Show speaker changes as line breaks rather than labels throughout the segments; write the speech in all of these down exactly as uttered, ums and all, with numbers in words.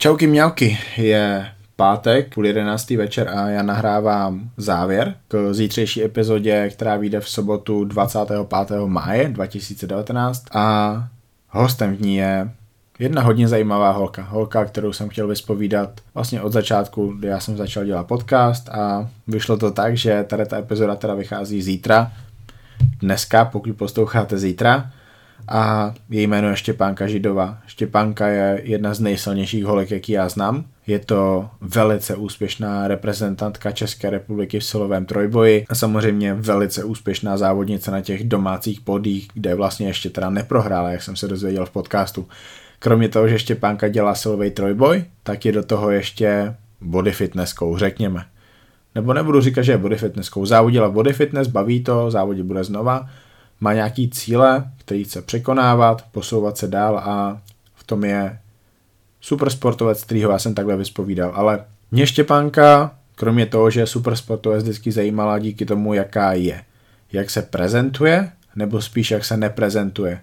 Čauky mňauky, je pátek, půl jedenáctý večer a já nahrávám závěr k zítřejší epizodě, která vyjde v sobotu dvacátého pátého máje dva tisíce devatenáct a hostem v ní je jedna hodně zajímavá holka. Holka, kterou jsem chtěl vyspovídat vlastně od začátku, kdy já jsem začal dělat podcast a vyšlo to tak, že tady ta epizoda teda vychází zítra, dneska, pokud posloucháte zítra. A její jméno je Štěpánka Židová. Štěpánka je jedna z nejsilnějších holek, jaký já znám. Je to velice úspěšná reprezentantka České republiky v silovém trojboji a samozřejmě velice úspěšná závodnice na těch domácích podích, kde vlastně ještě teda neprohrála, jak jsem se dozvěděl v podcastu. Kromě toho, že Štěpánka dělá silový trojboj, tak je do toho ještě body fitnesskou, řekněme. Nebo nebudu říkat, že je body fitnesskou. Závodila body fitness, baví to, závodit bude znova. Má nějaký cíle, který chce překonávat, posouvat se dál a v tom je super sportovec, kterýho já jsem takhle vyspovídal. Ale mě Štěpánka, kromě toho, že je super sportovec, vždycky zajímala díky tomu, jaká je. Jak se prezentuje, nebo spíš jak se neprezentuje.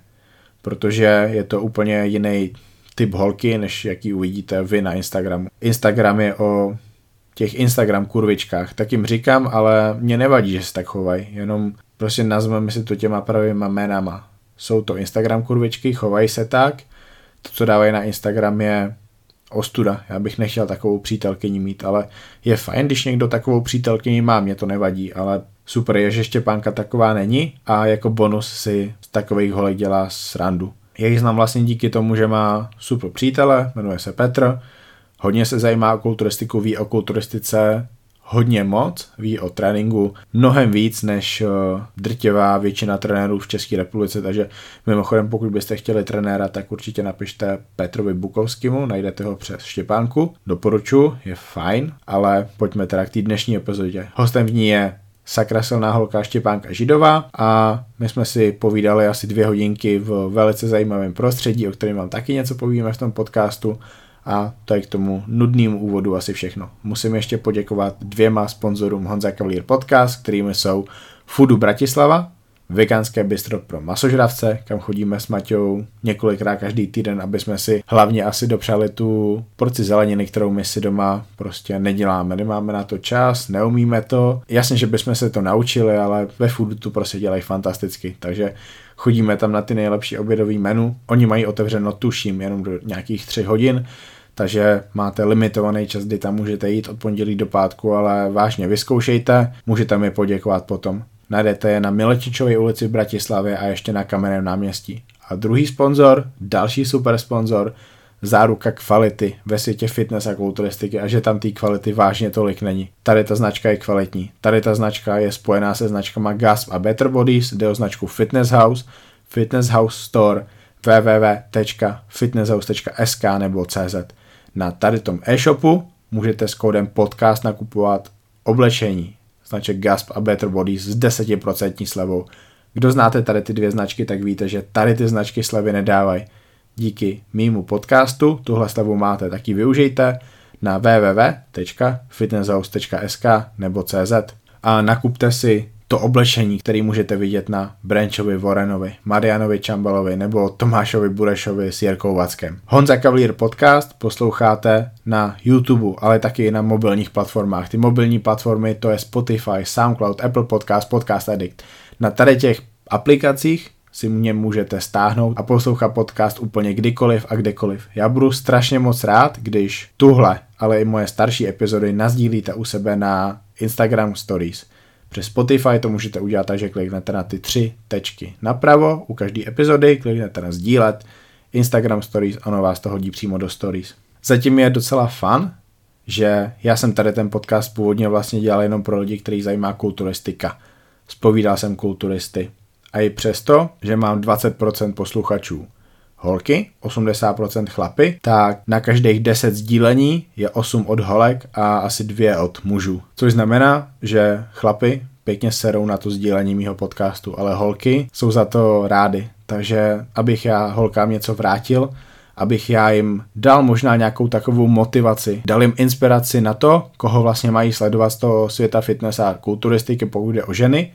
Protože je to úplně jiný typ holky, než jaký uvidíte vy na Instagramu. Instagram je o těch Instagram kurvičkách, tak jim říkám, ale mě nevadí, že se tak chovají, jenom prostě nazveme si to těma pravýma jménama. Jsou to Instagram kurvičky, chovají se tak, to, co dávají na Instagram, je ostuda. Já bych nechtěl takovou přítelkyni mít, ale je fajn, když někdo takovou přítelkyni má, mě to nevadí, ale super je, že Štěpánka taková není a jako bonus si z takových holek dělá srandu. Já ji znám vlastně díky tomu, že má super přítele, jmenuje se Petr, hodně se zajímá o kulturistiku, ví o kulturistice hodně moc, ví o tréninku mnohem víc než drtivá většina trenérů v České republice, takže mimochodem pokud byste chtěli trenéra, tak určitě napište Petrovi Bukovskému, najdete ho přes Štěpánku, doporučuji, je fajn, ale pojďme teda k té dnešní epizodě. Hostem v ní je sakra silná holka Štěpánka Židová a my jsme si povídali asi dvě hodinky v velice zajímavém prostředí, o kterém vám taky něco povíme v tom podcastu. A to je k tomu nudnému úvodu asi všechno. Musím ještě poděkovat dvěma sponzorům Honza Cavalier Podcast, kterými jsou Foodu Bratislava, veganské bistro pro masožravce, kam chodíme s Maťou několikrát každý týden, aby jsme si hlavně asi dopřáli tu porci zeleniny, kterou my si doma prostě neděláme. Nemáme na to čas, neumíme to. Jasně, že bychom se to naučili, ale ve Foodu to prostě dělají fantasticky, takže chodíme tam na ty nejlepší obědový menu. Oni mají otevřeno, tuším, jenom do nějakých tři hodin, takže máte limitovaný čas, kdy tam můžete jít od pondělí do pátku, ale vážně vyzkoušejte, můžete mi poděkovat potom. Najdete je na Milečičové ulici v Bratislavě a ještě na Kamenném náměstí. A druhý sponzor, další super sponzor, záruka kvality ve světě fitness a kulturistiky a že tam té kvality vážně tolik není. Tady ta značka je kvalitní. Tady ta značka je spojená se značkama Gasp a Better Bodies, jde o značku Fitness House, Fitness House Store, w w w tečka fitnesshouse tečka s k nebo cz. Na tady tom e-shopu můžete s kódem podcast nakupovat oblečení značek Gasp a Better Bodies s deset procent slevou. Kdo znáte tady ty dvě značky, tak víte, že tady ty značky slevy nedávají. Díky mýmu podcastu tuhle slevu máte, tak ji využijte na w w w tečka fitnesshouse tečka s k nebo cz a nakupte si to oblečení, který můžete vidět na Branchovi Warrenovi, Marianovi Čambalovi nebo Tomášovi Burešovi s Jirkou Vackem. Honza Cavalier Podcast posloucháte na YouTube, ale taky i na mobilních platformách. Ty mobilní platformy to je Spotify, SoundCloud, Apple Podcast, Podcast Addict. Na tady těch aplikacích si mě můžete stáhnout a poslouchat podcast úplně kdykoliv a kdekoliv. Já budu strašně moc rád, když tuhle, ale i moje starší epizody nasdílíte u sebe na Instagram Stories. Přes Spotify to můžete udělat tak, že kliknete na ty tři tečky napravo u každé epizody, kliknete na sdílet, Instagram Stories, ono vás to hodí přímo do Stories. Zatím je docela fun, že já jsem tady ten podcast původně vlastně dělal jenom pro lidi, který zajímá kulturistika. Zpovídal jsem kulturisty. A i přesto, že mám dvacet procent posluchačů holky, osmdesát procent chlapy, tak na každých deset sdílení je osm od holek a asi dvě od mužů. Což znamená, že chlapy pěkně serou na to sdílení mýho podcastu, ale holky jsou za to rády. Takže abych já holkám něco vrátil, abych já jim dal možná nějakou takovou motivaci, dal jim inspiraci na to, koho vlastně mají sledovat z toho světa fitness a kulturistiky, pokud jde o ženy,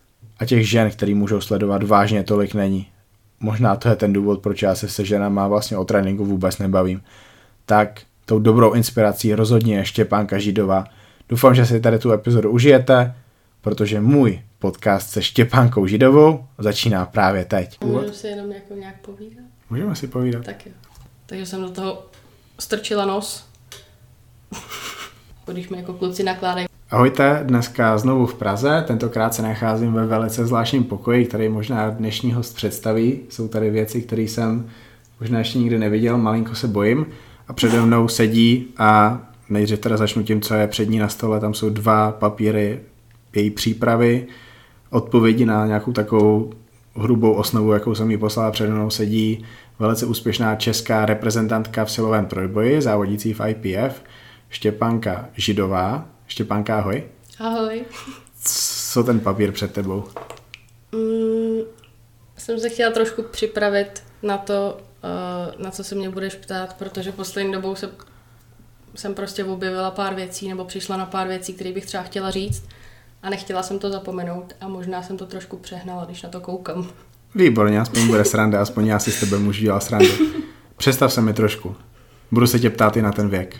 a těch žen, který můžou sledovat, vážně tolik není. Možná to je ten důvod, proč já se se ženama vlastně o tréninku vůbec nebavím. Tak tou dobrou inspirací rozhodně je Štěpánka Židová. Doufám, že si tady tu epizodu užijete, protože můj podcast se Štěpánkou Židovou začíná právě teď.
Můžeme si jenom jako nějak povídat?
Můžeme si povídat.
Tak jo. Takže jsem do toho strčila nos, když mi jako kluci nakládají.
Ahojte, dneska znovu v Praze, tentokrát se nacházím ve velice zvláštním pokoji, který možná dnešní host představí. Jsou tady věci, které jsem možná ještě nikdy neviděl, malinko se bojím. A přede mnou sedí a nejdřív teda začnu tím, co je před ní na stole. Tam jsou dva papíry její přípravy, odpovědi na nějakou takovou hrubou osnovu, jakou jsem jí poslala. Přede mnou sedí velice úspěšná česká reprezentantka v silovém trojboji, závodící v I P F, Štěpánka Židová. Štěpánka, ahoj.
Ahoj.
Co ten papír před tebou?
Mm, jsem se chtěla trošku připravit na to, uh, na co se mě budeš ptát, protože poslední dobou se, jsem prostě objevila pár věcí, nebo přišla na pár věcí, které bych třeba chtěla říct a nechtěla jsem to zapomenout a možná jsem to trošku přehnala, když na to koukám. Výborně,
aspoň bude sranda, aspoň já si s tebe můžu dělat srandu. Představ se mi trošku. Budu se tě ptát i na ten věk.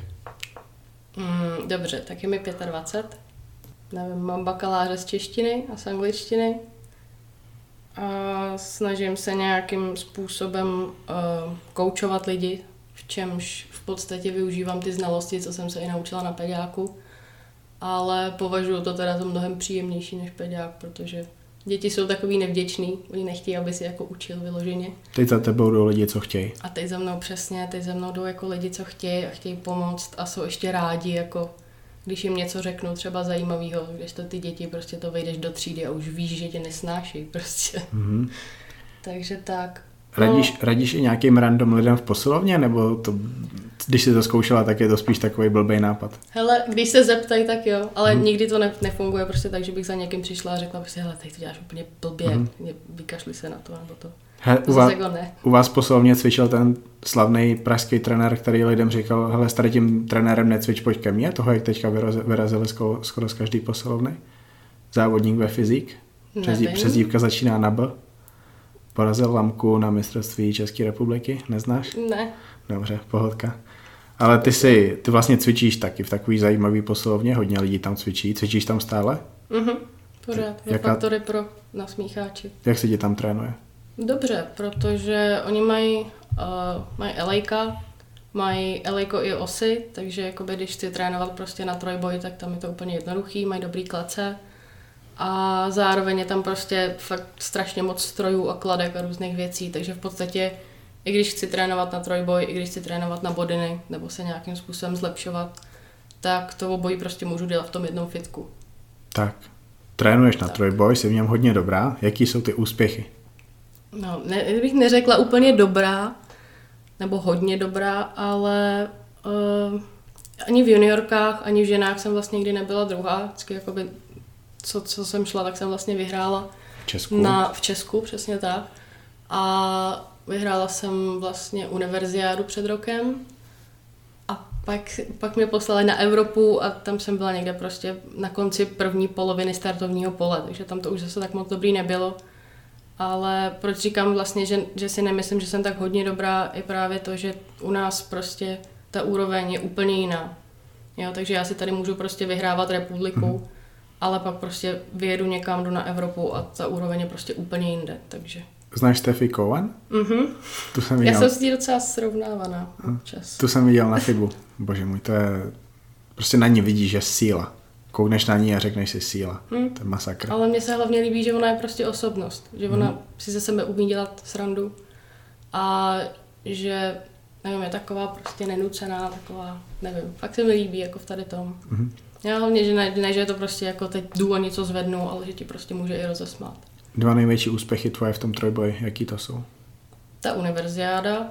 Mm, dobře, tak je mi dvacet pět. Nevím, mám bakaláře z češtiny a z angličtiny. A snažím se nějakým způsobem uh, koučovat lidi, v čemž v podstatě využívám ty znalosti, co jsem se i naučila na pediáku. Ale považuji to teda za mnohem příjemnější než pediák, protože děti jsou takový nevděční, oni nechtějí, aby si jako učil vyloženě.
Teď za tebou jdou lidi, co chtějí.
A teď za mnou přesně, teď za mnou jdou jako lidi, co chtějí a chtějí pomoct a jsou ještě rádi, jako když jim něco řeknu třeba zajímavého, když to ty děti prostě to vejdeš do třídy a už víš, že tě nesnáší prostě. Mm-hmm. Takže tak.
Radíš,
no,
radíš i nějakým random lidem v posilovně, nebo to, když jsi to zkoušela, tak je to spíš takový blbej nápad?
Hele, když se zeptají, tak jo, ale hmm. nikdy to ne, nefunguje prostě tak, že bych za někým přišla a řekla prostě, hele, teď to děláš úplně blbě, hmm. vykašli se na to, nebo to.
He, u, vás, jako ne. u vás v posilovně cvičil ten slavný pražský trenér, který lidem říkal, hele, s tady tím trenérem necvič, pojď ke mně, toho jak teďka vyrazili skoro, skoro z každý posilovny. Závodník ve fyzik, přezdívka začíná na B. Porazil Lamku na mistrovství České republiky, neznáš?
Ne.
Dobře, pohodka. Ale ty si, ty vlastně cvičíš taky v takový zajímavý posilovně, hodně lidí tam cvičí. Cvičíš tam stále?
Mhm, pořád. Ve Faktory Pro na Smícháči.
Jak se ti tam trénuje?
Dobře, protože oni mají, uh, mají elejka, mají elejko i osy, takže jakoby, když chci trénovat prostě na trojboj, tak tam je to úplně jednoduchý, mají dobrý klece. A zároveň je tam prostě fakt strašně moc strojů a kladek a různých věcí, takže v podstatě i když chci trénovat na trojboj, i když chci trénovat na bodiny nebo se nějakým způsobem zlepšovat, tak to obojí prostě můžu dělat v tom jednom fitku.
Tak, trénuješ na tak. trojboj, jsi v něm hodně dobrá. Jaký jsou ty úspěchy?
No, ne, bych neřekla úplně dobrá, nebo hodně dobrá, ale uh, ani v juniorkách, ani v ženách jsem vlastně nikdy nebyla druhá. Vždycky jakoby Co, co jsem šla, tak jsem vlastně vyhrála
v Česku,
na, v Česku přesně tak. A vyhrála jsem vlastně univerziádu před rokem a pak, pak mě poslali na Evropu a tam jsem byla někde prostě na konci první poloviny startovního pole, takže tam to už zase tak moc dobrý nebylo. Ale proč říkám vlastně, že, že si nemyslím, že jsem tak hodně dobrá, je právě to, že u nás prostě ta úroveň je úplně jiná. Jo, takže já si tady můžu prostě vyhrávat republiku, mm. ale pak prostě vyjedu někam, jdu na Evropu a ta úroveň je prostě úplně jinde, takže.
Znáš Steffi Cohen?
Mhm.
Tu jsem viděl.
Já jsem s ní docela srovnávaná občas.
Tu jsem viděl na Fibu. Bože můj, to je, prostě na ní vidíš, že síla. Koukneš na ní a řekneš si síla. Hmm. To je masakr.
Ale mně se hlavně líbí, že ona je prostě osobnost, že ona hmm. si ze sebe umí dělat srandu a že, nevím, je taková prostě nenucená, taková, nevím, fakt se mi líbí jako v tady tom. Hmm. Já hlavně, že ne, ne, že je to prostě jako teď jdu a něco zvednu, ale že ti prostě může i rozesmát.
Dva největší úspěchy tvoje v tom trojboji, jaký to jsou?
Ta univerziáda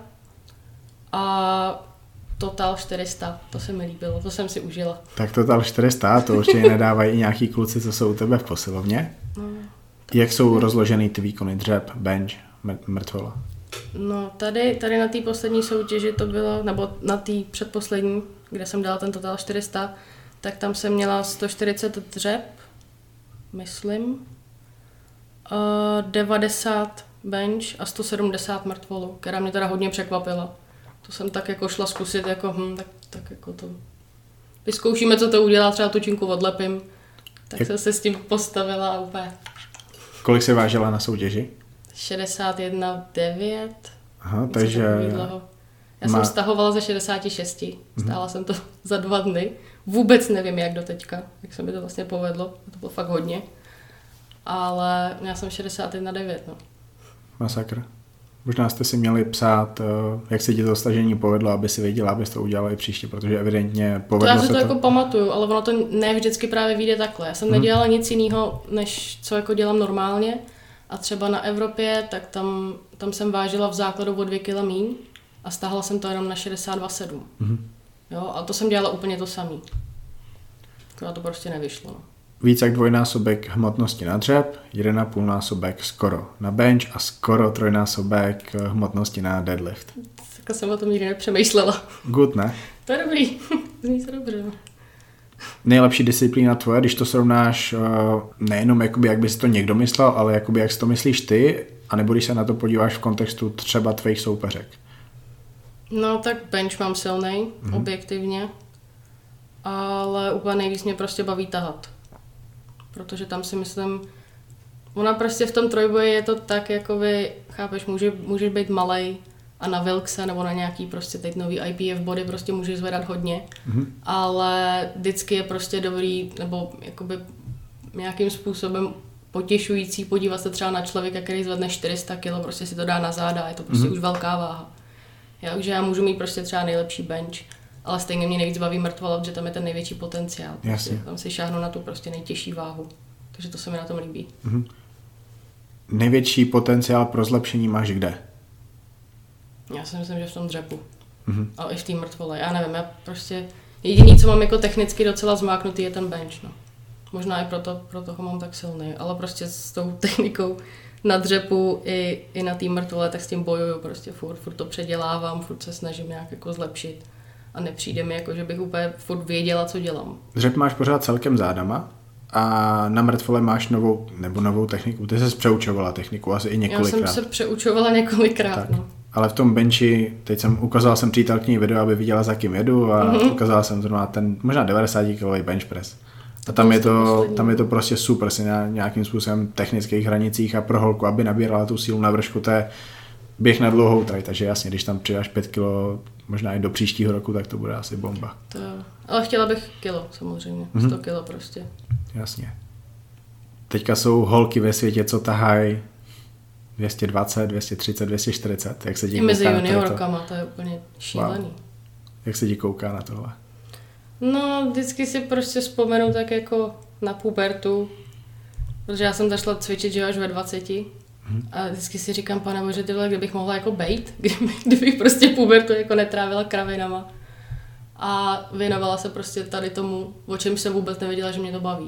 a Total čtyři sta, to se mi líbilo, to jsem si užila.
Tak Total čtyři sta, to určitě nedávají i nějaký kluci, co jsou u tebe v posilovně. No, jak jsou rozložený ty výkony, dřep, bench, mrtvola?
No tady, tady na té poslední soutěži to bylo, nebo na té předposlední, kde jsem dala ten Total čtyři sta, tak tam jsem měla sto čtyřicet dřep, myslím, devadesát bench a sto sedmdesát mrtvolu, která mě teda hodně překvapila. To jsem tak jako šla zkusit, jako hm, tak tak jako to vyzkoušíme, co to udělá, třeba tu činku odlepím. Tak
Jak...
jsem se s tím postavila a úplně.
Kolik se vážila na soutěži?
šedesát jedna devět.
Aha, takže...
Já má... jsem stahovala ze šedesát šest. Stála mm-hmm. jsem to za dva dny. Vůbec nevím, jak do teďka, jak se mi to vlastně povedlo. To bylo fakt hodně. Ale já jsem šedesát jedna devět, no.
Masakr. Možná jste si měli psát, jak se ti to stažení povedlo, aby si věděla, abys to udělala i příště, protože evidentně povedlo
to já si
se
to,
to
jako pamatuju, ale ono to ne vždycky právě vyjde takhle. Já jsem hmm. nedělala nic jiného, než co jako dělám normálně. A třeba na Evropě, tak tam, tam jsem vážila v základu o dvě kila míň a stáhla jsem to jenom na šedesát dva sedm. Hmm. Jo, a to jsem dělala úplně to samý. To to prostě nevyšlo. No.
Víc jak dvojnásobek hmotnosti na dřep, jeden a půl násobek skoro na bench a skoro trojnásobek hmotnosti na deadlift.
Tak jsem o tom nikdy nepřemýšlela.
Good, ne?
To je dobrý. Zní se dobře.
Nejlepší disciplína tvoje, když to srovnáš nejenom jakoby, jak by si to někdo myslel, ale jakoby, jak si to myslíš ty, anebo když se na to podíváš v kontextu třeba tvých soupeřek.
No tak bench mám silnej, mm-hmm. objektivně, ale úplně nejvíc mě prostě baví tahat. Protože tam si myslím, ona prostě v tom trojboji je to tak, jako vy, chápeš, může, můžeš být malej a na Wilkse nebo na nějaký prostě teď nový I P F body prostě můžeš zvedat hodně, mm-hmm. ale vždycky je prostě dobrý, nebo jakoby nějakým způsobem potěšující podívat se třeba na člověka, který zvedne čtyři sta kilo, prostě si to dá na záda, je to prostě mm-hmm. už velká váha. Já, že já můžu mít prostě třeba nejlepší bench, ale stejně mě nejvíc baví mrtvola, protože tam je ten největší potenciál. Prostě tam si šáhnu na tu prostě nejtěžší váhu. Takže to se mi na tom líbí.
Mm-hmm. Největší potenciál pro zlepšení máš kde?
Já si myslím, že v tom dřepu.
Mm-hmm.
A i v té mrtvole. Já nevím, já prostě jediný, co mám jako technicky docela zmáknutý, je ten bench. No. Možná i proto, proto ho mám tak silný, ale prostě s tou technikou na dřepu i, i na té mrtvole, tak s tím bojuju prostě furt, furt to předělávám, furt se snažím nějak jako zlepšit. A nepřijde mi jako, že bych úplně furt věděla, co dělám.
Dřep máš pořád celkem zádama a na mrtvole máš novou, nebo novou techniku. Ty jsi přeučovala techniku asi i několikrát.
Já jsem se přeučovala několikrát. No.
Ale v tom benchi, teď jsem ukázala jsem přítelkyni video, aby viděla, za kým jedu a mm-hmm. ukázala jsem zrovna ten možná devadesát kilový bench press. A tam je, to, tam je to prostě super si na nějakým způsobem technických hranicích a pro holku, aby nabírala tu sílu na vršku, to je běh na dlouhou trať, takže jasně, když tam přidáš pět kilo, možná i do příštího roku, tak to bude asi bomba.
To, ale chtěla bych kilo, samozřejmě, mm-hmm. sto kilo prostě.
Jasně. Teďka jsou holky ve světě, co tahají dvě stě dvacet, dvě stě třicet, dvě stě čtyřicet, jak se ti
i mezi juniorkama, to... to je úplně šílený. Wow.
Jak se ti kouká na tohle?
No, vždycky si prostě vzpomenu tak jako na pubertu, protože já jsem zašla cvičit, že až ve dvaceti. Hmm. A vždycky si říkám, pane bože, tyhle, kdybych mohla jako bejt, kdybych, kdybych prostě pubertu jako netrávila kravinama a věnovala se prostě tady tomu, o čem jsem vůbec nevěděla, že mě to baví.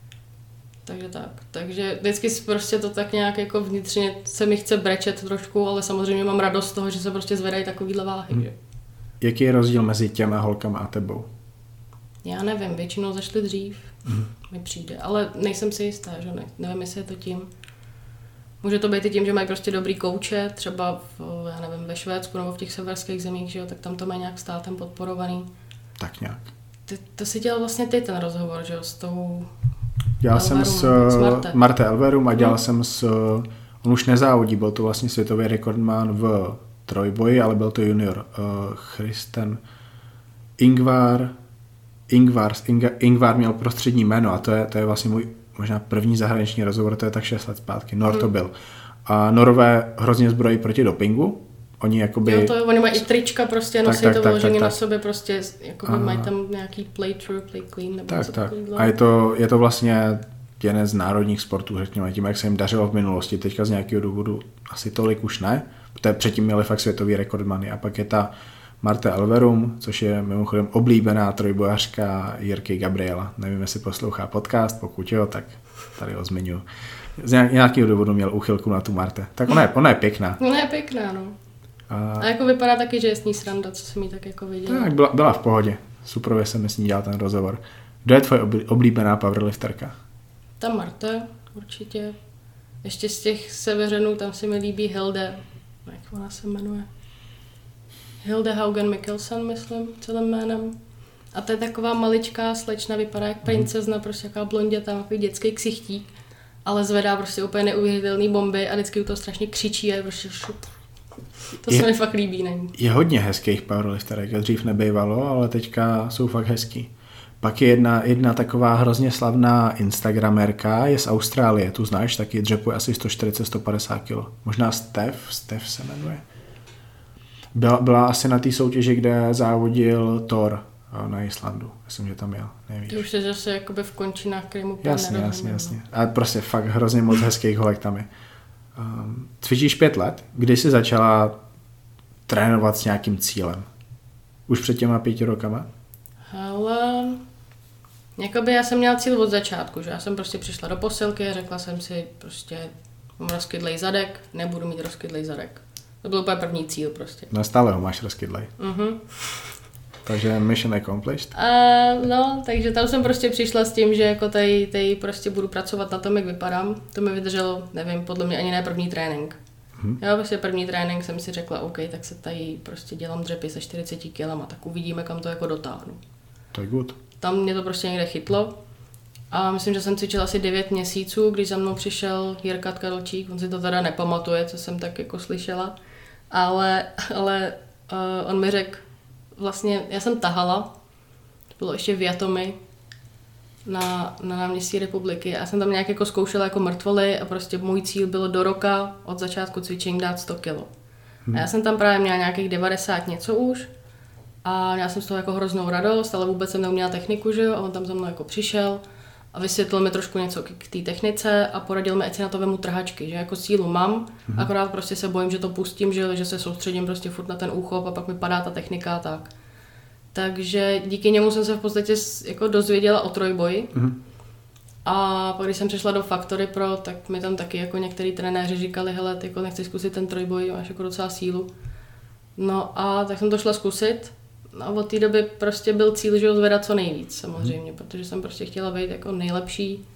Takže tak. Takže vždycky prostě to tak nějak jako vnitřně se mi chce brečet trošku, ale samozřejmě mám radost z toho, že se prostě zvedají takovýhle váhy. Hmm.
Jaký je rozdíl mezi těma holkama a tebou?
Já nevím, většinou zašli dřív, hmm. mi přijde, ale nejsem si jistá, že ne, nevím, jestli je to tím. Může to být i tím, že mají prostě dobrý kouče, třeba v, já nevím, ve Švédsku nebo v těch severských zemích, že jo, tak tam to mají nějak státem podporovaný.
Tak nějak.
Ty, to si dělal vlastně ty ten rozhovor, že jo, s tou
Dělal Elverum, jsem s, s Marte. Marte Elverum a dělal hmm. jsem s, on už nezávodí, byl to vlastně světový rekordman v trojboji, ale byl to junior. Uh, Christen Ingvar, Ingvar, Ingvar, Ingvar měl prostřední jméno a to je, to je vlastně můj možná první zahraniční rozhovor, to je tak šest let zpátky. Nor to byl. A Norové hrozně zbrojí proti dopingu. Oni jakoby...
Jo, to je, oni mají i trička prostě, nosí tak, tak, to vložení na sobě prostě, jakoby a... mají tam nějaký play true, play clean, nebo
tak, tak. A je to, je to vlastně jeden z národních sportů, řekněme, tím, jak se jim dařilo v minulosti. Teďka z nějakého důvodu asi tolik už ne, protože předtím měli fakt světový rekordmany. A pak je ta Marte Elverum, což je mimochodem oblíbená trojbojařka Jirky Gabriela. Nevím, jestli poslouchá podcast, pokud jo, tak tady ho zmiňuji. Z nějakého důvodu měl úchylku na tu Marte. Tak ona je, ona je pěkná.
Ona je pěkná, no. A... a jako vypadá taky, že je s ní sranda, co jsem jí tak jako viděla.
Tak, byla, byla v pohodě. Super, jsem s ní dělal ten rozhovor. Kdo je tvoje oblíbená powerlifterka?
Ta Marte, určitě. Ještě z těch seveřanů, tam se mi líbí Hilde. Jak ona se jmenuje? Hilde Haugen Mikkelsen, myslím, celým jménem. A to je taková maličká slečna, vypadá jak princezna, prostě jaká blondětá, takový dětský ksichtík, ale zvedá prostě úplně neuvěřitelný bomby a vždycky u toho strašně křičí a je prostě šup. To je, se mi fakt líbí, není?
Je hodně hezkých powerlifterek, dřív nebejvalo, ale teďka jsou fakt hezký. Pak je jedna, jedna taková hrozně slavná instagramerka, je z Austrálie, tu znáš, taky dřepuje asi sto čtyřicet až sto padesát kilo. Možná Steph, Steph se jmenuje. Byla, byla asi na té soutěži, kde závodil Thor na Islandu. Myslím, že tam jel, nevíš.
Ty už jsi zase jakoby v končinách, který mu
Jasně, jasně, jasně. A prostě fakt hrozně moc hezkých holek tam je. Um, cvičíš pět let, kdy jsi začala trénovat s nějakým cílem? Už před těma pěti rokama?
Hele, jakoby já jsem měla cíl od začátku, že já jsem prostě přišla do posilky a řekla jsem si prostě mám rozkydlej zadek, nebudu mít rozkydlej zadek. To byl úplně první cíl prostě.
No stále ho máš rozkydlej.
Mhm.
Takže mission accomplished?
Uh, no, takže tam jsem prostě přišla s tím, že jako tady, tady prostě budu pracovat na tom, jak vypadám. To mi vydrželo, nevím, podle mě ani ne první trénink. Hmm. Jo, prostě první trénink jsem si řekla, OK, tak se tady prostě dělám dřepy se čtyřicet kilama, tak uvidíme, kam to jako dotáhnu.
To je good.
Tam mě to prostě někde chytlo. A myslím, že jsem cvičila asi devět měsíců, když za mnou přišel Jirka Tkarolčík, on si to teda nepamatuje, co jsem tak jako slyšela, ale, ale uh, on mi řekl, vlastně já jsem tahala, to bylo ještě v Jatomi na, na náměstí Republiky a já jsem tam nějak jako zkoušela jako mrtvoly a prostě můj cíl bylo do roka od začátku cvičení dát sto kilo. Hmm. A já jsem tam právě měla nějakých devadesát něco už a já jsem z toho jako hroznou radost, ale vůbec jsem neuměla techniku, že jo, a on tam za mnou jako přišel a vysvětlil mi trošku něco k té technice a poradil mi, ať si na to vemu trhačky, že jako sílu mám, hmm. akorát prostě se bojím, že to pustím, že, že se soustředím prostě furt na ten úchop a pak mi padá ta technika a tak. Takže díky němu jsem se v podstatě jako dozvěděla o trojboji. Hmm. A pak když jsem přišla do Factory Pro, tak mi tam taky jako některý trenéři říkali, hele, ty jako nechci zkusit ten trojboj, máš jako docela sílu. No a tak jsem to šla zkusit. A od té doby prostě byl cíl, že ho zvedat co nejvíc samozřejmě, hmm. protože jsem prostě chtěla být jako nejlepší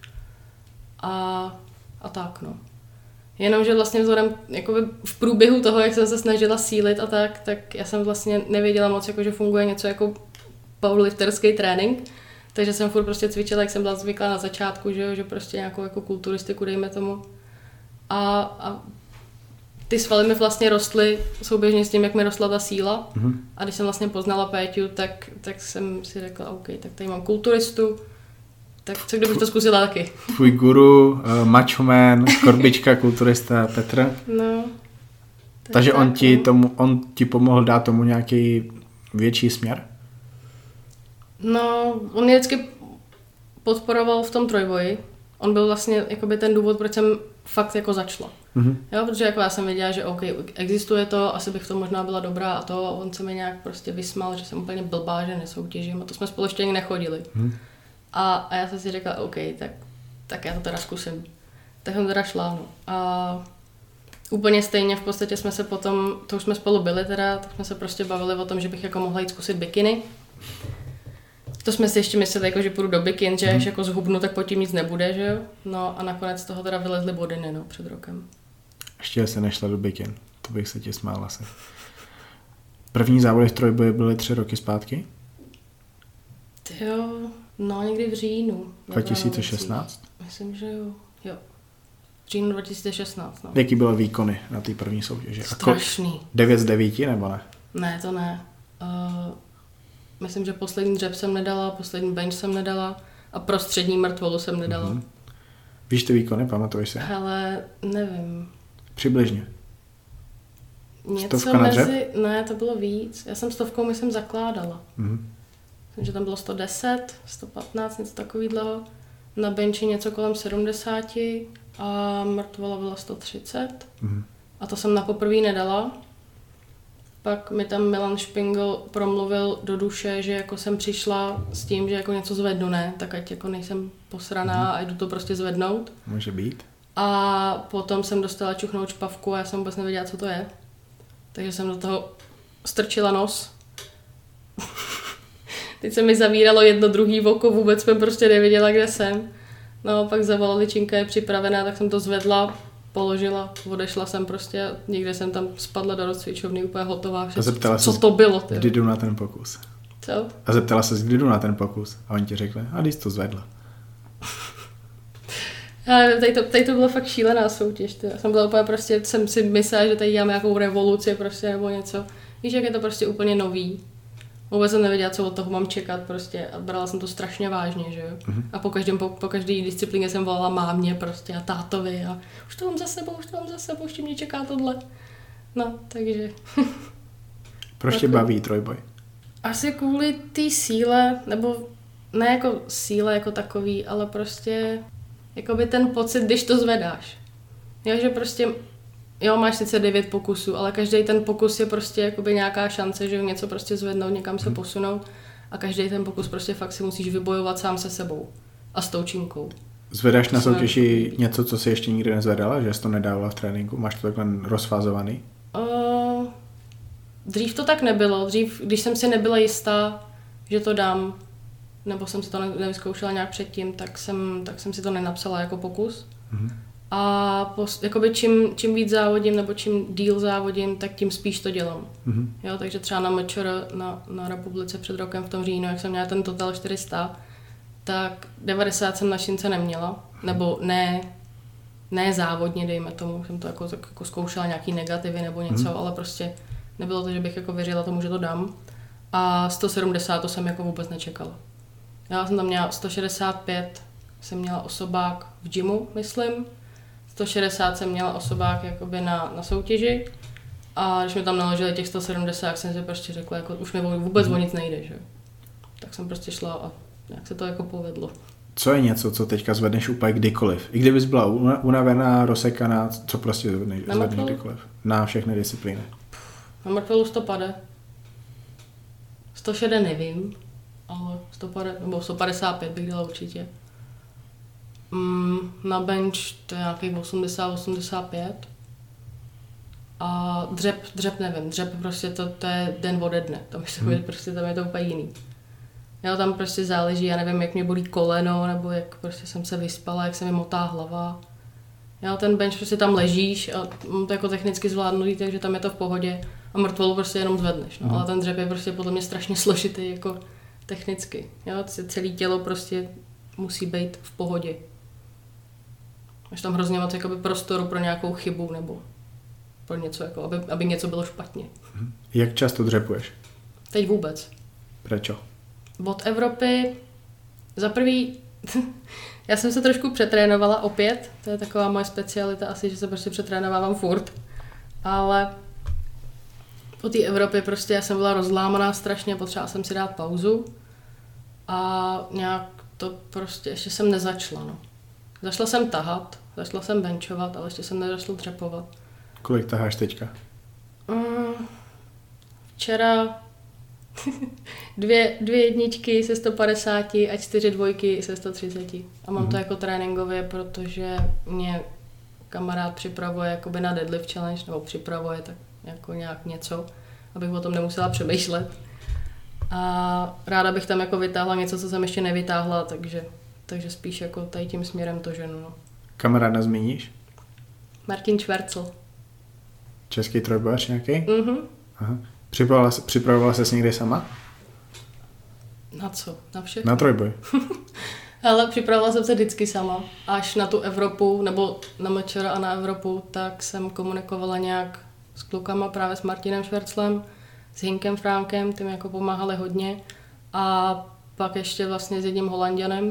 a, a tak no. Jenomže vlastně vzhledem jakoby v průběhu toho, jak jsem se snažila sílit a tak, tak já jsem vlastně nevěděla moc, jako, že funguje něco jako powerlifterský trénink, takže jsem furt prostě cvičila, jak jsem byla zvyklá na začátku, že, že prostě nějakou jako kulturistiku, dejme tomu. A, a ty svaly mi vlastně rostly souběžně s tím, jak mi rostla ta síla. Mm-hmm. A když jsem vlastně poznala Péťu, tak, tak jsem si řekla, OK, tak tady mám kulturistu, tak co kdybych to zkusila taky.
Tvůj guru, uh, machoman, korbička, kulturista Petr.
No.
Takže on ti, tomu, on ti pomohl dát tomu nějaký větší směr?
No, on mě vždycky podporoval v tom trojboji. On byl vlastně jakoby ten důvod, proč jsem fakt jako začala. Mm-hmm. Jo, protože jako já jsem věděla, že OK, existuje to, asi bych v tom možná byla dobrá a to, a on se mi nějak prostě vysmál, že jsem úplně blbá, že nesoutěžím a to jsme spolu ještě ani nechodili. Mm-hmm. A, a já jsem si řekla, OK, tak, tak já to teda zkusím. Tak jsem teda šla, no. A úplně stejně v podstatě jsme se potom, to už jsme spolu byli teda, tak jsme se prostě bavili o tom, že bych jako mohla jít zkusit bikiny. To jsme si ještě mysleli, jako, že půjdu do bikin, že mm. jako zhubnu, tak po tím nic nebude, že jo. No a nakonec z toho teda vylezly bodiny, no, před rokem.
Ještě se nešla do bikin, to bych se ti smál asi. První závody v trojboji byly tři roky zpátky?
Jo, no někdy v říjnu.
dva tisíce šestnáct?
Myslím, že jo, jo. V říjnu dva tisíce šestnáct, no.
Jaký byly výkony na té první soutěži?
Strašný.
devět z devíti nebo ne?
Ne, to ne. Uh, myslím, že poslední dřep jsem nedala, poslední bench jsem nedala a prostřední mrtvolu jsem nedala. Mm-hmm.
Víš ty výkony, pamatuješ si?
Hele, nevím.
Přibližně.
Něco Stovka mezi... na dřep? Ne, to bylo víc. Já jsem stovkou, myslím, zakládala. Mm-hmm. Myslím, že tam bylo sto deset, sto patnáct, něco takového. Na benchi něco kolem sedmdesát a mrtvola byla sto třicet. Mm-hmm. A to jsem na poprvé nedala. Pak mi tam Milan Špingl promluvil do duše, že jako jsem přišla s tím, že jako něco zvednu, ne, tak ať jako nejsem posraná mm-hmm. a jdu to prostě zvednout.
Může být.
A potom jsem dostala čuchnout špavku a já jsem vůbec nevěděla, co to je. Takže jsem do toho strčila nos. Teď se mi zavíralo jedno druhý oko, vůbec jsem prostě nevěděla, kde jsem. No, pak zavolali, Činka je připravená, tak jsem to zvedla. položila, odešla jsem prostě, někde jsem tam spadla do rozcvičovny úplně hotová.
A zeptala
co
se,
to bylo? Ty?
Kdy jdu na ten pokus?
Co?
A zeptala se, kdy jdu na ten pokus? A oni ti řekli, a když to zvedla.
Ale tady to, tady to bylo fakt šílená soutěž. Ty. Já jsem byla úplně prostě, jsem si myslela, že tady dělám nějakou revoluci prostě nebo něco. Víš, jak je to prostě úplně nový. Vůbec jsem nevěděla, co od toho mám čekat prostě a brala jsem to strašně vážně, že jo. Mm-hmm. A po každém, po, po každé disciplíně jsem volala mámě prostě a tátovi a už to mám za sebou, už to mám za sebou, ještě mě čeká tohle. No, takže...
Proč tě baví trojboj?
Asi kvůli té síle, nebo ne jako síle jako takový, ale prostě jakoby ten pocit, když to zvedáš. Jo, že prostě, jo, máš sice devět pokusů, ale každý ten pokus je prostě jakoby nějaká šance, že něco prostě zvednout, někam se posunout a každý ten pokus prostě fakt si musíš vybojovat sám se sebou a s tou čínkou.
Zvedáš na soutěži něco, co si ještě nikdy nezvedala, že jsi to nedávala v tréninku? Máš to takhle rozfázovaný?
Uh, dřív to tak nebylo. Dřív, když jsem si nebyla jistá, že to dám, nebo jsem si to nevyzkoušela nějak předtím, tak jsem, tak jsem si to nenapsala jako pokus. Mm-hmm. A pos, jakoby čím, čím víc závodím, nebo čím díl závodím, tak tím spíš to dělám. Mm-hmm. Jo, takže třeba na M Č R, na, na Republice před rokem v tom říjnu, jak jsem měla ten Total čtyři sta, tak devadesát jsem na šince neměla, nebo ne, ne závodně, dejme tomu, jsem to jako, jako zkoušela nějaký negativy nebo něco, mm-hmm. ale prostě nebylo to, že bych jako věřila tomu, že to dám. A sto sedmdesát to jsem jako vůbec nečekala. Já jsem tam měla sto šedesát pět, jsem měla osobák v gymu, myslím. sto šedesát jsem měla osobák jakoby na, na soutěži. A když mi tam naložili těch sto sedmdesát, jsem si prostě řekla, jako už mi vůbec mm. o nic nejde, že? Tak jsem prostě šla a jak se to jako povedlo.
Co je něco, co teďka zvedneš úplně kdykoliv? I kdybys byla unavená, rozsekaná, co prostě zvedneš, zvedneš kdykoliv? Na všechny disciplíny.
Na mrtvolu sto pade. sto šedesát nevím, ale sto padesát, nebo sto padesát pět bych dala určitě. Mm, na bench to je nějakých osmdesát osmdesát pět. A dřep, dřep nevím, dřep prostě to, to je den ode dne, tam je, hmm. prostě, tam je to úplně jiný. Jo, tam prostě záleží, já nevím, jak mě bolí koleno, nebo jak prostě jsem se vyspala, jak se mi motá hlava. Jo, ten bench prostě tam ležíš a to jako technicky zvládnutý, takže tam je to v pohodě a mrtvolu prostě jenom zvedneš, no, hmm. ale ten dřep je prostě podle mě strašně složitý jako technicky. Jo, celé tělo prostě musí být v pohodě. Máš tam hrozně moc jakoby prostoru pro nějakou chybu nebo pro něco, jako, aby, aby něco bylo špatně.
Jak často dřepuješ?
Teď vůbec.
Proč?
Od Evropy za prvý, já jsem se trošku přetrénovala opět, to je taková moje specialita asi, že se prostě přetrénovávám furt, ale po té Evropě prostě já jsem byla rozlámaná strašně, potřebovala jsem si dát pauzu a nějak to prostě, ještě jsem nezačala, no. Zašla jsem tahat, zašla jsem benchovat, ale ještě jsem nezašla dřepovat.
Kolik taháš teďka?
Mm, včera dvě, dvě jedničky se sto padesát a čtyři dvojky se sto třicet. A mám mm-hmm. to jako tréninkově, protože mě kamarád připravuje jakoby na deadlift challenge, nebo připravuje tak jako nějak něco, abych o tom nemusela přemýšlet. A ráda bych tam jako vytáhla něco, co jsem ještě nevytáhla, takže, takže spíš jako tady tím směrem to ženu. No.
Kamaráda zmíníš?
Martin Švercl.
Český trojbojař nějaký?
Mhm.
Aha. Připravovala, připravovala ses někdy sama?
Na co? Na všechno?
Na trojboj.
Ale připravovala jsem se vždycky sama. Až na tu Evropu, nebo na M Č R a na Evropu, tak jsem komunikovala nějak s klukama, právě s Martinem Šverclem, s Hinkem Fránkem, ty mi jako pomáhali hodně. A pak ještě vlastně s jedním Holanďanem.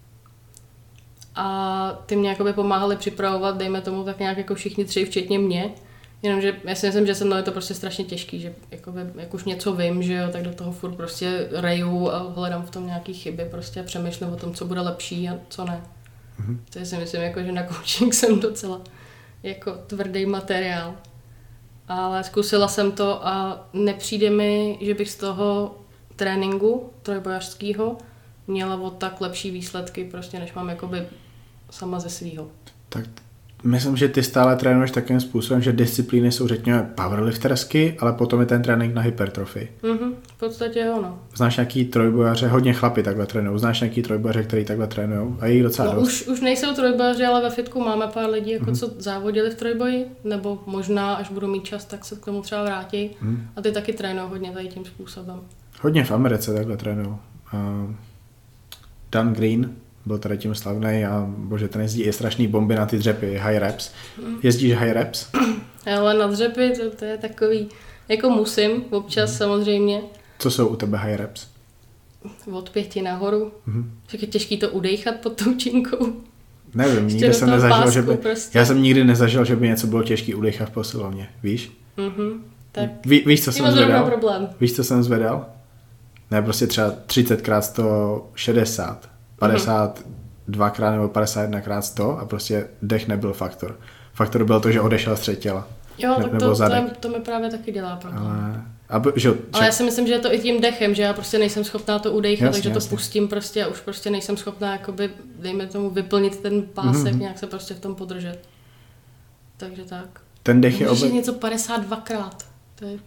A ty mě jakoby pomáhali připravovat, dejme tomu tak nějak jako všichni tři, včetně mě. Jenomže já si myslím, že se mnou je to prostě strašně těžký, že jakoby, jak už něco vím, že jo, tak do toho furt prostě reju a hledám v tom nějaký chyby, prostě přemýšlím o tom, co bude lepší a co ne. Mm-hmm. To si myslím, jako, že na coaching jsem docela jako tvrdý materiál. Ale zkusila jsem to a nepřijde mi, že bych z toho tréninku trojbojařského měla o tak lepší výsledky, prostě než mám jakoby sama ze svýho.
Tak myslím, že ty stále trénuješ takým způsobem, že disciplíny jsou řekněme powerliftersky, ale potom je ten trénink na hypertrofii.
Mhm, v podstatě jo, no.
Znáš nějaký trojbojaře, hodně chlapi takhle trénují, znáš nějaký trojbojaře, který takhle trénují a je jich docela
no,
dost.
Už, už nejsou trojbojaři, ale ve fitku máme pár lidí, jako
Mhm.
co závodili v trojboji, nebo možná, až budu mít čas, tak se k tomu třeba vrátí.
Mhm.
A ty taky trénují hodně tady tím způsobem.
Hodně v Americe takhle trénují. Uh, Dan Green byl tady tím slavný a bože, ten jezdí i strašný bomby na ty dřepy, high reps. Jezdíš high reps?
Ale na dřepy to, to je takový, jako musím, občas samozřejmě,
Co jsou u tebe high reps?
od pěti nahoru.
Mhm.
Však je těžký to udejchat pod tou činkou.
Nevím,
Ještě
nikdy
do
jsem
toho
nezažil,
pásku
že by...
prostě.
Já jsem nikdy nezažil, že by něco bylo těžký udechat v posilovně, víš?
Mhm, tak
Ví, víš, co jsem
mám zrovna
zvedal?
problém.
Víš, co jsem zvedal? Ne, prostě třeba třicet krát sto šedesát, padesát dva krát nebo padesát jedna krát sto a prostě dech nebyl faktor. Faktor byl to, že odešel střed těla.
Jo,
Ne-
tak
nebo
to, to,
zadek.
je- to mi právě taky dělá problém. Ale,
Ale, a, b- že,
ale já si myslím, že je to i tím dechem, že já prostě nejsem schopná to udejchat,
Jasně,
takže to
jasně.
pustím prostě a už prostě nejsem schopná jakoby, dejme tomu, vyplnit ten pásek,
Mhm.
nějak se prostě v tom podržet. Takže tak.
ten dech je
Můžeš
obe...
něco padesát dva krát. To je...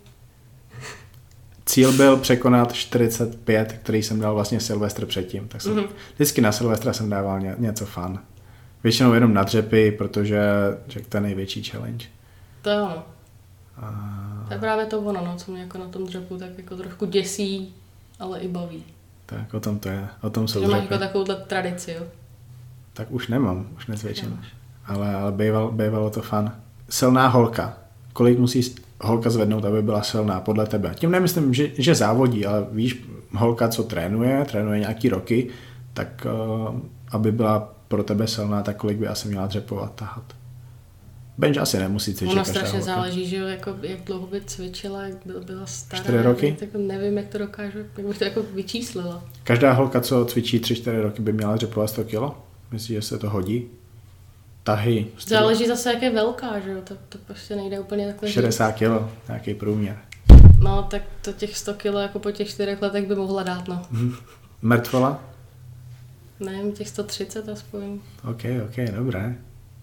Cíl byl překonat čtyřicet pět, který jsem dal vlastně Silvestr předtím. Tak jsem,
Mhm.
vždycky na Silvestra jsem dával ně, něco fun. Většinou jenom na dřepy, protože že to je největší challenge.
To je ono.
A,
To je právě to ono, no, co mě jako na tom dřepu tak jako trošku děsí, ale i baví.
tak o tom to je. O tom jsou
Takže máš
dřepy.
jako takovouhle tradici, jo.
Tak už nemám, už nezvětším. Ale, ale býval, bývalo to fun. Silná holka. Kolik musí holka zvednout, aby byla silná podle tebe? Tím nemyslím, že, že závodí, ale víš, holka, co trénuje, trénuje nějaký roky, tak uh, aby byla pro tebe silná, tak kolik by asi měla dřepovat, tahat. Bench asi nemusí cvičit.
Ono
každá
strašně
holka.
záleží, že jo, jako, jak dlouho by cvičila, jak byla, byla stará.
Čtyři roky?
Tak nevím, jak to dokážu, jak bych to jako vyčíslila.
Každá holka, co cvičí tři čtyři roky, by měla dřepovat sto kilo? Myslíš, že se to hodí? Tahy.
Záleží zase, jak je velká, že jo, to, to prostě nejde úplně takhle říct.
šedesát kilo, nějaký průměr.
No, tak to těch sto kilo jako po těch čtyřech letech by mohla dát, no.
Mrtvola?
Nevím, těch sto třicet aspoň.
OK, OK, dobré.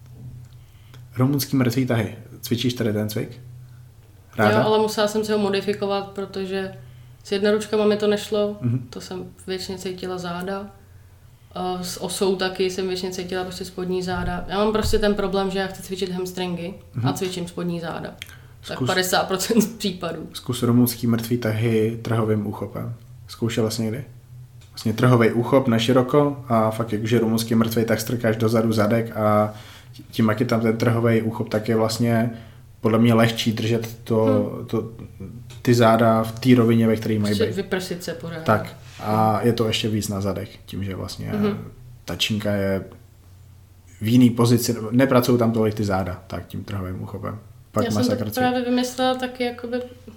Rumunský mrtvý tahy. Cvičíš tady ten cvik? Ráda?
Jo, ale musela jsem se ho modifikovat, protože s jednoručkama mi to nešlo,
Mhm.
to jsem většině cítila záda. A s osou taky jsem většině cítila prostě spodní záda. Já mám prostě ten problém, že já chci cvičit hamstringy a cvičím spodní záda. Tak
Zkus.
padesát procent případů.
Zkus rumunský mrtvý tahy trhovým úchopem. Zkoušela jsi někdy? Vlastně trhový úchop na široko a fakt jakože rumunský mrtvý, tak strkáš dozadu zadek a tím, jak je tam ten trhový úchop, tak je vlastně podle mě lehčí držet to, hmm. to, ty záda v té rovině, ve které mají
Prostě
být.
vyprsit se pořád.
Tak. A je to ještě víc na zadek, tím, že vlastně
Mhm.
ta činka je v jiný pozici, nepracují tam tolik ty záda, tak tím trhovým úchopem. Pak
Já jsem
masakr
to
cvik.
právě vymyslela taky jakoby,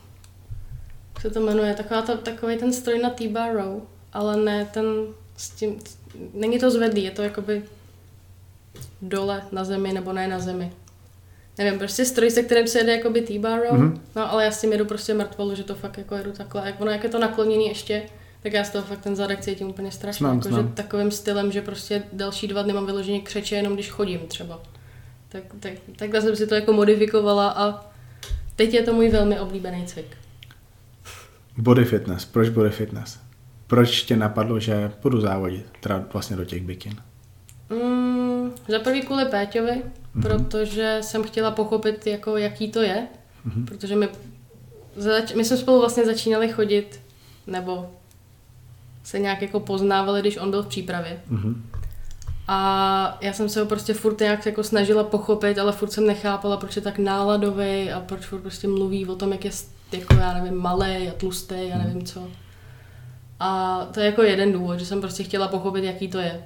jak se to jmenuje, taková ta, takový ten stroj na T-bar row, ale ne ten s tím, není to zvedlý, je to jakoby dole na zemi nebo ne na zemi. Nevím, prostě stroj, se kterým se jede jakoby T-bar row,
Mhm.
no ale já s tím jedu prostě mrtvolu, že to fakt jako jedu takhle. Jak ono, jak je to nakloněný ještě, tak já z toho fakt ten zadek cítím úplně strašně.
Znám,
Jako,
znám.
že takovým stylem, že prostě další dva dny mám vyloženě křeče, jenom když chodím třeba. Tak, tak, takhle jsem si to jako modifikovala a teď je to můj velmi oblíbený cvik.
Body fitness. Proč body fitness? Proč tě napadlo, že budu závodit, teda vlastně do těch bikin?
Mm, za prvý kvůli Péťovi,
Mhm.
protože jsem chtěla pochopit, jako, jaký to je,
Mhm.
protože my, zač- my jsme spolu vlastně začínali chodit, nebo se nějak jako poznávali, když on byl v přípravě.
Mhm.
A já jsem se ho prostě furt nějak jako snažila pochopit, ale furt jsem nechápala, proč je tak náladový a proč furt prostě mluví o tom, jak je jako, já nevím, malej a tlustý, já nevím co. A to je jako jeden důvod, že jsem prostě chtěla pochopit, jaký to je.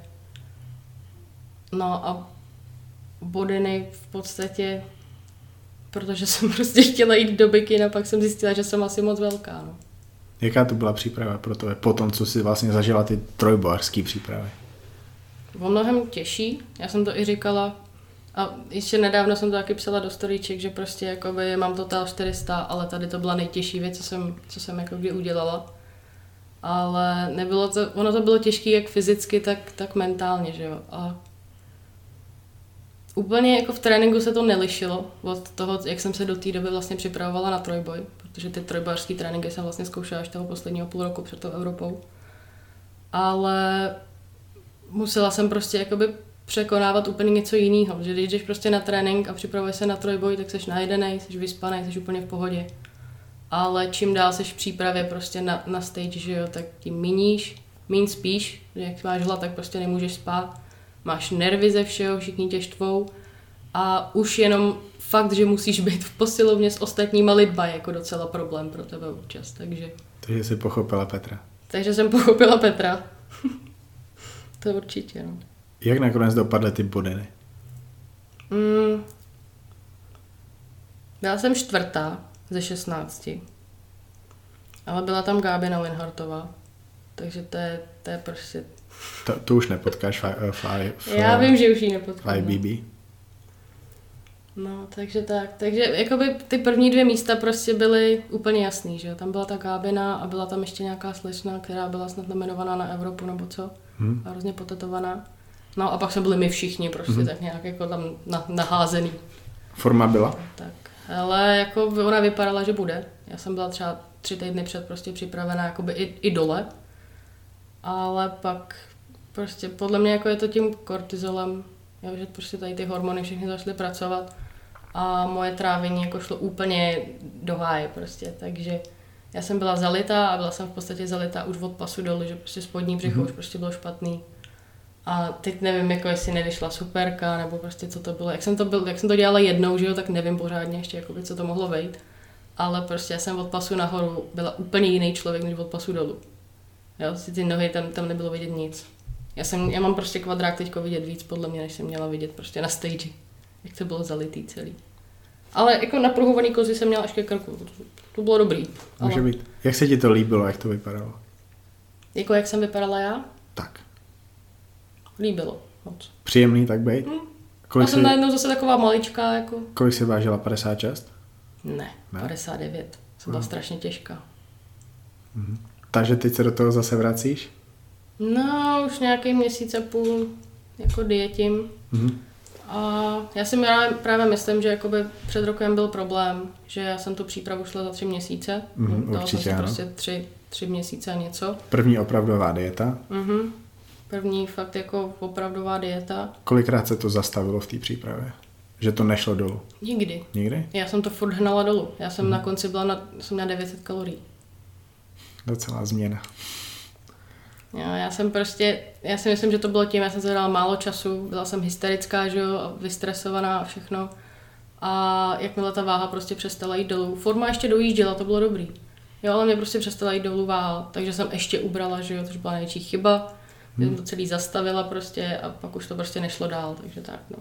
No a bodiny v podstatě, protože jsem prostě chtěla jít do bikiny a pak jsem zjistila, že jsem asi moc velká, no.
Jaká to byla příprava pro tebe po tom, co jsi vlastně zažila ty trojbojařské přípravy?
O mnohem těžší, já jsem to i říkala a ještě nedávno jsem to taky psala do storíček, že prostě jakoby mám total čtyři sta, ale tady to byla nejtěžší věc, co jsem, co jsem jako kdy udělala. Ale nebylo to, ono to bylo těžké jak fyzicky, tak, tak mentálně, že jo. A úplně jako v tréninku se to nelišilo od toho, jak jsem se do té doby vlastně připravovala na trojboj, protože ty trojbojařské tréninky jsem vlastně zkoušela až toho posledního půl roku před tou Evropou. Ale musela jsem prostě jakoby překonávat úplně něco jiného, že když jdeš prostě na trénink a připravuješ se na trojboj, tak seš najedenej, seš vyspanej, seš úplně v pohodě. Ale čím dál seš v přípravě prostě na, na stage, že jo, tak tím míníš, míň spíš, že jak máš hlad, tak prostě nemůžeš spát. Máš nervy ze všeho, všichni tě štvou a už jenom fakt, že musíš být v posilovně s ostatníma lidma, je jako docela problém pro tebe občas, takže...
Takže jsi pochopila Petra.
Takže jsem pochopila Petra. To určitě, no.
Jak nakonec dopadly ty bodeny?
Mm. Byla jsem čtvrtá ze šestnácti, ale byla tam Gábina Linhartová, takže to je, to je prostě...
To, to už nepotkáš v, v, v,
Já vím, že už ji nepotkám.
V I B B.
No, takže tak. Takže jakoby ty první dvě místa prostě byly úplně jasný, že jo. Tam byla ta Gábina a byla tam ještě nějaká slečna, která byla snad nominovaná na Evropu nebo co. Hmm. A hrozně potetovaná. No a pak jsme byli my všichni prostě hmm. tak nějak jako tam na, naházený.
Forma byla?
Tak. Ale jako ona vypadala, že bude. Já jsem byla třeba tři týdny před prostě připravená jakoby i, i dole. Ale pak prostě podle mě jako je to tím kortizolem, jo, že prostě tady ty hormony všechny začaly pracovat a moje trávení jako šlo úplně do háje prostě, takže já jsem byla zalitá a byla jsem v podstatě zalitá už od pasu dolů, že prostě spodní břicho mm-hmm. už prostě bylo špatný. A teď nevím, jako jestli nevyšla superka, nebo prostě co to bylo. Jak jsem to, byl, jak jsem to dělala jednou, že jo, tak nevím pořádně ještě, jakoby, co to mohlo vejít. Ale prostě já jsem od pasu nahoru byla úplně jiný člověk, než od pasu dolů. Jo, si ty nohy, tam, tam nebylo vidět nic. Já, jsem, já mám prostě kvadrák teďko vidět víc, podle mě, než jsem měla vidět prostě na stage. Jak to bylo zalitý celý. Ale jako napruhovaný kozy jsem měla až ke krku. To, to bylo dobrý.
Může
ale...
být. Jak se ti to líbilo, jak to vypadalo?
Jako jak jsem vypadala já?
Tak.
Líbilo moc.
Příjemný tak být? Hmm.
Já jsem jsi... najednou zase taková maličká. Jako...
Kolik jsi vážila? padesát šest?
Ne, ne? padesát devět. Jsem byla hmm. strašně těžká.
Hmm. Takže teď se do toho zase vracíš?
No, už nějaký měsíc a půl jako dietím. Mm-hmm. A já si právě myslím, že jakoby před rokem byl problém, že já jsem tu přípravu šla za tři měsíce. Mm-hmm, dala jsem si prostě tři, tři měsíce a něco.
První opravdová dieta?
Mm-hmm. První fakt jako opravdová dieta.
Kolikrát se to zastavilo v té přípravě? Že to nešlo dolů?
Nikdy.
Nikdy?
Já jsem to furt hnala dolů. Já jsem mm-hmm. na konci byla na, jsem měla devět set kalorií.
Docela změna.
Jo, já jsem prostě, já si myslím, že to bylo tím, já jsem se dala málo času, byla jsem hysterická, že jo, vystresovaná a všechno. A jakmile ta váha prostě přestala jít dolů, forma ještě dojížděla, to bylo dobrý. Jo, ale mě prostě přestala jít dolů váha, takže jsem ještě ubrala, že jo, což byla největší chyba. Hmm. Jsem to celý zastavila prostě a pak už to prostě nešlo dál, takže tak, no.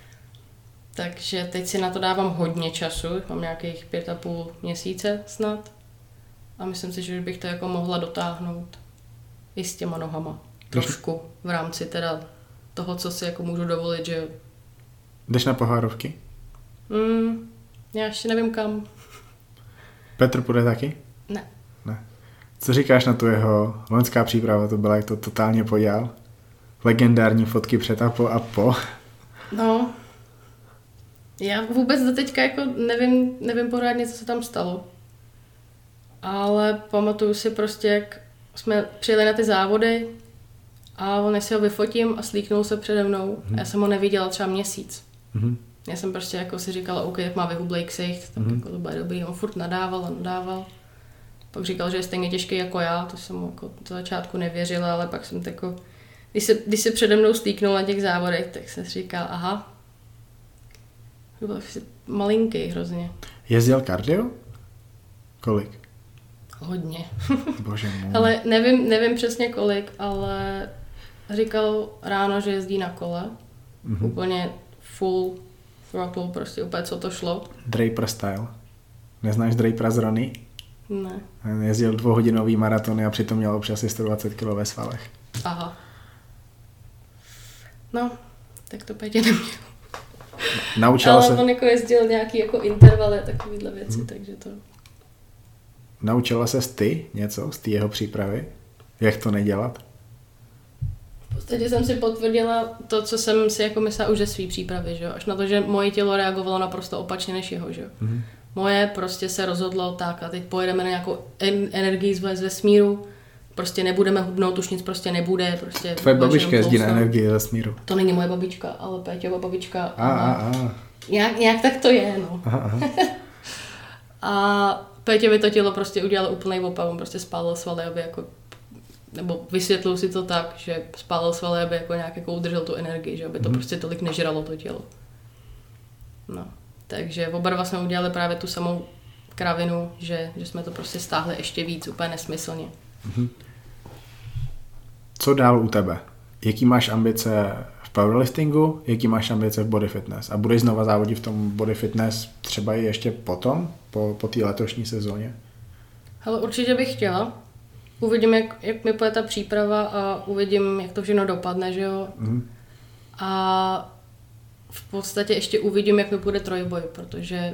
Takže teď si na to dávám hodně času, mám nějakých pět a půl měsíce snad. A myslím si, že bych to jako mohla dotáhnout i s těma nohama. Trošku v rámci teda toho, co si jako můžu dovolit, že jo.
Jdeš na pohárovky?
Mm, já ještě nevím kam.
Petr půjde taky?
Ne.
Ne. Co říkáš na tu jeho loňská příprava, to byla, jak to totálně podělal? Legendární fotky před a po a po.
No. Já vůbec do teďka jako nevím, nevím pořádně, co se tam stalo. Ale pamatuju si prostě, jak jsme přijeli na ty závody a on si ho vyfotím a slíknul se přede mnou. Mm. Já jsem ho neviděla třeba měsíc. Mm. Já jsem prostě jako si říkala, OK, jak má vyhublej ksicht, tak mm. jako to bude dobrý. On furt nadával a nadával. Pak říkal, že je stejně těžký jako já, to jsem jako do začátku nevěřila, ale pak jsem tako, když se, když se přede mnou slíknul na těch závodech, tak jsem si říkal, aha, byl malinký hrozně.
Jezdil kardio? Kolik?
Hodně.
Bože můj.
Ale nevím, nevím přesně kolik, ale říkal ráno, že jezdí na kole. Mm-hmm. Úplně full throttle, prostě úplně co to šlo.
Draper style. Neznáš Drapera z Rony?
Ne.
Jezdil dvouhodinový maratony a přitom měl občas sto dvacet kilo ve svalech.
Aha. No, tak to Petě neměl.
Naučila
ale
se...
on jako jezdil nějaký jako intervaly a takovýhle věci, hmm. takže to...
Naučila ses ty něco z té jeho přípravy? Jak to nedělat?
V podstatě jsem si potvrdila to, co jsem si jako myslela už ze své přípravy, že jo? Až na to, že moje tělo reagovalo naprosto opačně než jeho, že jo? Mm-hmm. Moje prostě se rozhodlo tak a teď pojedeme na nějakou en- energii z vesmíru, prostě nebudeme hubnout, už nic prostě nebude. Prostě
tvoje babička jezdí na energii z vesmíru.
To není moje babička, ale Péťova babička.
A, a, a.
Nějak, nějak tak to je, no.
Aha, aha.
A Péťovi to tělo prostě udělalo úplnej opak, on prostě spálil svaly, aby jako, nebo vysvětlil si to tak, že spálil svaly, aby jako nějak jako udržel tu energii, že aby to mm. prostě tolik nežralo to tělo. No, takže oba dva jsme udělali právě tu samou kravinu, že, že jsme to prostě stáhli ještě víc, úplně nesmyslně.
Mm-hmm. Co dál u tebe? Jaký máš ambice v powerliftingu, jaký máš ambice v body fitness? A budeš znova závodit v tom body fitness třeba i ještě potom, po, po té letošní sezóně?
Hele, určitě bych chtěla. Uvidím, jak, jak mi půjde ta příprava a uvidím, jak to všechno dopadne, že jo. Mm. A v podstatě ještě uvidím, jak mi půjde trojboj, protože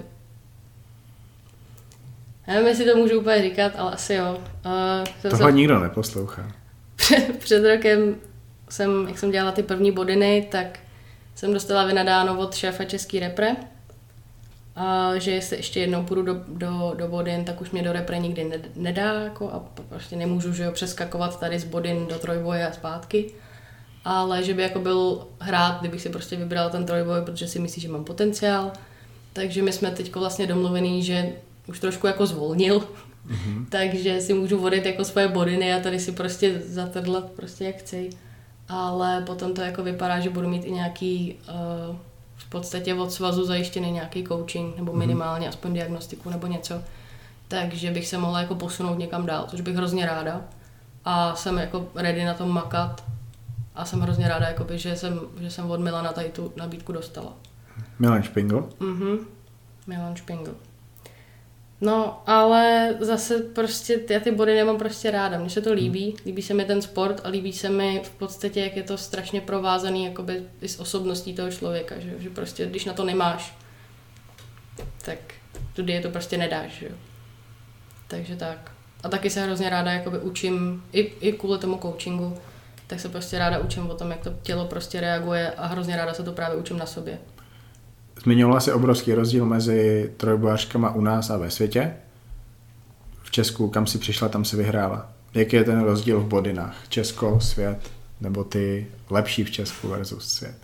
nevím, jestli to můžu úplně říkat, ale asi jo. Uh,
Tohle se... nikdo neposlouchá.
Před, před rokem jsem, jak jsem dělala ty první bodiny, tak jsem dostala vynadáno od šéfa český repre, a že jestli ještě jednou půjdu do, do, do bodin, tak už mě do repre nikdy nedá jako, a prostě nemůžu, že jo, přeskakovat tady z bodin do trojboje a zpátky, ale že by jako byl hrát, kdybych si prostě vybral ten trojboj, protože si myslí, že mám potenciál, takže my jsme teď vlastně domluvený, že už trošku jako zvolnil, mm-hmm. takže si můžu vodit jako svoje bodiny a tady si prostě zatrdlat prostě jak chci, ale potom to jako vypadá, že budu mít i nějaký uh, v podstatě od svazu zajištěný nějaký coaching, nebo minimálně aspoň diagnostiku nebo něco, takže bych se mohla jako posunout někam dál, což bych hrozně ráda a jsem jako ready na tom makat a jsem hrozně ráda, jakoby, že, jsem, že jsem od Milana tady tu nabídku dostala.
Milan Špingl?
Mhm, Milan Špingl. No, ale zase prostě já ty body nemám prostě ráda. Mně se to líbí, líbí se mi ten sport a líbí se mi v podstatě, jak je to strašně provázaný jakoby i s osobností toho člověka, že, že prostě když na to nemáš, tak tudy je to prostě nedáš, že jo. Takže tak. A taky se hrozně ráda jakoby učím, i, i kvůli tomu coachingu, tak se prostě ráda učím o tom, jak to tělo prostě reaguje a hrozně ráda se to právě učím na sobě.
Zmiňovala se obrovský rozdíl mezi trojbojařkama u nás a ve světě. V Česku, kam si přišla, tam si vyhrála. Jaký je ten rozdíl v bodinách? Česko, svět, nebo ty lepší v Česku versus svět?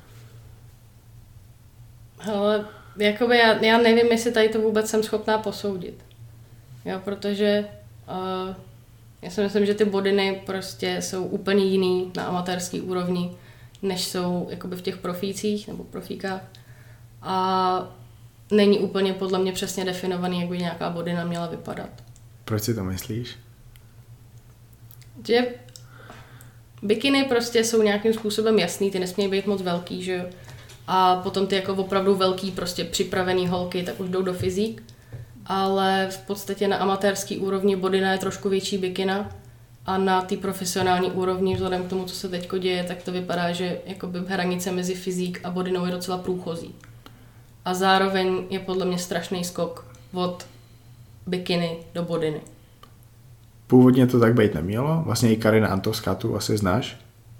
Hele, jakoby já, já nevím, jestli tady to vůbec jsem schopná posoudit. Jo, protože uh, já si myslím, že ty bodiny prostě jsou úplně jiný na amatérský úrovni, než jsou jakoby v těch profících nebo profíkách. A není úplně podle mě přesně definovaný, jak by nějaká bodina měla vypadat.
Proč si to myslíš?
Že bikiny prostě jsou nějakým způsobem jasný, ty nesmějí být moc velký, že jo. A potom ty jako opravdu velký, prostě připravený holky, tak už jdou do fyzik. Ale v podstatě na amatérský úrovni bodina je trošku větší bikina a na té profesionální úrovni, vzhledem k tomu, co se teďko děje, tak to vypadá, že jakoby hranice mezi fyzik a bodinou je docela průchozí. A zároveň je podle mě strašný skok od bikiny do bodiny.
Původně to tak být nemělo. Vlastně i Karina Antovská tu asi znáš.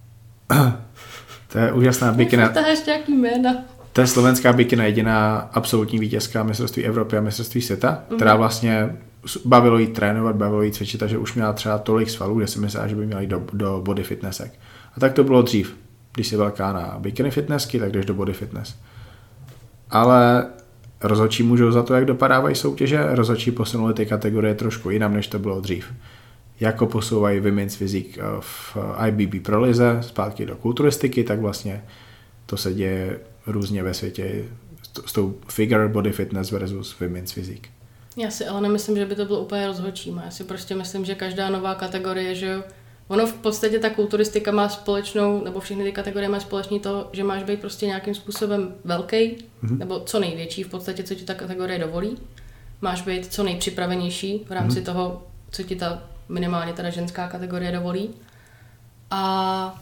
To je úžasná bikina.
To je nějaký jména.
To je slovenská bikina, jediná absolutní vítězka mistrovství Evropy a mistrovství světa, mm-hmm. která vlastně bavilo jí trénovat, bavilo jí cvičit, takže už měla třeba tolik svalů, že si myslela, že by měla jít do, do body fitnessek. A tak to bylo dřív. Když jsi velká na bikini fitnessky, tak jdeš do body fitness. Ale rozhodčí můžou za to, jak dopadávají soutěže, rozhodčí posunuli ty kategorie trošku jinam, než to bylo dřív. Jako posouvají women's physique v I B B Pro lize zpátky do kulturistiky, tak vlastně to se děje různě ve světě s tou figure body fitness versus women's physique.
Já si ale nemyslím, že by to bylo úplně rozhodčí. Já si prostě myslím, že každá nová kategorie, že jo, ono v podstatě ta kulturistika má společnou, nebo všechny ty kategorie má společný to, že máš být prostě nějakým způsobem velký, mm-hmm. nebo co největší v podstatě, co ti ta kategorie dovolí. Máš být co nejpřipravenější v rámci mm-hmm. toho, co ti ta minimálně teda ženská kategorie dovolí. A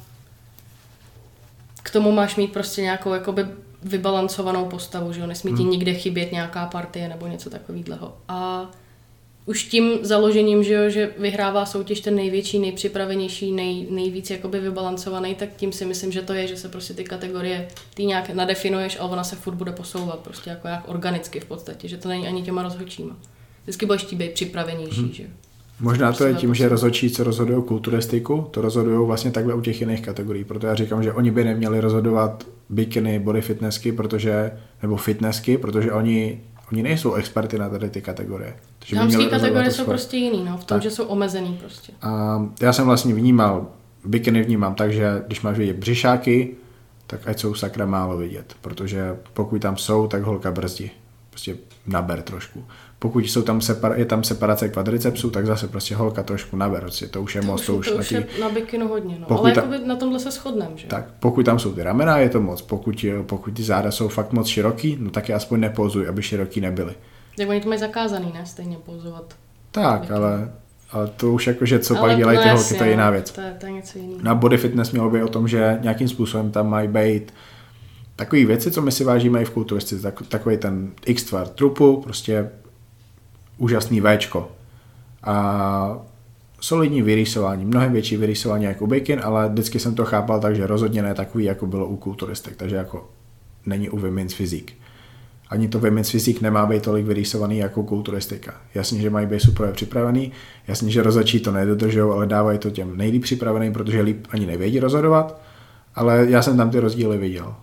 k tomu máš mít prostě nějakou jakoby vybalancovanou postavu, že jo, nesmí ti mm. nikde chybět nějaká partie nebo něco takového. A už tím založením, že, jo, že vyhrává soutěž ten největší, nejpřipravenější, nej, nejvíc jakoby vybalancovaný, tak tím si myslím, že to je, že se prostě ty kategorie ty nějak nadefinuješ a ona se furt bude posouvat prostě jako jak organicky v podstatě, že to není ani těma rozhodčíma. Vždycky budeš tí být připravenější, hmm. že
Možná to je tím, že rozhodčí, co rozhodují kulturistiku, to rozhodují vlastně takhle u těch jiných kategorií, proto já říkám, že oni by neměli rozhodovat bikiny, body fitnessky, protože, nebo fitnessky, protože oni Oni nejsou experty na tady ty kategorie.
Dámské kategorie jsou prostě jiný, no, v tom, tak. Že jsou omezený prostě.
A já jsem vlastně vnímal, bikiny vnímám tak, že když máš vidět břišáky, tak ať jsou sakra málo vidět, protože pokud tam jsou, tak holka brzdí. Prostě naber trošku. Pokud jsou tam separa- je tam separace kvadricepsů, tak zase prostě holka trošku naber, prostě to už je moc.
To už, to už
je
na bikinu hodně, no. Ale ta... na tomhle se shodneme, že?
Tak, pokud tam jsou ty ramena, je to moc. Pokud, pokud ty záda jsou fakt moc široký, no tak je aspoň nepouzuj, aby široký nebyly.
Tak oni to mají zakázaný, ne? Stejně pouzovat.
Tak, ale, ale to už jako, že co ale pak dělají ty holky, to je jiná věc.
To je, to je něco jiného.
Na body fitness mělo být o tom, že nějakým způsobem tam mají být takové věci, co my si vážíme i v kulturistice, tak, takový ten X-tvar trupu, prostě úžasný Včko. A solidní vyrýsování, mnohem větší vyrýsování jako u bikin, ale vždycky jsem to chápal tak, že rozhodně ne takový, jako bylo u kulturistek, takže jako není u women's physique. Ani to women's physique nemá být tolik vyrýsovaný jako kulturistika. Jasně, že mají být super připravený, jasně, že rozhodčí to nedodržou, ale dávají to těm nejlíp připraveným, protože líp ani nevědí rozhodovat, ale já jsem tam ty rozdíly viděl.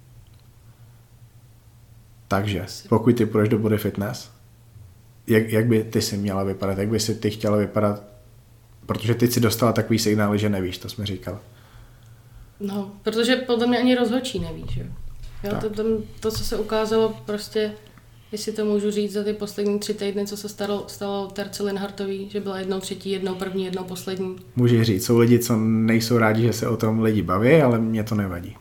Takže, pokud ty půjdeš do body fitness, jak, jak by ty si měla vypadat, jak by si ty chtěla vypadat, protože ty si dostala takový signály, že nevíš, to jsme říkal.
No, protože podle mě ani rozhodčí neví, že jo. To, to, to, co se ukázalo prostě, jestli to můžu říct, za ty poslední tři týdny, co se stalo, stalo Terce Linhartový, že byla jednou třetí, jednou první, jednou poslední.
Můžeš říct, jsou lidi, co nejsou rádi, že se o tom lidi baví, ale mě to nevadí.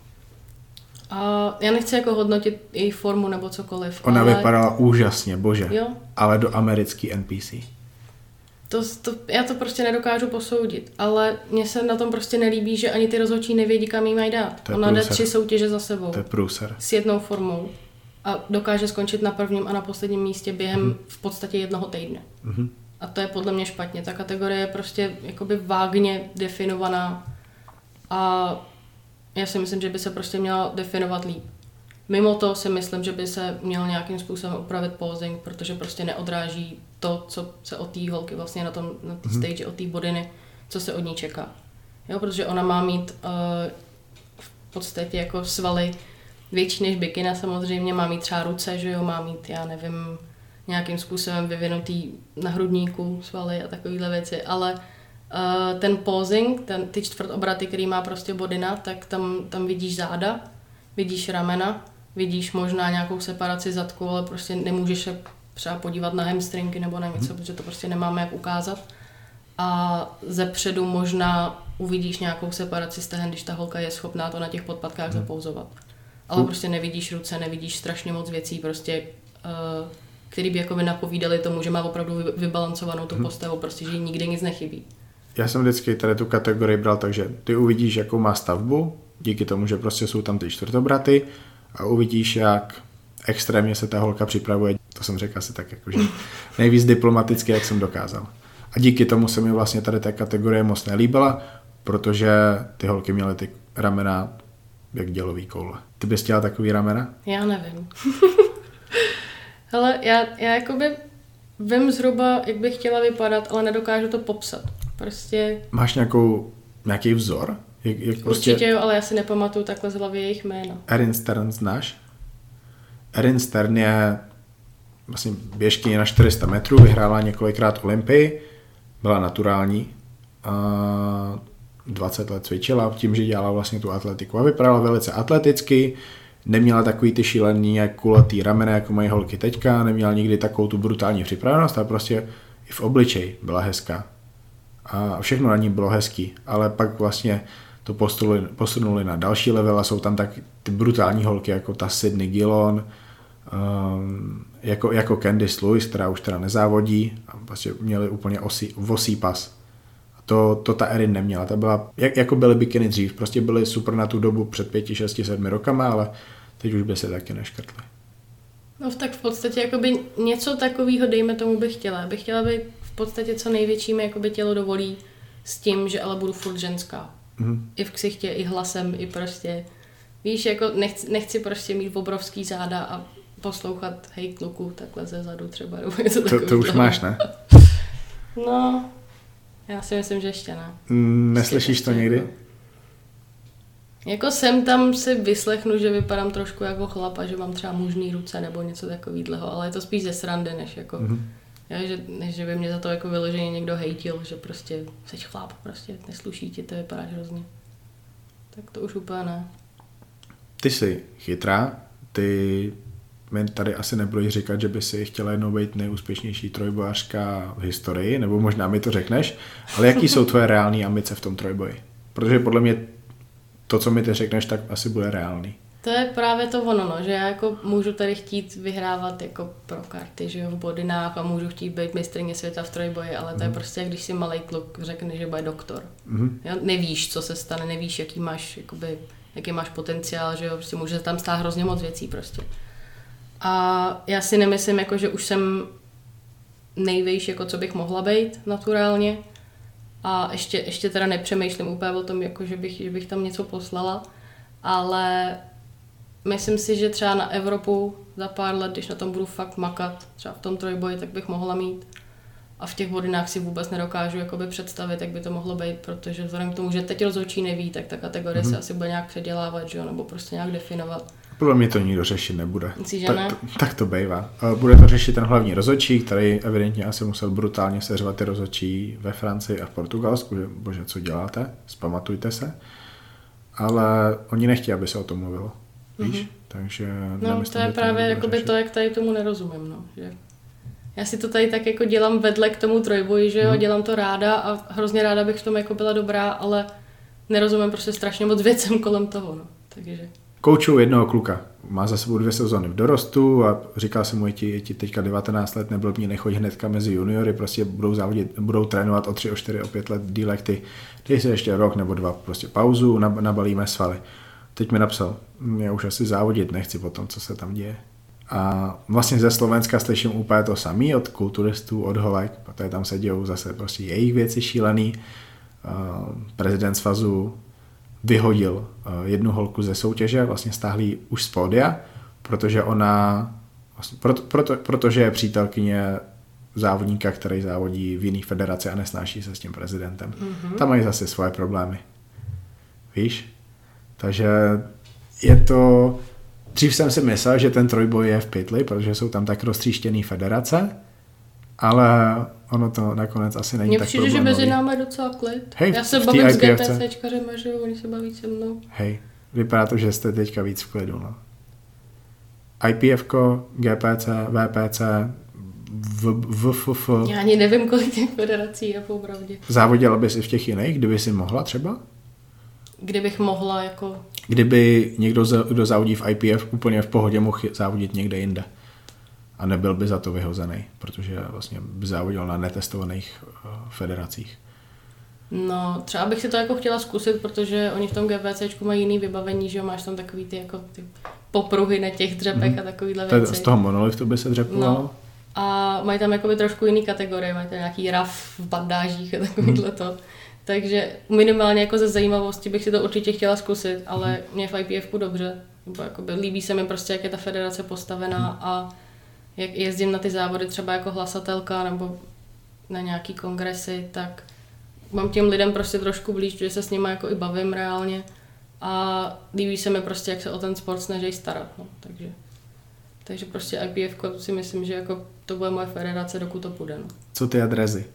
A já nechci jako hodnotit její formu nebo cokoliv.
Ona
ale...
vypadala úžasně, bože.
Jo?
Ale do americký N P C.
To, to, já to prostě nedokážu posoudit, ale mně se na tom prostě nelíbí, že ani ty rozhodčí nevědí, kam jí mají dát. Ona jde tři soutěže za sebou.
To je průser.
S jednou formou. A dokáže skončit na prvním a na posledním místě během mm. v podstatě jednoho týdne. Mm. A to je podle mě špatně. Ta kategorie je prostě jakoby vágně definovaná a já si myslím, že by se prostě měla definovat líp. Mimo to si myslím, že by se měl nějakým způsobem upravit posing, protože prostě neodráží to, co se od té holky vlastně na tom na té mm. stage, od té bodiny, co se od ní čeká. Jo, protože ona má mít uh, v podstatě jako svaly větší než bikina samozřejmě, má mít třeba ruce, že jo, má mít, já nevím, nějakým způsobem vyvinutý na hrudníku svaly a takovéhle věci, ale uh, ten posing, ten, ty čtvrtobraty, který má prostě bodina, tak tam, tam vidíš záda, vidíš ramena, vidíš možná nějakou separaci zadku, ale prostě nemůžeš se třeba podívat na hamstringy nebo na něco, hmm. protože to prostě nemáme jak ukázat. A zepředu možná uvidíš nějakou separaci stehen, když ta holka je schopná to na těch podpatkách hmm. zapouzovat. Ale uh. prostě nevidíš ruce, nevidíš strašně moc věcí, prostě, uh, který by jakoby napovídali tomu, že má opravdu vybalancovanou tu hmm. postavu, prostě, že jí nikdy nic nechybí. Já
jsem vždycky tady tu kategorii bral, takže ty uvidíš, jakou má stavbu, díky tomu, že prostě jsou tam ty čtvrtobraty a uvidíš, jak extrémně se ta holka připravuje. To jsem řekl asi tak, jakože nejvíc diplomaticky, jak jsem dokázal. A díky tomu se mi vlastně tady ta kategorie moc nelíbila, protože ty holky měly ty ramena jak dělový koule. Ty bys chtěla takový ramena?
Já nevím. Hele, já, já jakoby vím zhruba, jak bych chtěla vypadat, ale nedokážu to popsat. Prostě...
Máš nějakou, nějaký vzor? Jak, jak prostě...
Určitě jo, ale já si nepamatuju takhle z hlavy jejich jména.
Erin Stern znáš? Erin Stern je vlastně běžkyně na čtyři sta metrů, vyhrála několikrát Olympii, byla naturální, a dvacet let cvičila tím, že dělala vlastně tu atletiku a vypadala velice atleticky, neměla takový ty šílený jak kulatý ramena, jako mají holky teďka, neměla nikdy takovou tu brutální připravenost a prostě i v obličeji byla hezká. A všechno na ní bylo hezký, ale pak vlastně to posunuli, posunuli na další level a jsou tam tak ty brutální holky, jako ta Sydney Gillon, um, jako, jako Candice Lewis, která už teda nezávodí a vlastně měli úplně osí, osí pas. A to, to ta Erin neměla, ta byla, jak, jako byly bikiny dřív, prostě byly super na tu dobu před pěti, šesti, sedmi rokama, ale teď už by se taky neškrtly.
No tak v podstatě jakoby něco takového, dejme tomu, bych chtěla. Bych chtěla být v podstatě co největší mi jakoby tělo dovolí s tím, že ale budu furt ženská. Mm. I v ksichtě, i hlasem, i prostě, víš, jako nechci, nechci prostě mít obrovský záda a poslouchat hej kluku takhle ze zadu třeba, nebo něco
to, to už máš, ne?
No, já si myslím, že ještě ne.
Mm, neslyšíš to někdy?
Jako, jako sem tam si vyslechnu, že vypadám trošku jako chlap a že mám třeba mužný ruce nebo něco takového, ale je to spíš ze srandy, než jako, mm-hmm. já, že, než že by mě za to jako vyloženě někdo hejtil, že prostě seš chlap, prostě nesluší ti, to vypadáš hrozně. Tak to už úplně ne.
Ty jsi chytrá, ty mi tady asi nebudeš říkat, že by si chtěla jednou být nejúspěšnější trojbojařka v historii, nebo možná mi to řekneš, ale jaký jsou tvoje reální ambice v tom trojboji? Protože podle mě to, co mi ty řekneš, tak asi bude reálný.
To je právě to ono, no, že já jako můžu tady chtít vyhrávat jako pro karty, že jo, v bodinách a můžu chtít být mistryně světa v trojboji, ale to mm. je prostě, když si malej kluk řekne, že bude doktor. Mm. Jo, nevíš, co se stane, nevíš, jaký máš, jakoby, jaký máš potenciál, že jo, prostě může tam stát hrozně moc věcí prostě. A já si nemyslím, jako, že už jsem nejvejší, jako co bych mohla být naturálně. A ještě, ještě teda nepřemýšlím úplně o tom, jako, že, bych, že bych tam něco poslala. Ale myslím si, že třeba na Evropu za pár let, když na tom budu fakt makat, třeba v tom trojboji, tak bych mohla mít. A v těch bodinách si vůbec nedokážu jakoby představit, jak by to mohlo být, protože vzhledem k tomu, že teď rozhodčí neví, tak ta kategorie mm-hmm. se asi bude nějak předělávat, že jo, nebo prostě nějak definovat.
Podle mě to nikdo řešit nebude.
Myslíš, že
tak,
ne?
To, tak to bývá. Bude to řešit ten hlavní rozhodčí, který evidentně asi musel brutálně seřvat ty rozhodčí ve Francii a v Portugalsku, že bože, co děláte, zpamatujte se. Ale oni nechtějí, aby se o tom mluvilo. Víš? Mm-hmm. Takže
no, nemyslím, to je právě jakoby to, jak tady tomu nerozumím. No. Že já si to tady tak jako dělám vedle k tomu trojboji, že jo, mm-hmm. dělám to ráda a hrozně ráda bych v tom jako byla dobrá, ale nerozumím prostě strašně moc věcem kolem toho. No. Takže...
Koučuju jednoho kluka, má za sebou dvě sezóny v dorostu a říkal jsem mu, je ti, je ti teďka devatenáct let, nebyl mě, nechoď hnedka mezi juniory, prostě budou závodit, budou trénovat o tři, o čtyři, o pět let dílek, ty dej si ještě rok nebo dva prostě pauzu, nabalíme svaly. Teď mi napsal, já už asi závodit nechci po tom, co se tam děje. A vlastně ze Slovenska slyším úplně to samý od kulturistů, od holek, protože tam se dějou zase prostě jejich věci šílený. Prezident svazu vyhodil jednu holku ze soutěže, vlastně stáhli už z pódia, protože ona, vlastně, proto, proto, protože je přítelkyně závodníka, který závodí v jiný federaci a nesnáší se s tím prezidentem. Mm-hmm. Tam mají zase svoje problémy. Víš? Takže je to... Dřív jsem si myslel, že ten trojboj je v pytli, protože jsou tam tak roztříštěný federace, ale ono to nakonec asi není
Mně
tak
přijde,
problémový.
že mezi námi je docela klid.
Hej,
já se bavím s GPCčkařema, že oni se baví se mnou.
Hej, vypadá to, že jste teďka víc v klidu. No. I P F ko, G P C, V P C, V F F.
Já ani nevím, kolik těch federací je popravdě.
Závodila bys i v těch jiných, kdyby si mohla třeba?
Kdybych mohla jako...
Kdyby někdo, kdo závodí v I P F, úplně v pohodě mohl závodit někde jinde. A nebyl by za to vyhozený, protože vlastně by závodil na netestovaných uh, federacích.
No, třeba bych si to jako chtěla zkusit, protože oni v tom GPCčku mají jiný vybavení, že jo, máš tam takový ty jako ty popruhy na těch dřepech mm. a takovýhle věci.
Z toho monoliftu by se dřepovalo?
No. A mají tam jakoby trošku jiný kategorie, mají tam nějaký raf v bandážích a takovýhle mm. to. Takže minimálně jako ze zajímavosti bych si to určitě chtěla zkusit, ale mm. mě v I P F ku dobře. Nebo jakoby líbí se mi prostě, jak je ta federace postavená mm. a jak jezdím na ty závody třeba jako hlasatelka nebo na nějaký kongresy, tak mám těm lidem prostě trošku blíž, že se s nimi jako i bavím reálně a líbí se mi prostě, jak se o ten sport snaží starat, no, takže, takže prostě I P F si myslím, že jako to bude moje federace, dokud to půjde, no.
Co ty adrezy?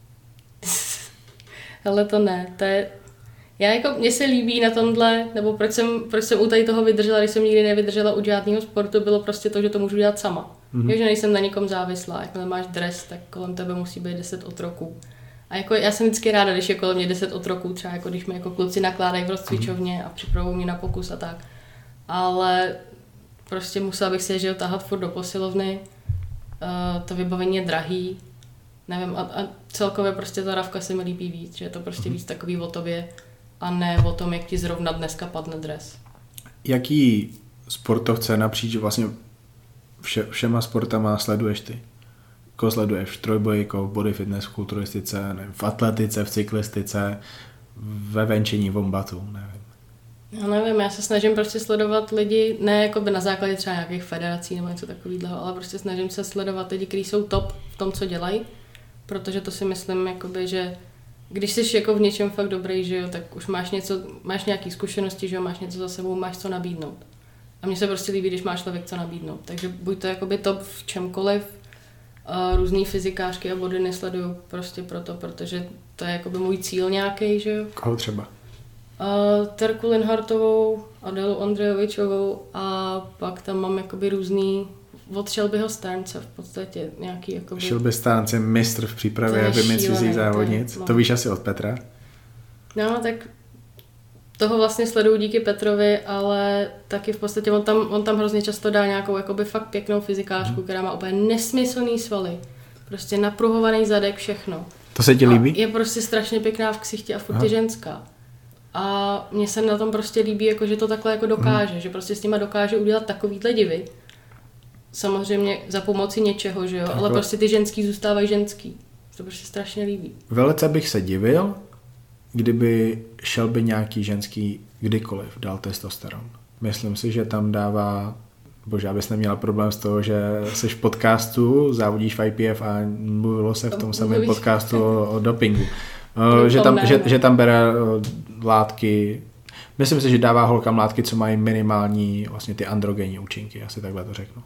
Hele, to ne, to je, já jako, mně se líbí na tomhle, nebo proč jsem, proč jsem u tady toho vydržela, když jsem nikdy nevydržela u žádného sportu, bylo prostě to, že to můžu dělat sama. Mm-hmm. Jo, že nejsem na nikom závislá, jakmile máš dres, tak kolem tebe musí být deset otroků. A jako já jsem vždycky ráda, když je kolem mě deset otroků, třeba jako když mi jako kluci nakládají v rozcvičovně a připravují mě na pokus a tak. Ale prostě musela bych si je tahat furt do posilovny, uh, to vybavení je drahý, nevím, a, a celkově prostě ta rafka se mi líbí víc, že je to prostě víc takový o tobě a ne o tom, jak ti zrovna dneska padne dres.
Jaký sportovce napříč vlastně vše, všema sportama sleduješ ty? Koho sleduješ v trojboji, v body fitness, v kulturistice, nevím, v atletice, v cyklistice, ve venčení vombatu, nevím.
Já nevím, já se snažím prostě sledovat lidi, ne jakoby na základě třeba nějakých federací nebo něco takového, ale prostě snažím se sledovat lidi, kteří jsou top v tom, co dělají, protože to si myslím, jakoby, že když jsi jako v něčem fakt dobrý, že jo, tak už máš něco, máš nějaký zkušenosti, že jo, máš něco za sebou, máš co nabídnout. A mně se prostě líbí, když máš člověk co nabídnout. Takže buď to jakoby top v čemkoliv, uh, různý fyzikářky a body nesleduju prostě proto, protože to je jakoby můj cíl nějaký, že jo.
Koho třeba?
Uh, Terku Linhartovou, Adelu Ondrejovičovou a pak tam mám jakoby různý od Shelbyho Stearnse v podstatě nějaký jakoby...
Shelby Stearns je mistr v přípravě vymyslících závodnic. To, no. To víš asi od Petra?
No, tak toho vlastně sleduju díky Petrovi, ale taky v podstatě on tam, on tam hrozně často dá nějakou jakoby fakt pěknou fyzikářku, hmm. která má úplně nesmyslný svaly. Prostě napruhovaný zadek, všechno.
To se ti líbí?
A je prostě strašně pěkná v ksichtě a furt je ženská. A mně se na tom prostě líbí, jako, že to takhle jako dokáže, hmm. že prostě s nima dokáže udělat takovýhle divy. Samozřejmě za pomoci něčeho, že jo, takhle. Ale prostě ty ženský zůstávají ženský. To prostě strašně líbí.
Velice bych se divil, kdyby Shelby nějaký ženský kdykoliv dal testosteron. Myslím si, že tam dává, bože, abys neměla problém z toho, že jsi v podcastu, závodíš v I P F a mluvilo se v tom samém podcastu o, o dopingu. Že tam, že, že tam bere látky, myslím si, že dává holkám látky, co mají minimální vlastně ty androgenní účinky, asi takhle to řeknu.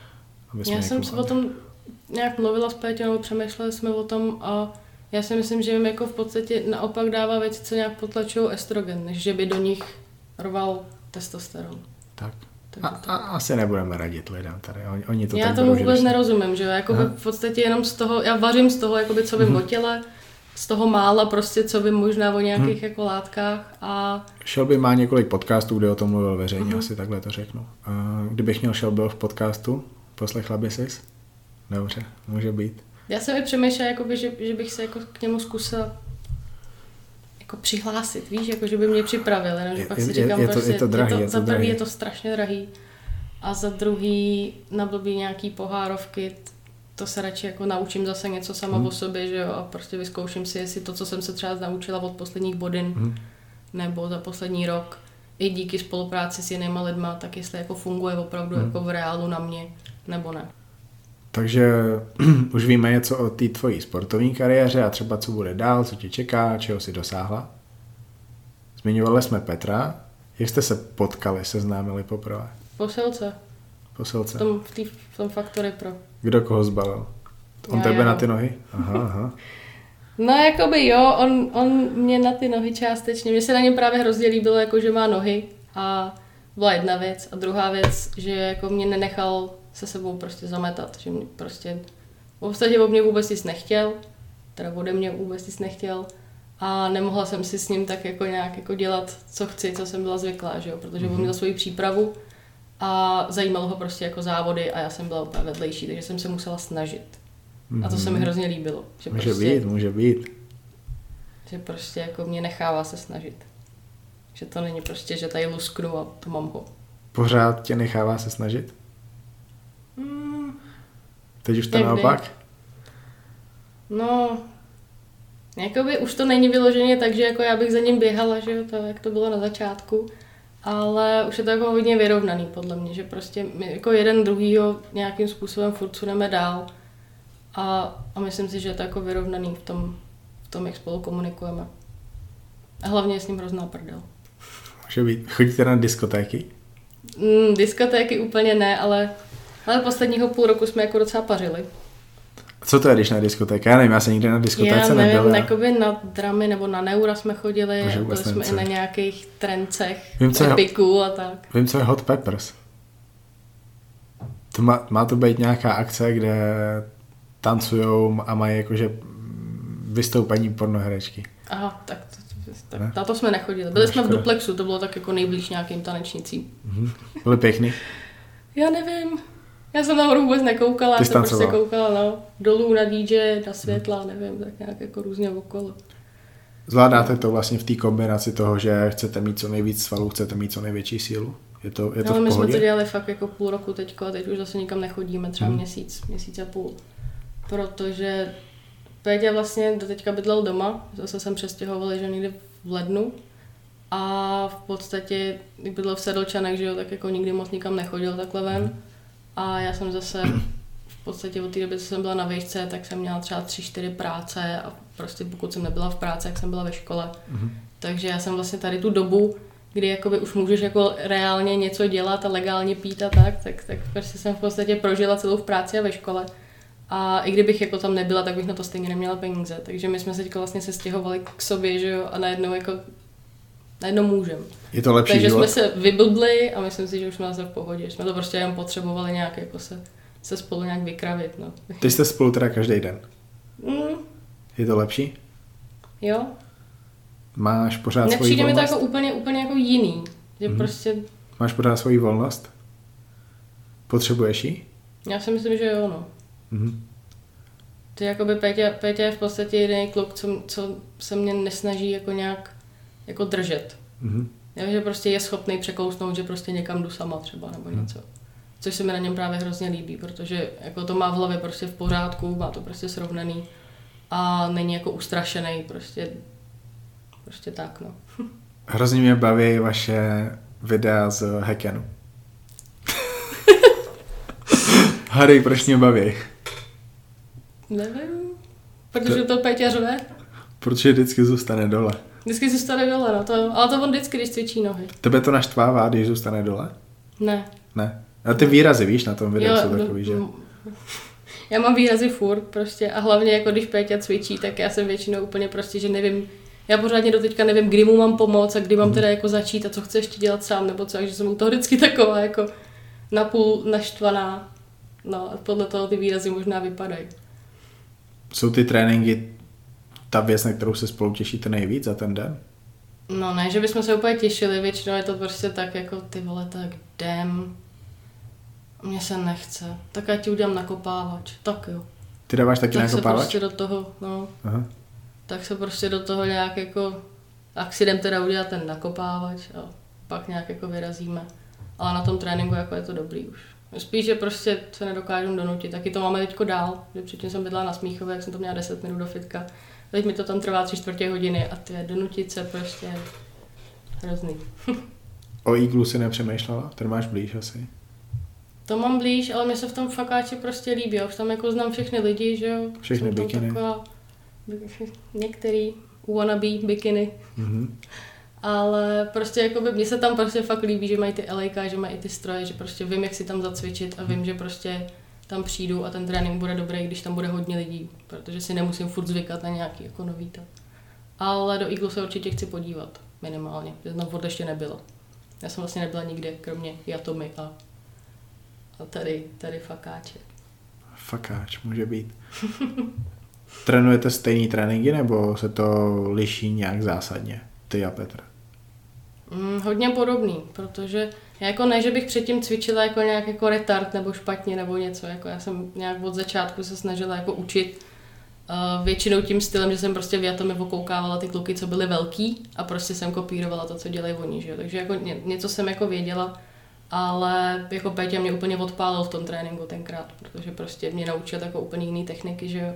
Já jsem si o tom nějak mluvila s Péťou, nebo přemýšleli jsme o tom a já si myslím, že jim jako v podstatě naopak dává věci, co nějak potlačují estrogen, než že by do nich rval testosteron.
Tak. A, a asi nebudeme radit lidem tady. Oni, oni to
já
tak
tomu
berou,
vůbec
že
nerozumím, že jo? Jakoby v podstatě jenom z toho, já vařím z toho, jakoby, co vím mm-hmm. o těle, z toho mála prostě, co vím možná o nějakých hmm. jako látkách a...
Shelby má několik podcastů, kde o tom mluvil veřejně, uh-huh. asi takhle to řeknu. Kdybych měl Shelby v podcastu, poslechla by sis? Dobře, může být.
Já jsem i přemýšlela, jakoby, že, že bych se jako k němu zkusila jako přihlásit, víš, jako, že by mě připravil, jenom, že pak si říkám,
je, je to,
prostě,
je to drahý,
je to,
je to
za prvý
drahý.
je to strašně drahý a za druhý na blbý nějaký pohárovky, to se radši jako naučím zase něco sama hmm. o sobě, že jo, a prostě vyzkouším si, jestli to, co jsem se třeba naučila od posledních bodin, hmm. nebo za poslední rok, i díky spolupráci s jinýma lidma, tak jestli jako funguje opravdu hmm. jako v reálu na mě, nebo ne.
Takže už víme něco o té tvojí sportovní kariéře a třeba co bude dál, co tě čeká, čeho jsi dosáhla. Zmiňovali jsme Petra. Jak jste se potkali, seznámili poprvé?
Posilce.
Posilce.
V tom, v, tý, v tom Factory Pro.
Kdo koho zbalil? On
já,
tebe
já.
na ty nohy? Aha, aha.
No jakoby jo, on, on mě na ty nohy částečně, mně se na něm právě hrozně líbilo, jako že má nohy a byla jedna věc a druhá věc, že jako mě nenechal se sebou prostě zametat, že mě prostě v podstatě od mě vůbec nic nechtěl, teda ode mě vůbec nic nechtěl a nemohla jsem si s ním tak jako nějak jako dělat, co chci, co jsem byla zvyklá, že jo, protože mm-hmm. on měl svoji přípravu a zajímalo ho prostě jako závody a já jsem byla úplně vedlejší, takže jsem se musela snažit. Mm-hmm. A to se mi hrozně líbilo. Že
může
prostě,
být, může být.
Že prostě jako mě nechává se snažit. Že to není prostě, že tady lusknu a to mám ho.
Pořád tě nechává se snažit?
Hmm.
Teď už to
Někdy.
naopak?
No, jakoby už to není vyloženě tak, že jako já bych za ním běhala, že jo, to, jak to bylo na začátku. Ale už je to jako hodně vyrovnaný podle mě, že prostě my jako jeden druhýho nějakým způsobem furt suneme dál. A, a myslím si, že je to jako vyrovnaný v tom, v tom, jak spolu komunikujeme. A hlavně je s ním hrozná prdel.
Může být. Chodíte na diskotéky?
Mm, diskotéky úplně ne, ale, ale posledního půl roku jsme jako docela pařili.
Co to je, když na diskotéka? Já nevím, já jsem nikdy na diskotéce
já nevím,
nebyl.
jakoby na dramy nebo na Neura jsme chodili,
Bože,
byli jsme i na nějakých trencech, Epiku a tak.
Vím, co je Hot Peppers. To má, má to být nějaká akce, kde tancujou a mají jakože vystoupení pornoherečky.
Aha, tak, to, tak ne? Na to jsme nechodili. Byli no, jsme v Duplexu, to bylo tak jako nejblíž nějakým tanečnicím.
Mhm. Byli pěkný?
Já nevím. Já jsem tam vůbec nekoukala, já jsem prostě koukala no, dolů na dý džej, na světla, nevím, tak nějak jako různě okolo.
Zvládáte to vlastně v té kombinaci toho, že chcete mít co nejvíc svalů, chcete mít co největší sílu? Je to, je to
no,
v
my
pohodě?
jsme to dělali fakt jako půl roku teďko a teď už zase nikam nechodíme, třeba
hmm.
měsíc, měsíc a půl. Protože Péťa vlastně do teďka bydlel doma, zase jsem přestěhovali, že někdy v lednu. A v podstatě, když bydlel v Sedlčanech, že jo, tak jako nikdy moc nikam nechodil takhle ven. A já jsem zase v podstatě od té doby, co jsem byla na výšce, tak jsem měla třeba tři, čtyři práce a prostě pokud jsem nebyla v práci, tak jsem byla ve škole. Mm-hmm. Takže já jsem vlastně tady tu dobu, kdy jakoby už můžeš jako reálně něco dělat a legálně pít a tak, tak, tak prostě jsem v podstatě prožila celou v práci a ve škole. A i kdybych jako tam nebyla, tak bych na to stejně neměla peníze. Takže my jsme se teďka vlastně se stěhovali k sobě, že jo, a najednou jako najednou můžem.
Je to lepší
Takže
život?
jsme se vyblbli a myslím si, že už jsme zase v pohodě. Jsme to prostě jen potřebovali nějak jako se, se spolu nějak vykravit. No.
Ty jste spolu teda každý den?
Mm.
Je to lepší?
Jo.
Máš pořád svoji volnost?
Nepřijde mi to jako úplně, úplně jako jiný. Že mm. prostě...
Máš pořád svoji volnost? Potřebuješ ji?
Já si myslím, že jo, no.
Mm.
Ty jakoby Péťa, Péťa je v podstatě jediný kluk, co, co se mě nesnaží jako nějak jako držet. Mm-hmm. Já, že prostě je schopný překousnout, že prostě někam jdu sama třeba nebo mm. něco. Což se mi na něm právě hrozně líbí, protože jako to má v hlavě prostě v pořádku, má to prostě srovnaný a není jako ustrašený, prostě, prostě tak, no.
Hrozně mě baví vaše videa z Hackenu. Harry, proč mě baví?
Nevím, protože to, to Péťa řve.
Protože vždycky zůstane dole.
Vždycky zůstane dole, no to, ale to on vždycky, když cvičí nohy.
Tebe to naštvává, když zůstane dole?
Ne.
Ne. A ty výrazy, víš, na tom videu
jo,
jsou takový, že?
Já mám výrazy furt prostě a hlavně jako když Péťa cvičí, tak já jsem většinou úplně prostě, že nevím, já pořádně do teďka nevím, kdy mu mám pomoct a kdy mám teda jako začít a co chce ještě dělat sám nebo co, takže jsem u toho vždycky taková jako napůl naštvaná. No a podle toho ty výrazy možná vypadají.
Jsou ty tréninky ta věc, na kterou se spolu těšíte nejvíc za ten den?
No ne, že bychom se úplně těšili, většinou je to prostě tak jako ty vole, tak jdem, mně se nechce, tak já ti udělám nakopávač, tak jo.
Ty dáváš taky
tak
nakopávač?
Tak se prostě do toho, no,
Aha.
tak se prostě do toho nějak jako, tak si jdem teda udělat ten nakopávač a pak nějak jako vyrazíme. Ale na tom tréninku jako je to dobrý už. Spíš, že prostě se nedokážu donutit, taky to máme teďko dál, že předtím jsem bydlela na Smíchově, jak jsem to měla deset minut do fitka. Teď mi to tam trvá tři čtvrtě hodiny a ty donutit se prostě hrozný.
O iglu si nepřemýšlela? Ten máš blíž asi.
To mám blíž, ale mě se v tom fakáči prostě líbí. Já už tam jako znám všechny lidi, že jo.
Všechny bikiny.
Taková, některý wannabe bikiny. Mm-hmm. Ale prostě jako by, mně se tam prostě fakt líbí, že mají ty elejka, že mají i ty stroje, že prostě vím, jak si tam zacvičit a vím, že prostě tam přijdu a ten trénink bude dobrý, když tam bude hodně lidí, protože si nemusím furt zvykat na nějaký jako nový to. Ale do iglu se určitě chci podívat, minimálně, protože tam furt ještě nebyla. Já jsem vlastně nebyla nikde, kromě Jatomy a, a tady, tady fakáče.
Fakáč, může být. Trénujete stejný tréninky, nebo se to liší nějak zásadně, ty a Petr?
Mm, hodně podobný, protože já jako ne, že bych předtím cvičila jako nějak jako retard nebo špatně nebo něco, jako já jsem nějak od začátku se snažila jako učit uh, většinou tím stylem, že jsem prostě v Jatomě okoukávala ty kluky, co byly velký a prostě jsem kopírovala to, co dělají oni, že jo, takže jako ně, něco jsem jako věděla, ale jako Péťa mě úplně odpálil v tom tréninku tenkrát, protože prostě mě naučil jako úplně jiný techniky, že jo,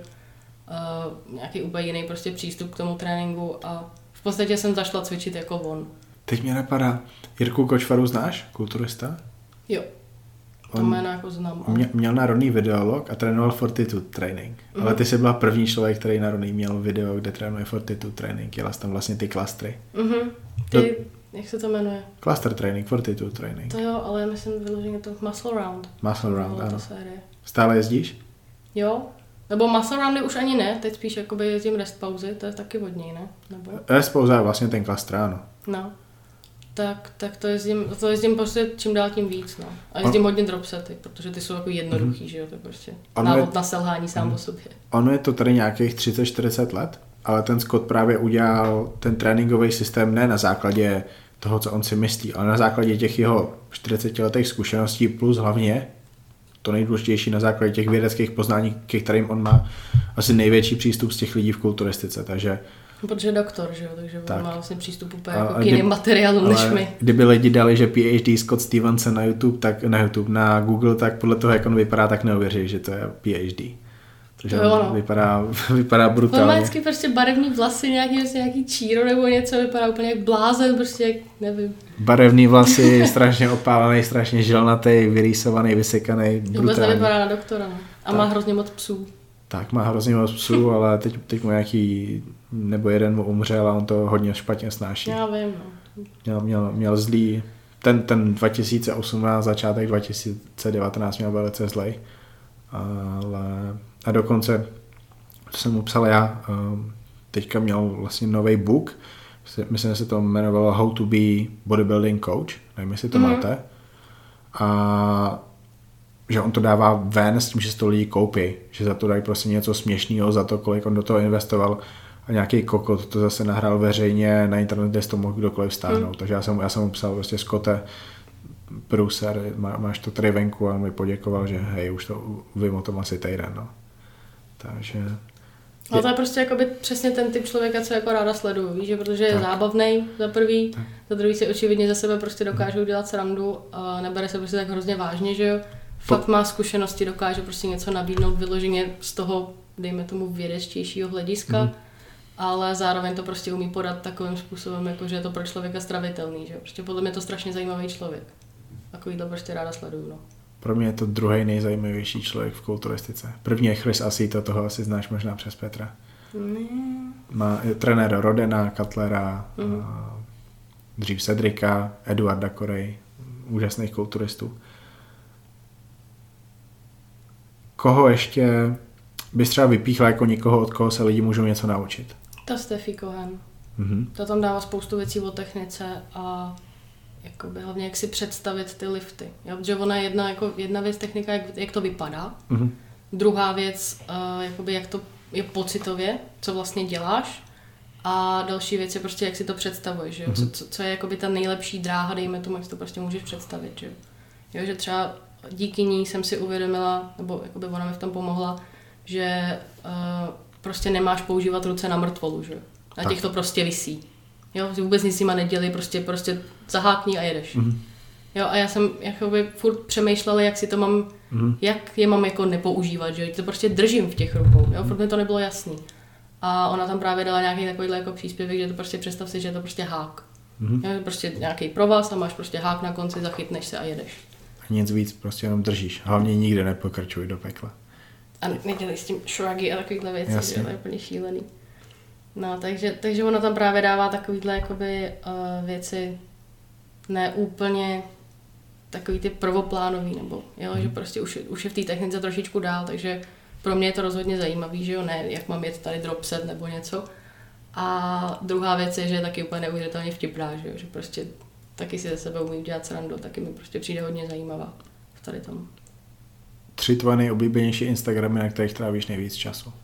uh, nějaký úplně jiný prostě přístup k tomu tréninku a v podstatě jsem zašla cvičit jako on.
Teď mě napadá, Jirku Kočvaru znáš, kulturista?
Jo, to on jméno jako znám.
Mě, měl národný videolog a trénoval fortitude training, mm. ale ty jsi byla první člověk, který národný měl video, kde trénuje fortitude training, jela tam vlastně ty klastry.
Mhm, ty, Do... jak se to jmenuje?
Cluster training, fortitude training.
To jo, ale já myslím vyloženě to Muscle Round.
Muscle Round, ano. Stále jezdíš?
Jo, nebo Muscle Roundy už ani ne, teď spíš jakoby jezdím rest pauzy, to je taky od něj, ne? Nebo...
Rest pauza je vlastně ten cluster, ano.
No. Tak, tak to jezdím, to jezdím prostě čím dál tím víc, no. A jezdím On... hodně dropsety, protože ty jsou jako jednoduchý, mm. že jo, to je prostě ono návod je... na selhání sám mm. o sobě.
Ono je to tady nějakých třicet čtyřicet let, ale ten Scott právě udělal ten tréninkový systém ne na základě toho, co on si myslí, ale na základě těch jeho čtyřicetiletých zkušeností plus hlavně to nejdůležitější na základě těch vědeckých poznání, ke kterým on má asi největší přístup z těch lidí v kulturistice, takže
Protože doktor, že jo, takže tak. On má vlastně přístup úplně jako
a,
k jiným materiálům než my.
Kdyby lidi dali, že PhD Scott Stevenson na YouTube, tak na YouTube, na Google, tak podle toho, jak on vypadá, tak neuvěří, že to je PhD. Takže
to
on vypadá, vypadá brutálně.
Normálně prostě barevný vlasy, nějaký, prostě nějaký číro nebo něco, vypadá úplně jak blázen, prostě jak, nevím.
Barevný vlasy, strašně opálený, strašně žilnatý, vyrýsovaný, vysekaný, brutální.
Vůbec nevypadá na doktora. No. A tak. Má hrozně moc psů.
Tak, má hrozně moc psů, ale teď, teď mu nějaký, nebo jeden mu umřel a on to hodně špatně snáší.
Já vím, no.
Měl, měl, měl zlý, ten, ten dva tisíce osmnáct, začátek dva tisíce devatenáct měl velice zlej. Ale, a dokonce, co jsem mu psal já, teďka měl vlastně nový book, myslím, že se to jmenovalo How to be Bodybuilding Coach, nevím, jestli to mm-hmm. máte. A že on to dává ven s tím, že si to lidi koupí, že za to dají prostě něco směšného, za to, kolik on do toho investoval a nějaký kokot to zase nahrál veřejně na internet, kde to mohl kdokoliv stáhnout. Mm. Takže já jsem, já jsem mu psal prostě Scotte, Brucer, má, máš to tady venku a on mi poděkoval, že hej, už to vím o tom asi týden, no. Takže...
No to je prostě jakoby přesně ten typ člověka, co jako ráda sleduju, víš, že protože je tak. Zábavnej za prvý, tak. Za druhý si očividně za sebe prostě dokážou dělat srandu a nebere se prostě tak hrozně vážně, že jo. Fakt má zkušenosti, dokáže prostě něco nabídnout vyloženě z toho, dejme tomu, vědečtějšího hlediska, mm. ale zároveň to prostě umí podat takovým způsobem, jako že je to pro člověka stravitelný, že jo. Prostě podle mě je to strašně zajímavý člověk. Takovýhle prostě ráda sleduju, no.
Pro mě je to druhý nejzajímavější člověk v kulturistice. První je Chris Asita, toho asi znáš možná přes Petra.
Mm.
Má trenéra Rodena, Cutlera, mm. dřív Cedrika, Eduarda Corey, úžasných kulturistů. Koho ještě bys třeba vypíchla jako někoho, od koho se lidi můžou něco naučit?
Ta Steffi Cohen.
Mm-hmm.
Ta tam dává spoustu věcí o technice a jakoby hlavně jak si představit ty lifty. Jo? Protože ona je jedna, jako jedna věc technika, jak, jak to vypadá. Mm-hmm. Druhá věc, uh, jakoby jak to je pocitově, co vlastně děláš. A další věc je prostě, jak si to představuješ. Že? Mm-hmm. Co, co je jakoby ta nejlepší dráha, dejme tomu, jak si to prostě můžeš představit. Že, jo? Že třeba díky ní jsem si uvědomila, nebo jakoby ona mi v tom pomohla, že uh, prostě nemáš používat ruce na mrtvolu, že? Na těch to prostě visí. Jo, vůbec nic s nima nedělej, prostě, prostě zahákni a jedeš. Mm-hmm. Jo, a já jsem jakoby furt přemýšlela, jak si to mám, mm-hmm. jak je mám jako nepoužívat, že to prostě držím v těch rukou, jo, furt mi to nebylo jasný. A ona tam právě dala nějaký takovýhle jako příspěvek, že to prostě představ si, že je to prostě hák. Mm-hmm. Jo, prostě nějaký provaz a máš prostě hák na konci, zachytneš se a jedeš.
A nic víc, prostě jenom držíš. Hlavně nikdy nepokrčuj do pekla.
A nedělej s tím shrugy a takovýhle věci, že to je úplně šílený. No, takže, takže ono tam právě dává takovýhle jakoby uh, věci ne úplně takový ty prvoplánový, nebo jo, hmm. že prostě už, už je v té technice trošičku dál, takže pro mě je to rozhodně zajímavý, že jo, ne jak mám jet tady dropset nebo něco. A druhá věc je, že je taky úplně neuvěřitelně vtipná, že jo, že prostě taky si ze sebe umím dělat srandu, taky mi prostě přijde hodně zajímavá tady tam.
Tři tvoje nejoblíbenější Instagramy, na kterých trávíš nejvíc času?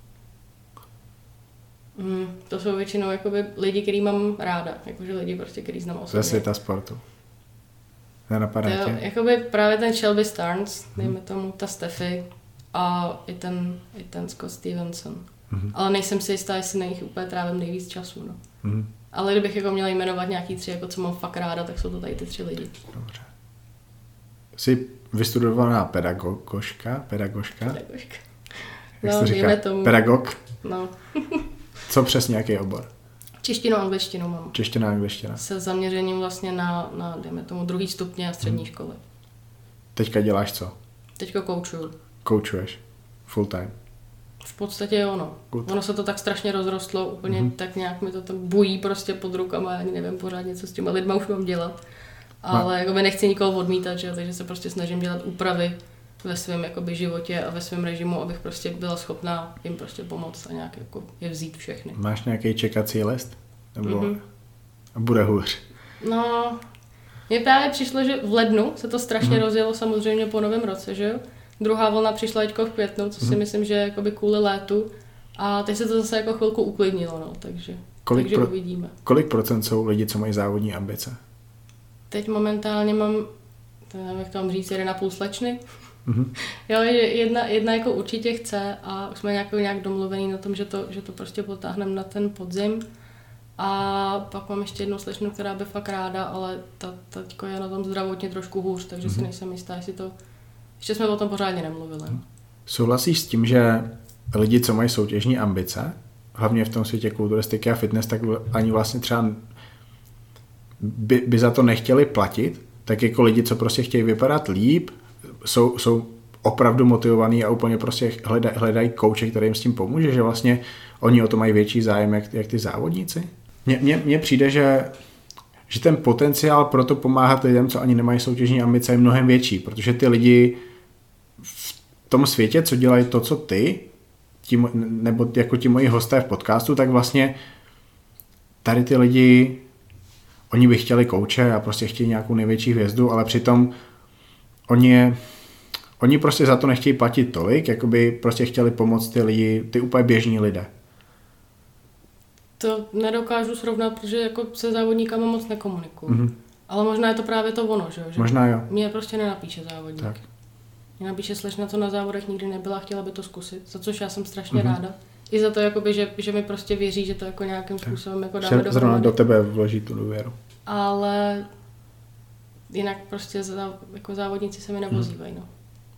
Mm, to jsou většinou jakoby lidi, který mám ráda, jakože lidi prostě, který znám osobně.
Ze světa sportu. Nenapadá tě?
Jakoby právě ten Shelby Starnes, dejme hmm. tomu, ta Steffi a i ten, i ten Scott Stevenson. Hmm. Ale nejsem si jistá, jestli na nich úplně trávím nejvíc času, no. Hmm. Ale kdybych jako měla jmenovat nějaký tři, jako co mám fakt ráda, tak jsou to tady ty tři lidi.
Dobře. Jsi vystudovaná pedagogoška? Pedagožka?
Pedagožka.
Jak
no,
se říká?
Tomu.
Pedagog?
No.
Co přesně, jaký obor?
Češtinu a angličtinu mám.
Čeština a angličtina.
Se zaměřením vlastně na, na dejme tomu, druhý stupně a střední hmm. školy.
Teďka děláš co?
Teďka koučuju.
Koučuješ? Full time?
V podstatě jo, no. Good. Ono se to tak strašně rozrostlo, úplně hmm. tak nějak mi to tam bují prostě pod rukama, já ani nevím pořádně, co s těma lidma už mám dělat. Ale no. jakoby nechci nikoho odmítat, že? Takže se prostě snažím dělat úpravy ve svém jakoby životě a ve svém režimu, abych prostě byla schopná jim prostě pomoct a nějak jako je vzít všechny.
Máš nějaký čekací list? Nebo
mm-hmm.
bude hůř?
No, mně právě přišlo, že v lednu se to strašně mm-hmm. rozjelo samozřejmě po novém roce, že jo? Druhá vlna přišla teďko v květnu, co si mm-hmm. myslím, že je jakoby kvůli létu. A teď se to zase jako chvilku uklidnilo, no, takže,
kolik
takže
pro,
uvidíme.
Kolik procent jsou lidi, co mají závodní ambice?
Teď momentálně mám, nevím, jak to mám říct, jeden a půl slečny. Mm-hmm. Jo, jedna, jedna jako určitě chce a už jsme nějak, nějak domluvený na tom, že to, že to prostě potáhneme na ten podzim. A pak mám ještě jednu slečnu, která by fakt ráda, ale ta, ta teďko je na tom zdravotně trošku hůř, takže mm-hmm. si nejsem jistá, jestli to... Ještě jsme o tom pořádně nemluvili.
Souhlasíš s tím, že lidi, co mají soutěžní ambice, hlavně v tom světě kulturistiky a fitness, tak ani vlastně třeba by, by za to nechtěli platit, tak jako lidi, co prostě chtějí vypadat líp, jsou, jsou opravdu motivovaní a úplně prostě hledají, hledají kouče, který jim s tím pomůže, že vlastně oni o to mají větší zájem, jak, jak ty závodníci. Mně přijde, že, že ten potenciál pro to pomáhat lidem, co ani nemají soutěžní ambice, je mnohem větší, protože ty lidi v tom světě, co dělají to, co ty, tí, nebo jako ti moji hosté v podcastu, tak vlastně tady ty lidi, oni by chtěli kouče a prostě chtějí nějakou největší hvězdu, ale přitom oni je, oni prostě za to nechtějí platit tolik, jako by prostě chtěli pomoct ty lidi, ty úplně běžní lidé.
To nedokážu srovnat, protože jako se závodníkama moc nekomunikuju. Mm-hmm. Ale možná je to právě to ono, že? že
možná jo.
Mě prostě nenapíše závodník.
Tak.
Mě napíše slečna, co na závodech nikdy nebyla, chtěla by to zkusit, za což já jsem strašně mm-hmm. ráda. I za to, jakoby, že, že mi prostě věří, že to jako nějakým způsobem jako dáme dohromady.
Zrovna do tebe vloží tu důvěru.
Ale jinak prostě zá, jako závodníci se mi nevozívají. No.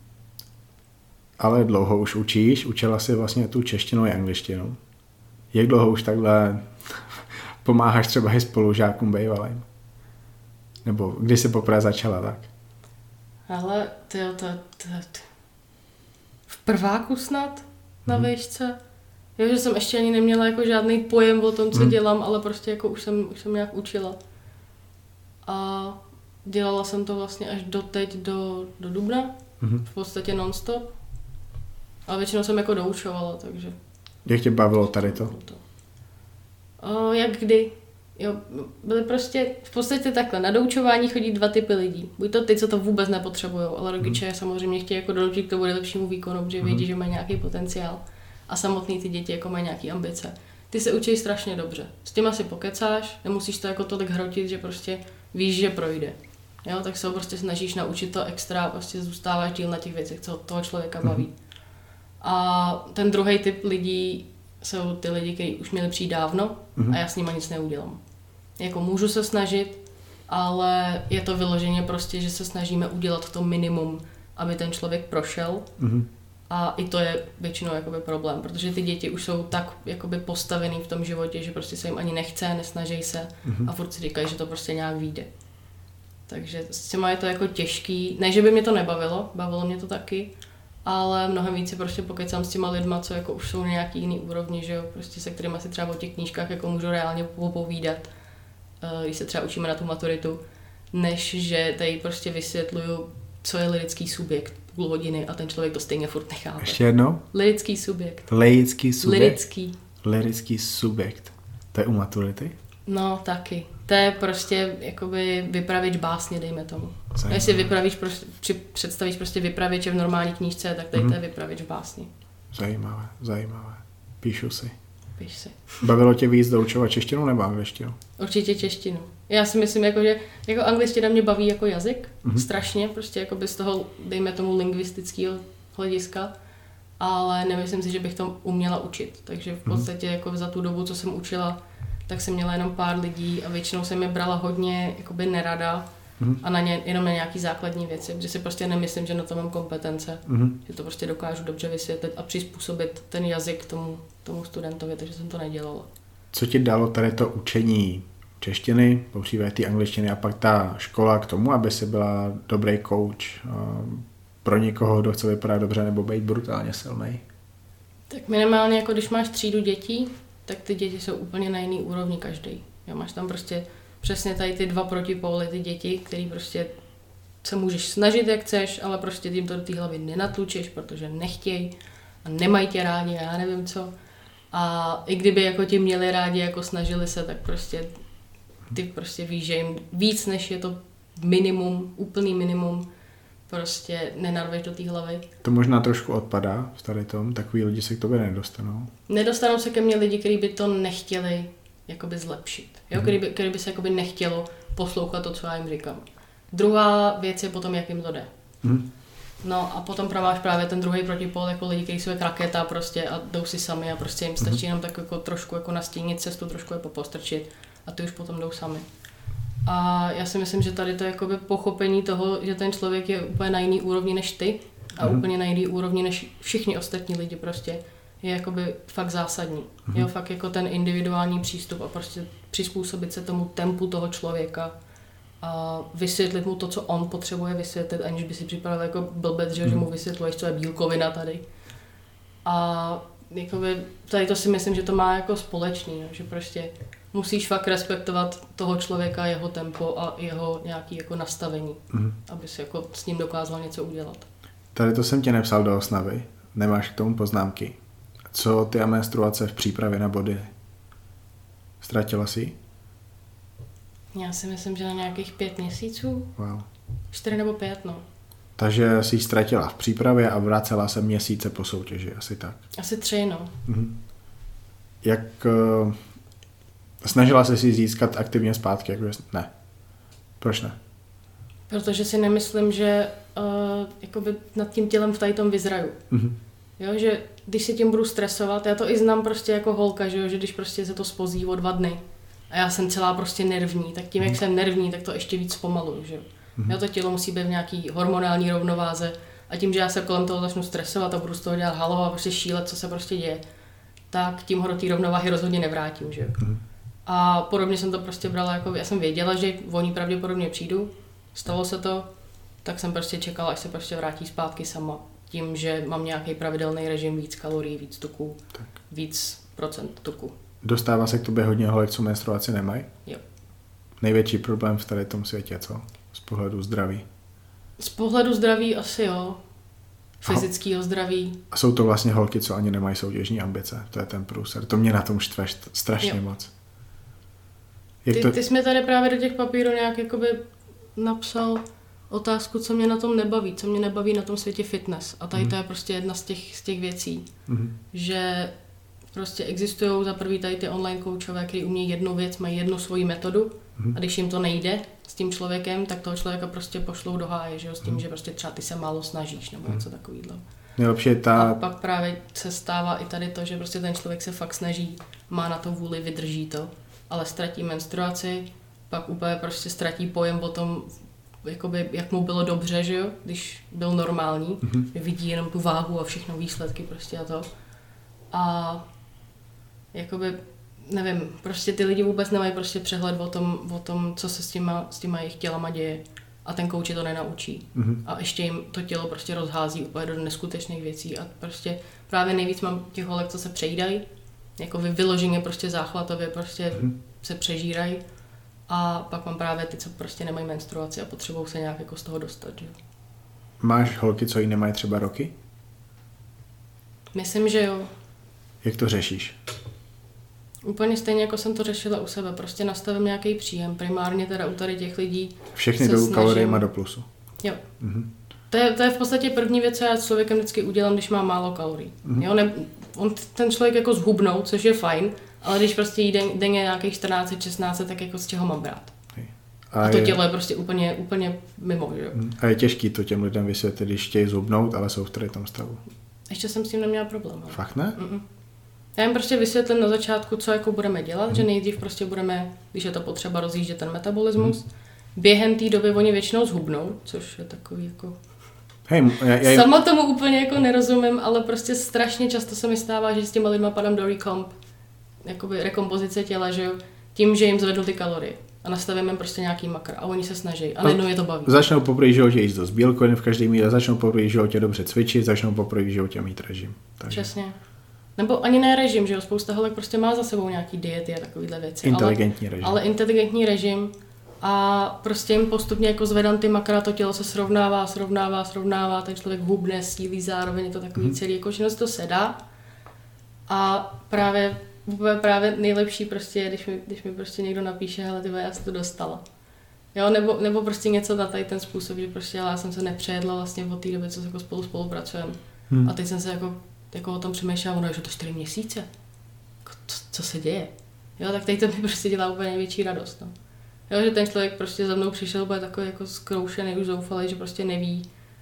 Ale dlouho už učíš, učila si vlastně tu češtinu a angličtinu. Jak dlouho už takhle pomáháš třeba i spolužákům bývalým? Nebo kdy jsi poprvé začala tak?
Ale tyjo, to, to, to, v prváku snad na hmm. výšce. Jo, že jsem ještě ani neměla jako žádný pojem o tom, co hmm. dělám, ale prostě jako už jsem, už jsem nějak učila. A dělala jsem to vlastně až doteď do, do dubna, hmm. v podstatě non-stop. Ale většinou jsem jako doučovala, takže...
Jak tě bavilo tady to?
O, jak kdy. Jo, byly prostě v podstatě takhle. Na doučování chodí dva typy lidí. Buď to ty, co to vůbec nepotřebují, ale rodiče hmm. samozřejmě chtějí jako donutit k tomu lepšímu výkonu, protože vědí, hmm. že mají nějaký potenciál. A samotný ty děti jako mají nějaký ambice. Ty se učí strašně dobře. S těma si pokecáš, nemusíš to jako tolik hrotit, že prostě víš, že projde. Jo, tak se ho prostě snažíš naučit to extra, prostě zůstáváš díl na těch věcech, co toho člověka baví. Hmm. A ten druhý typ lidí jsou ty lidi, kteří už měli přijít dávno mm-hmm. a já s nima nic neudělám. Jako můžu se snažit, ale je to vyloženě prostě, že se snažíme udělat to minimum, aby ten člověk prošel. Mm-hmm. A i to je většinou jakoby problém, protože ty děti už jsou tak jakoby postavený v tom životě, že prostě se jim ani nechce, nesnaží se mm-hmm. a furt si říkají, že to prostě nějak vyjde. Takže s těma je to jako těžký. Ne, že by mě to nebavilo, bavilo mě to taky, ale mnohem více prostě pokecám s těma lidma, co jako už jsou na nějaký jiný úrovni, že jo, prostě se kterými si třeba o těch knížkách jako můžu reálně popovídat, když se třeba učíme na tu maturitu, než že tady prostě vysvětluju, co je lirický subjekt půl hodiny a ten člověk to stejně furt nechápe.
Ještě jednou?
Lirický subjekt.
Lirický subjekt?
Lirický.
Lirický subjekt. To je u maturity?
No, taky. To je prostě jakoby vypravěč básně, dejme tomu.
Zajímavé.
Jestli vypravíš, prostě, či představíš prostě vypravěče v normální knížce, tak tady mm. to je vypravěč v básni.
Zajímavé, zajímavé. Píšu si.
Píš si.
Bavilo tě víc doučovat češtinu nebo angličtinu?
Určitě češtinu. Já si myslím, jako, že jako angličtina mě baví jako jazyk, mm. strašně, prostě jako z toho, dejme tomu, lingvistického hlediska, ale nemyslím si, že bych to uměla učit. Takže v podstatě jako za tu dobu, co jsem učila, tak jsem měla jenom pár lidí a většinou jsem je brala hodně jakoby nerada mm. a na ně, jenom na nějaký základní věci, protože si prostě nemyslím, že na to mám kompetence, mm. že to prostě dokážu dobře vysvětlit a přizpůsobit ten jazyk tomu, tomu studentovi, takže jsem to nedělala.
Co ti dalo tady to učení češtiny, popřípadě té angličtiny a pak ta škola k tomu, aby si byla dobrý coach pro někoho, kdo chce vypadat dobře nebo být brutálně silný?
Tak minimálně jako když máš třídu dětí, tak ty děti jsou úplně na jiný úrovni každý. Jo, máš tam prostě přesně tady ty dva protipóly, ty děti, který prostě se můžeš snažit jak chceš, ale prostě tím to do té hlavy nenatlučeš, protože nechtějí a nemají tě rádi a já nevím co. A i kdyby jako tě měli rádi, jako snažili se, tak prostě ty prostě víš, že jim víc než je to minimum, úplný minimum, prostě nenarveš do té hlavy.
To možná trošku odpadá v tady tom, takový lidi se k tobě nedostanou.
Nedostanou se ke mně lidi, kteří by to nechtěli jakoby zlepšit, jo? Mm. Který, by, který by se jakoby nechtělo poslouchat to, co já jim říkám. Druhá věc je potom, jak jim to jde. Mm. No a potom máš právě ten druhý protipol, jako lidi, kteří jsou jak raketa prostě a jdou si sami a prostě jim stačí mm-hmm. jenom tak jako trošku jako nastínit cestu, trošku je popostrčit a ty už potom jdou sami. A já si myslím, že tady to je jakoby pochopení toho, že ten člověk je úplně na jiný úrovni než ty a mm-hmm. úplně na jiný úrovni než všichni ostatní lidi prostě je jakoby fakt zásadní. Mm-hmm. Jo, fakt jako ten individuální přístup a prostě přizpůsobit se tomu tempu toho člověka a vysvětlit mu to, co on potřebuje vysvětlit, aniž by si připadal jako blbec, že, mm-hmm. že mu vysvětluješ, co je bílkovina tady. A jakoby, tady to si myslím, že to má jako společný, no, že prostě musíš fakt respektovat toho člověka, jeho tempo a jeho nějaké jako nastavení, mm-hmm. aby si jako s ním dokázal něco udělat.
Tady to jsem tě nepsal do osnavy, nemáš k tomu poznámky. Co ty a menstruace v přípravě na body? Ztratila jsi ji?
Já si myslím, že na nějakých pět měsíců.
Wow.
Čtyři nebo pět, no.
Takže jsi ji ztratila v přípravě a vracela se měsíce po soutěži, asi tak?
Asi tři, no.
Mhm. Jak... Uh, snažila jsi si získat aktivně zpátky? Jako, ne. Proč ne?
Protože si nemyslím, že uh, jakoby nad tím tělem v tady tom vyzraju. Mhm. Jo, že když si tím budu stresovat, já to i znám prostě jako holka, že, jo, že když prostě se to spozí o dva dny a já jsem celá prostě nervní, tak tím, jak jsem nervní, tak to ještě víc zpomaluju, že jo. Mm-hmm. Jo, to tělo musí být v nějaký hormonální rovnováze a tím, že já se kolem toho začnu stresovat a budu z toho dělat halo a prostě šílet, co se prostě děje, tak tím ho do té rovnováhy rozhodně nevrátím, že jo. Mm-hmm. A podobně jsem to prostě brala, jako já jsem věděla, že o ní pravděpodobně přijdu, stalo se to, tak jsem prostě čekala, až se prostě vrátí zpátky sama. Tím, že mám nějaký pravidelný režim, víc kalorií, víc tuku, tak. víc procent tuku. Dostává se k tobě hodně holek, co menstruaci nemají? Jo. Největší problém v tady tom světě, co? Z pohledu zdraví? Z pohledu zdraví asi jo. Fyzického zdraví. A jsou to vlastně holky, co ani nemají soutěžní ambice. To je ten průser. To mě na tom štve strašně jo. moc. Jak ty, to... ty jsi mi tady právě do těch papírů nějak jakoby napsal otázku, co mě na tom nebaví, co mě nebaví na tom světě fitness. A tady mm. to je prostě jedna z těch, z těch věcí, mm. že prostě existují za prvý tady ty online koučové, kteří umějí jednu věc, mají jednu svoji metodu mm. a když jim to nejde s tím člověkem, tak toho člověka prostě pošlou do háje, že jo, s tím, mm. že prostě třeba ty se málo snažíš nebo mm. něco takového. Nejlepší je ta... A pak právě se stává i tady to, že prostě ten člověk se fakt snaží, má na to vůli, vydrží to, ale ztratí menstruaci, pak úplně prostě ztratí pojem o tom, jakoby, jak mu bylo dobře, že jo, když byl normální, mm-hmm. vidí jenom tu váhu a všechno výsledky prostě a to. A jakoby, nevím, prostě ty lidi vůbec nemají prostě přehled o tom, o tom, co se s těma, s těma jejich tělama děje. A ten kouč je to nenaučí. Mm-hmm. A ještě jim to tělo prostě rozhází úplně do neskutečných věcí. A prostě právě nejvíc mám těch holek, co se přejídají, jako vyloženě prostě záchvatově prostě mm-hmm. se přežírají. A pak mám právě ty, co prostě nemají menstruaci a potřebují se nějak jako z toho dostat. Že? Máš holky, co jí nemají třeba roky? Myslím, že jo. Jak to řešíš? Úplně stejně, jako jsem to řešila u sebe. Prostě nastavím nějaký příjem. Primárně teda u tady těch lidí. Všechny jdou kaloriema do plusu. Jo. Mhm. To je, to je v podstatě první věc, co já s člověkem vždycky udělám, když má málo kalorií. Mhm. Jo, ne, on, ten člověk jako zhubnou, což je fajn, ale když prostě jí den, denně nějakých čtrnáct šestnáct, tak jako z čeho mám brát. A, a to je... tělo je prostě úplně, úplně mimo, že jo. A je těžký to těm lidem vysvětlit, když chtějí zhubnout, ale jsou v tady tom stavu. Ještě jsem s tím neměla problém. Ale... Fakt ne? Mm-mm. Já jim prostě vysvětlím na začátku, co jako budeme dělat, mm. že nejdřív prostě budeme, když je to potřeba, rozjíždět ten metabolismus. Mm. Během té doby oni většinou zhubnou, což je takový jako... Hej, já, já... Sama tomu úplně jako nerozumím, ale prostě strašně často se mi stává, že s těma lidma padám do recomp, jakoby rekompozice těla, že jo, tím, že jim zvednu ty kalorie a nastavím jim prostě nějaký makr a oni se snaží a najednou je to baví. Začnou poprvé v životě jíst dost bílkovin v každém jídle, začnou poprvé v životě dobře cvičit, začnou poprvé v životě mít režim. Takže... Přesně. Nebo ani ne režim, že jo, spousta holek prostě má za sebou nějaký diety a takovýhle věci. Inteligentní ale, režim. Ale inteligentní režim a prostě jim postupně jako zvedám ty makra, to tělo se srovnává, srovnává, srovnává, ten člověk hubne, sílí, zároveň je to takový mm. celý, jako že to se dá. A právě právě nejlepší prostě je, když mi, když mi prostě někdo napíše, hele, tyhle, já jsem to dostala. Jo, nebo, nebo prostě něco na tady ten způsob, že prostě já jsem se nepřejedla vlastně od té doby, co jako spolu spolupracujeme. Hmm. A teď jsem se jako, jako o tom přemýšlela, ono je, že to čtyři měsíce. Co, co se děje? Jo, tak teď to mi prostě dělá úplně největší radost. No. Jo, že ten člověk prostě za mnou přišel, bude takový jako zkroušený, už zoufalý, že prostě neví,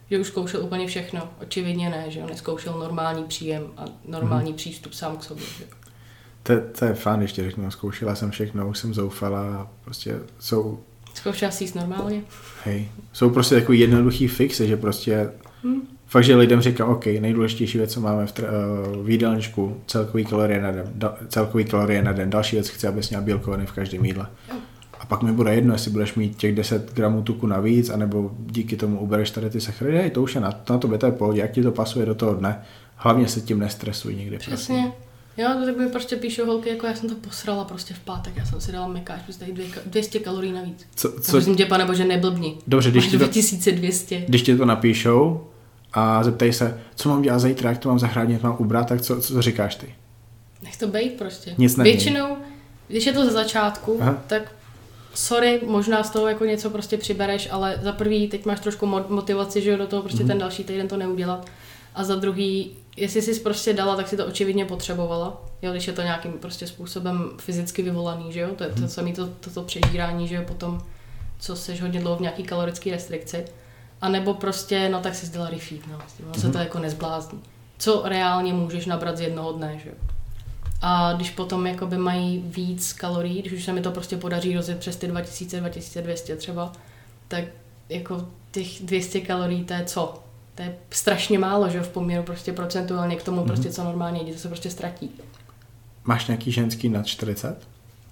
že už zkoušel úplně všechno. Očividně ne, že on neskoušel normální příjem a normální hmm. přístup sám k sobě. Že?
To, to je fajn, když ti řeknu, zkoušela jsem všechno, už jsem zoufala, prostě jsou...
Zkoušela jsi jíst normálně?
Hej, jsou prostě takový jednoduchý fixy, že prostě hmm. fakt, že lidem říkám, OK, nejdůležitější věc, co máme v, tr- v jídelníčku, celkový kalorie na den, da- celkový kalorie na den, další věc chci, abys měl bílkoviny v každém jídle. A pak mi bude jedno, jestli budeš mít těch deset gramů tuku navíc, anebo díky tomu ubereš tady ty sacharidy, hej, to už je na, na tobě, to je pohodě, jak ti to pasuje do toho dne, hlavně se tím nestresuj nikdy.
Přesně. Prosím. Jo, to tak mi prostě píšou holky, jako já jsem to posrala prostě v pátek, já jsem si dala mekáč, prostě tady dvě stě kalorií navíc. Co, co? Prosím tě, pane bože, neblbni.
Dobře, když ti, to,
dva tisíce dvě stě.
Když ti to napíšou a zeptají se, co mám dělat zítra, jak to mám zachránit, mám ubrat, tak co, co říkáš ty?
Nech to bejt prostě.
Nic nemění.
Většinou, když je to ze začátku, Aha. tak sorry, možná z toho jako něco prostě přibereš, ale za prvý teď máš trošku motivaci, že jo, do toho prostě mm-hmm. ten další týden to neudělat. A za druhý, jestli jsi prostě dala, tak si to očividně potřebovala, jo, když je to nějakým prostě způsobem fyzicky vyvolaný, že jo, to je to samé to, to, to přežírání, že jo, potom, co seš hodně dlouho v nějaký kalorické restrikci, a nebo prostě, no tak si dala refeed, no, no se to jako nezblázní. Co reálně můžeš nabrat z jednoho dne, že jo. A když potom jakoby mají víc kalorií, když už se mi to prostě podaří rozjet přes ty dva tisíce, dva tisíce dvě stě třeba, tak jako těch dvě stě kalorií, to je co? To je strašně málo, že v poměru prostě procentuálně k tomu, mm-hmm. prostě co normálně jde, to se prostě ztratí.
Máš nějaký ženský nad čtyřicet?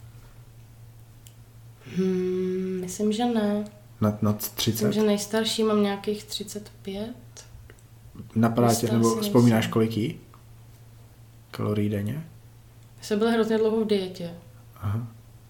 Hmm, myslím, že ne.
Nad, nad třicet?
Myslím, že nejstarší mám nějakých třicet pět.
Napadá tě, nebo vzpomínáš kolik jí? Kalorií denně?
Já jsem byla hrozně dlouho v dietě.
Aha.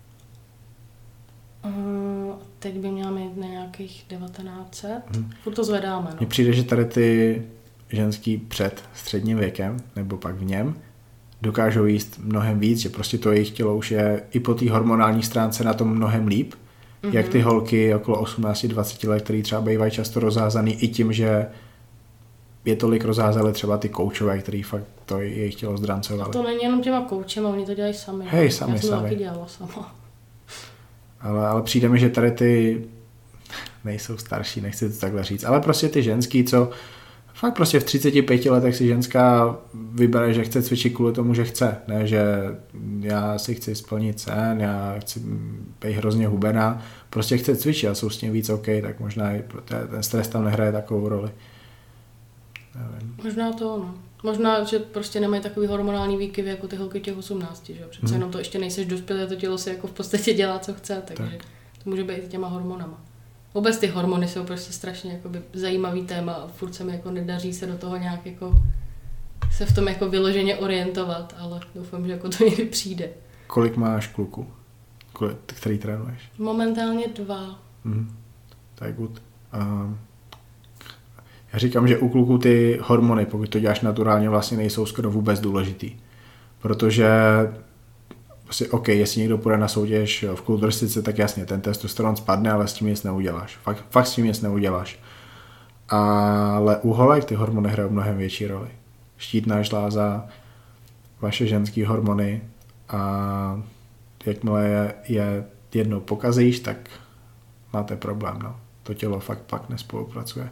Uh, teď by měla mít na nějakých devatenáct set. Hmm. Furt to zvedáme. No.
Mně přijde, že tady ty ženský před středním věkem, nebo pak v něm, dokážou jíst mnohem víc, že prostě to jejich tělo už je i po té hormonální stránce na tom mnohem líp, mm-hmm. jak ty holky okolo osmnáct dvacet let, který třeba bývají často rozházaný i tím, že je tolik rozházeli třeba ty koučové, který fakt to jejich tělo zdrancovali.
A to není jenom těma koučema, oni to dělají sami.
Hej, sami,
Já jsem
sami.
to taky dělala sama.
Ale, ale přijde mi, že tady ty nejsou starší, nechci to takhle říct, ale prostě ty ženský, co fakt prostě v třiceti pěti letech si ženská vybere, že chce cvičit kvůli tomu, že chce, ne, že já si chci splnit sen, já chci být hrozně hubená, prostě chce cvičit a jsou s tím víc OK, tak možná i ten stres tam nehraje takovou roli. Nevím.
Možná to ono. Možná, že prostě nemají takový hormonální výkyvy jako ty holky těch osmnácti, že jo? Přece hmm. jenom to ještě nejseš dospělý a to tělo si jako v podstatě dělá, co chce, takže tak. To může být těma hormonama. Vůbec ty hormony jsou prostě strašně jakoby zajímavý téma a furt se mi jako nedaří se do toho nějak jako se v tom jako vyloženě orientovat, ale doufám, že jako to někdy přijde.
Kolik máš kluků, který trénuješ?
Momentálně dva.
Hmm. To je good. Um, já říkám, že u kluků ty hormony, pokud to děláš naturálně, vlastně nejsou skoro vůbec důležitý. Protože prostě OK, jestli někdo půjde na soutěž v kulturistice, tak jasně, ten testosteron spadne, ale s tím nic neuděláš. Fakt, fakt s tím nic neuděláš. Ale u holek ty hormony hrají mnohem větší roli. Štítná žláza, vaše ženské hormony a jakmile je, je jednou pokazíš, tak máte problém. No. To tělo fakt pak nespolupracuje.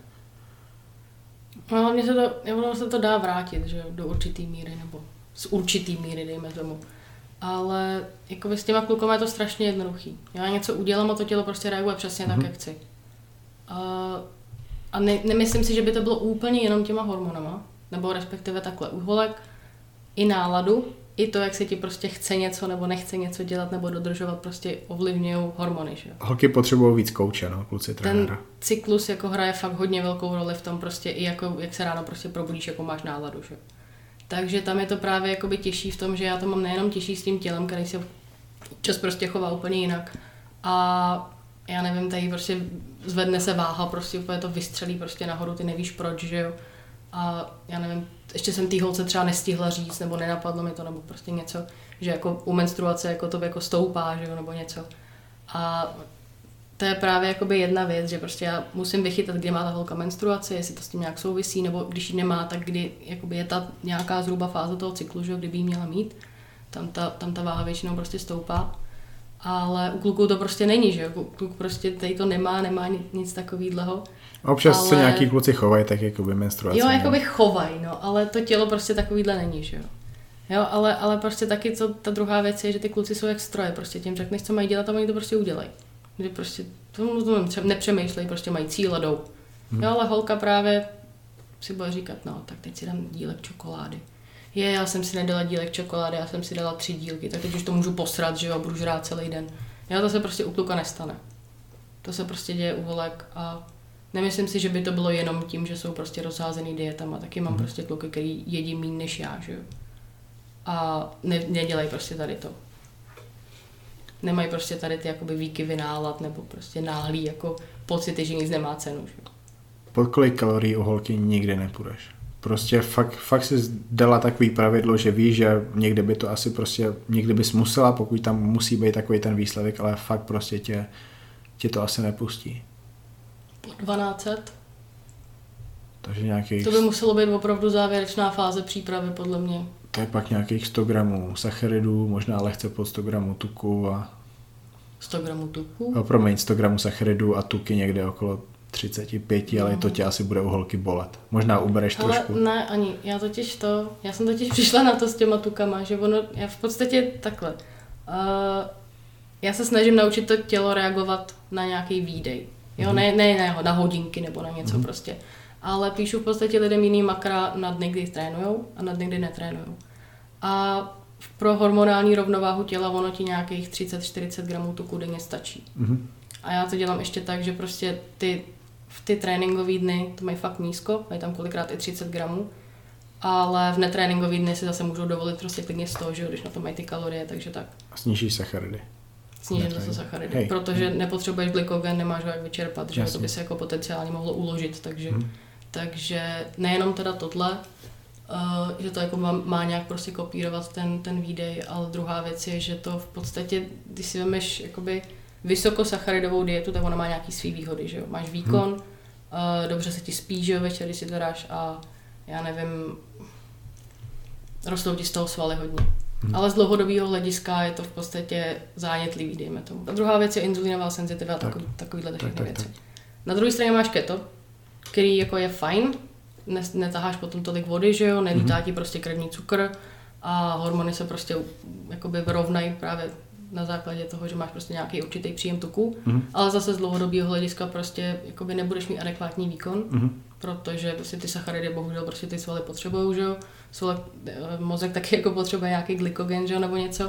No, hlavně se to, ono se to dá vrátit, že do určitý míry, nebo z určitý míry, dejme tomu. Ale jako s těma klukama je to strašně jednoduchý. Já něco udělám a to tělo prostě reaguje přesně mm-hmm. tak, jak chci. A, a ne, nemyslím si, že by to bylo úplně jenom těma hormonama, nebo respektive takhle u holek, i náladu, i to, jak se ti prostě chce něco nebo nechce něco dělat nebo dodržovat, prostě ovlivňují hormony. Že?
Holky potřebují víc kouče, no, kluci trenéra.
Ten cyklus jako hraje fakt hodně velkou roli v tom prostě, i jako, jak se ráno prostě probudíš, jako máš náladu. Že? Takže tam je to právě jakoby těžší v tom, že já to mám nejenom těžší s tím tělem, který se čas prostě chová úplně jinak. A já nevím, tady prostě zvedne se váha, prostě úplně to vystřelí prostě nahoru, ty nevíš proč, že jo. A já nevím, ještě jsem té holce třeba nestihla říct, nebo nenapadlo mi to, nebo prostě něco, že jako u menstruace jako to jako stoupá, že jo, nebo něco. A to je právě jakoby jedna věc, že prostě já musím vychytat, kdy má ta holka menstruaci, jestli to s tím nějak souvisí, nebo když ji nemá, tak kdy jakoby je ta nějaká zhruba fáze toho cyklu, že kdyby ji měla mít. Tam ta, tam ta váha většinou prostě stoupá. Ale u kluků to prostě není, že jo? Kluk prostě tady to nemá, nemá nic takového.
Občas
ale...
se nějaký kluci chovají tak jako by menstruace.
Jo, jako by chovají, no, ale to tělo prostě takovýhle není, že jo. Jo, ale, ale prostě taky to, ta druhá věc je, že ty kluci jsou jak stroje, prostě tím řekneš, co mají dělat a oni to prostě udělají. Že prostě to, to nepřemýšlejí, prostě mají cíl a jdou. Hmm. Jo, ale holka právě si bude říkat, no, tak teď si dám dílek čokolády. Je, já jsem si nedala dílek čokolády, já jsem si dala tři dílky, tak teď už to můžu posrat, že jo, a budu žrát celý den. Jo, to se prostě u kluka nestane. To se prostě děje u holek a nemyslím si, že by to bylo jenom tím, že jsou prostě rozházený dietama. Taky mám hmm. prostě kluky, který jedí míň než já, že jo. A ne, nedělají prostě tady to. Nemají prostě tady ty jakoby výkyvy nálad nebo prostě náhlý jako pocity, že nic nemá cenu, že jo.
Pod kolik kalorií u holky nikdy nepůjdeš? Prostě fakt, fakt si dala takový pravidlo, že víš, že někdy by to asi prostě, někdy bys musela, pokud tam musí být takový ten výsledek, ale fakt prostě tě, tě to asi nepustí.
dvanáct set.
Takže nějakých...
To by muselo být opravdu závěrečná fáze přípravy, podle mě.
To je pak nějakých sto gramů sacharidů, možná lehce pod sto gramů tuku a...
sto gramů tuku?
No, promiň, sto gramů sacharidů a tuky někde okolo třicet pět, no. Ale to tě asi bude u holky bolet. Možná ubereš
ale
trošku.
Ne, ani. Já totiž to, já jsem totiž přišla na to s těma tukama, že ono, já v podstatě takhle. Uh, já se snažím naučit to tělo reagovat na nějaký výdej. Jo, mm-hmm. ne, ne, ne na hodinky nebo na něco mm-hmm. prostě. Ale píšu v podstatě lidem jiný makra na dny, kdy trénujou a na dny, kdy netrénujou. A pro hormonální rovnováhu těla ono ti nějakých třicet čtyřicet gramů tuku denně stačí. Mm-hmm. A já to dělám ještě tak, že prostě ty, v ty tréninkové dny to mají fakt nízko, mají tam kolikrát i třicet gramů, ale v netréninkové dny si zase můžou dovolit prostě klidně sto, že jo, když na to mají ty kalorie, takže tak.
A snížíš sacharidy.
Snížím zase sacharidy, Hej. protože hmm. nepotřebuješ glykogen, nemáš ho jak vyčerpat, že to by se jako potenciálně mohlo uložit, takže, hmm. takže nejenom teda tohle, uh, že to jako má, má nějak prostě kopírovat ten, ten výdej, ale druhá věc je, že to v podstatě, když si vemeš jakoby vysokosacharidovou dietu, tak ona má nějaký svý výhody, že jo, máš výkon, hmm. uh, dobře se ti spí, že jo, večer, když si to dáš a já nevím, rostou ti z toho svaly hodně. Hmm. Ale z dlouhodobého hlediska je to v podstatě zánětlivý, dejme tomu. A druhá věc je inzulínová senzitiva a takový, takovýhle tak, tak, věci. Tak. Na druhé straně máš keto, který jako je fajn, netaháš potom tolik vody, že jo, nelítá hmm. ti prostě krevní cukr a hormony se prostě jakoby vyrovnají právě na základě toho, že máš prostě nějaký určitý příjem tuku, mm. ale zase z dlouhodobého hlediska prostě jakoby nebudeš mít adekvátní výkon, mm. protože prostě ty sacharidy bohužel prostě ty svaly potřebujou, že jo, svaly, mozek taky jako potřebuje nějaký glykogen, že jo, nebo něco.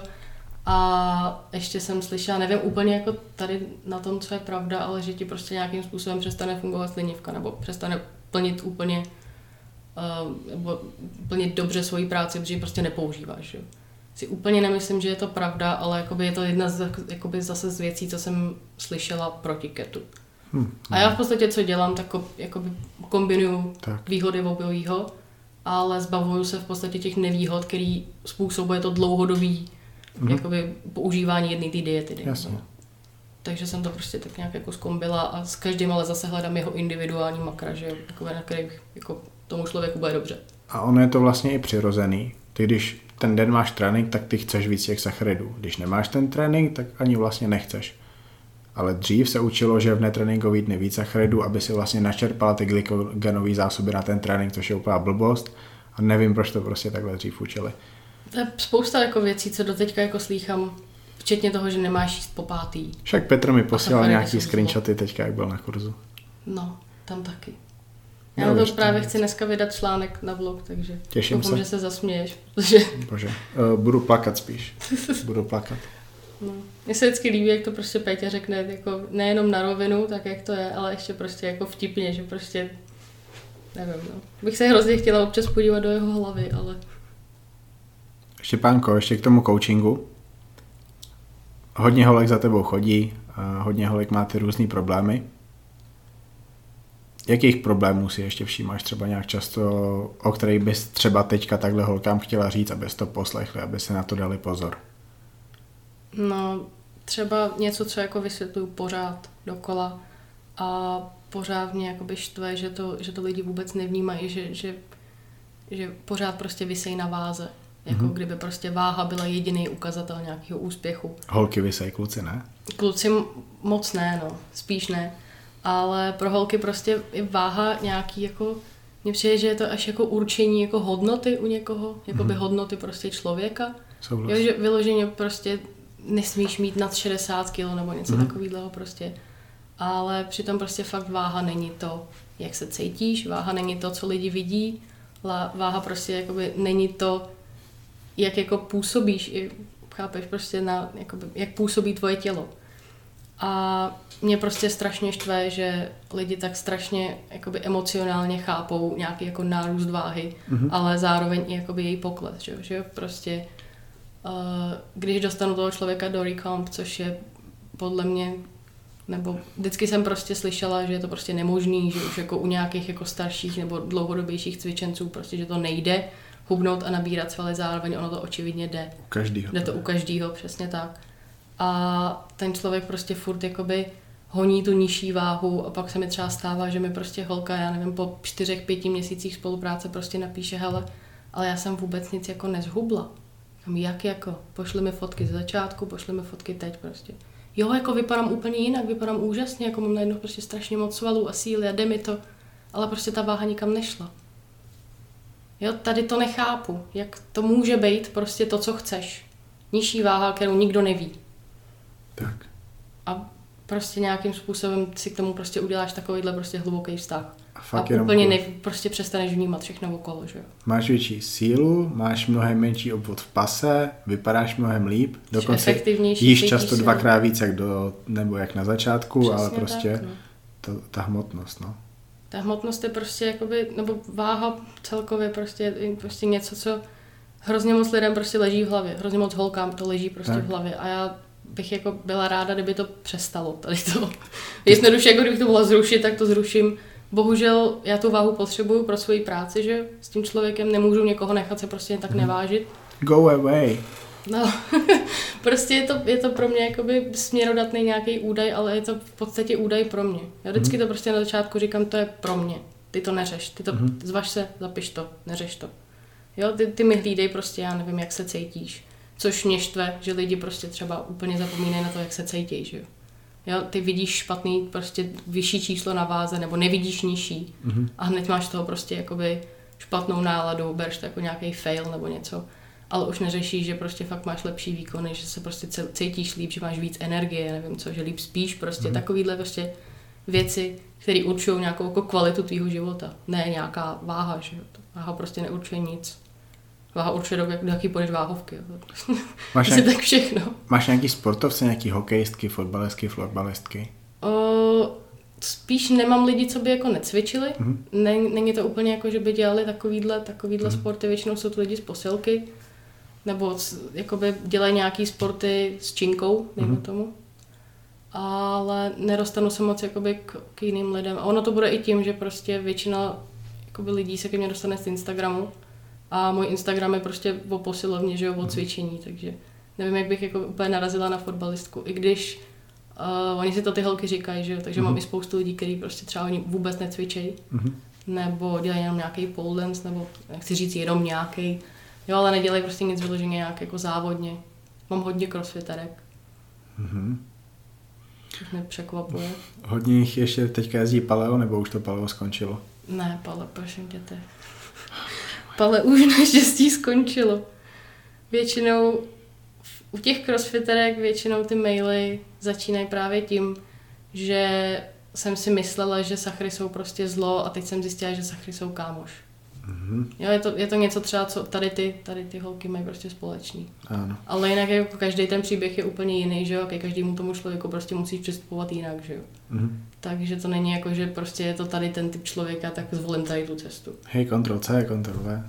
A ještě jsem slyšela, nevím úplně jako tady na tom, co je pravda, ale že ti prostě nějakým způsobem přestane fungovat slinivka, nebo přestane plnit úplně uh, nebo plnit dobře svoji práci, protože ji prostě nepoužíváš, že jo. Si úplně nemyslím, že je to pravda, ale jakoby je to jedna z, jakoby zase z věcí, co jsem slyšela proti ketu. Hmm, a já v podstatě, co dělám, tak jakoby kombinuju tak. výhody obojího, ale zbavuju se v podstatě těch nevýhod, který způsobuje to dlouhodobý hmm. jakoby používání jedné té diety.
Jasně.
Takže jsem to prostě tak nějak jako zkombila a s každým ale zase hledám jeho individuální makra, že jakoby, na kterých jako tomu člověku bude dobře.
A ono je to vlastně i přirozený. Ty když ten den máš trénink, tak ty chceš víc těch sacharidů. Když nemáš ten trénink, tak ani vlastně nechceš. Ale dřív se učilo, že v netréninkový dny víc sacharidů, aby si vlastně načerpala ty glykogenové zásoby na ten trénink, což je úplná blbost. A nevím, proč to prostě takhle dřív učili.
To je spousta jako věcí, co doteďka jako slýchám, včetně toho, že nemáš jíst po pátý.
Však Petr mi posílal nějaký screenshoty teďka, jak byl na kurzu.
No, tam taky. Já na to právě chci dneska vydat článek na blog, takže
těším
doufám,
se.
že se zasměješ. Protože...
Bože, uh, budu plakat spíš. Budu plakat.
No. Mně se vždycky líbí, jak to prostě Péťa řekne jako nejenom na rovinu, tak jak to je, ale ještě prostě jako vtipně, že prostě nevím, no. Bych se hrozně chtěla občas podívat do jeho hlavy, ale...
Štěpánko, ještě k tomu coachingu. Hodně holek za tebou chodí, hodně holek má ty různý problémy. Jakých problémů si ještě všímáš třeba nějak často, o kterých bys třeba teďka takhle holkám chtěla říct, abys to poslechli, aby se na to dali pozor?
No, třeba něco, co jako vysvětluju pořád dokola a pořád mě jakoby štve, že to, že to lidi vůbec nevnímají, že, že, že pořád prostě visejí na váze. Jako
mm-hmm.
kdyby prostě váha byla jediný ukazatel nějakého úspěchu.
Holky vysej, kluci ne?
Kluci moc ne, no, spíš ne. Ale pro holky prostě je váha nějaký jako, mně přijde, že je to až jako určení jako hodnoty u někoho, jako by mm-hmm. hodnoty prostě člověka. Jo, že vyloženě prostě nesmíš mít nad šedesát kilo nebo něco mm-hmm. takového prostě. Ale přitom prostě fakt váha není to, jak se cítíš, váha není to, co lidi vidí, váha prostě jakoby není to, jak jako působíš, chápeš prostě na, jakoby, jak působí tvoje tělo. A mě prostě strašně štve, že lidi tak strašně jakoby emocionálně chápou nějaký jako nárůst váhy, mm-hmm. ale zároveň i jakoby její pokles, že, že prostě uh, když dostanu toho člověka do recomp, což je podle mě, nebo vždycky jsem prostě slyšela, že je to prostě nemožný, že už jako u nějakých jako starších nebo dlouhodobějších cvičenců prostě, že to nejde hubnout a nabírat svaly zároveň, ono to očividně jde.
U každýho.
Jde to u každýho, přesně tak. A ten člověk prostě furt jakoby honí tu nižší váhu a pak se mi třeba stává, že mi prostě holka, já nevím, po čtyřech, pěti měsících spolupráce prostě napíše, hele, ale já jsem vůbec nic jako nezhubla. Jak jako? Pošli mi fotky z začátku, pošli mi fotky teď prostě. Jo, jako vypadám úplně jinak, vypadám úžasně, jako mám najednou prostě strašně moc svalů a síly a jde mi to, ale prostě ta váha nikam nešla. Jo, tady to nechápu, jak to může být prostě to, co chceš. Nižší váha, kterou nikdo neví.
Tak.
A prostě nějakým způsobem si k tomu prostě uděláš takovýhle prostě hluboký vztah.
A, fakt
a úplně ne, prostě přestaneš vnímat všechno okolo, že jo.
Máš větší sílu, máš mnohem menší obvod v pase, vypadáš mnohem líp, dokonce jíš často sílu. Dvakrát víc jak do, nebo jak na začátku, přesně ale prostě tak, no. to, ta hmotnost, no.
Ta hmotnost je prostě jakoby, nebo váha celkově prostě je prostě něco, co hrozně moc lidem prostě leží v hlavě, hrozně moc holkám to leží prostě tak. v hlavě a já bych jako byla ráda, kdyby to přestalo tady to. Jednoduše, jako kdybych to mohla zrušit, tak to zruším. Bohužel já tu váhu potřebuju pro svoji práci, že s tím člověkem nemůžu někoho nechat se prostě tak nevážit.
Go away.
No, prostě je to, je to pro mě jakoby směrodatný nějaký údaj, ale je to v podstatě údaj pro mě. Já vždycky to prostě na začátku říkám, to je pro mě. Ty to neřeš, ty to mm-hmm. zvaž se, zapiš to, neřeš to. Jo, ty, ty mi hlídej prostě, já nevím, jak se cítíš. Což mě štve, že lidi prostě třeba úplně zapomínají na to, jak se cítějí, že jo. Jo, ty vidíš špatný, prostě vyšší číslo na váze, nebo nevidíš nižší mm-hmm. a hned máš toho prostě jakoby špatnou náladu, bereš to jako nějaký fail nebo něco, ale už neřešíš, že prostě fakt máš lepší výkony, že se prostě cítíš líp, že máš víc energie, nevím co, že líp spíš, prostě mm-hmm. takovýhle prostě věci, které určují nějakou jako kvalitu tvýho života, ne nějaká váha, že jo, váha prostě neurčuje nic. Váha určuje, do, do jaký půjdeš váhovky. Máš nějaký, tak všechno.
Máš nějaký sportovce, nějaký hokejistky, fotbalistky, florbalistky?
O, spíš nemám lidi, co by jako necvičili. Mm-hmm. Není to úplně jako, že by dělali takovýhle, takovýhle mm-hmm. sporty. Většinou jsou to lidi z posilky. Nebo jakoby dělají nějaký sporty s činkou, dejme mm-hmm. tomu. Ale nedostanu se moc jakoby k, k jiným lidem. A ono to bude i tím, že prostě většina jakoby lidí se ke mně dostane z Instagramu. A můj Instagram je prostě o posilovně, že jo, o cvičení, takže nevím, jak bych jako úplně narazila na fotbalistku, i když uh, oni si to ty holky říkají, že jo, takže mm-hmm. mám i spoustu lidí, kteří prostě třeba oni vůbec necvičejí, mm-hmm. nebo dělají jenom nějaký pole dance, nebo nechci říct jenom nějaký, jo, ale nedělají prostě nic vyloženě nějak jako závodně. Mám hodně crossfiterek.
Mm-hmm.
Což mě překvapuje.
Hodně jich ještě teďka jezdí paleo, nebo už to paleo skončilo?
Ne, paleo, prosím tě, te. Ale už naštěstí skončilo. Většinou u těch crossfiterek většinou ty maily začínají právě tím, že jsem si myslela, že sachry jsou prostě zlo a teď jsem zjistila, že sachry jsou kámoš. Mm-hmm. Jo, je to, je to něco třeba, co tady ty, tady ty holky mají prostě společný.
Ano.
Ale jinak jako každý ten příběh je úplně jiný, že jo, ke každému tomu člověku prostě musíš přistupovat jinak, že jo. Mm-hmm. Takže to není jako, že prostě je to tady ten typ člověka, tak zvolím tady tu cestu.
Hej, kontrol C, kontrol V.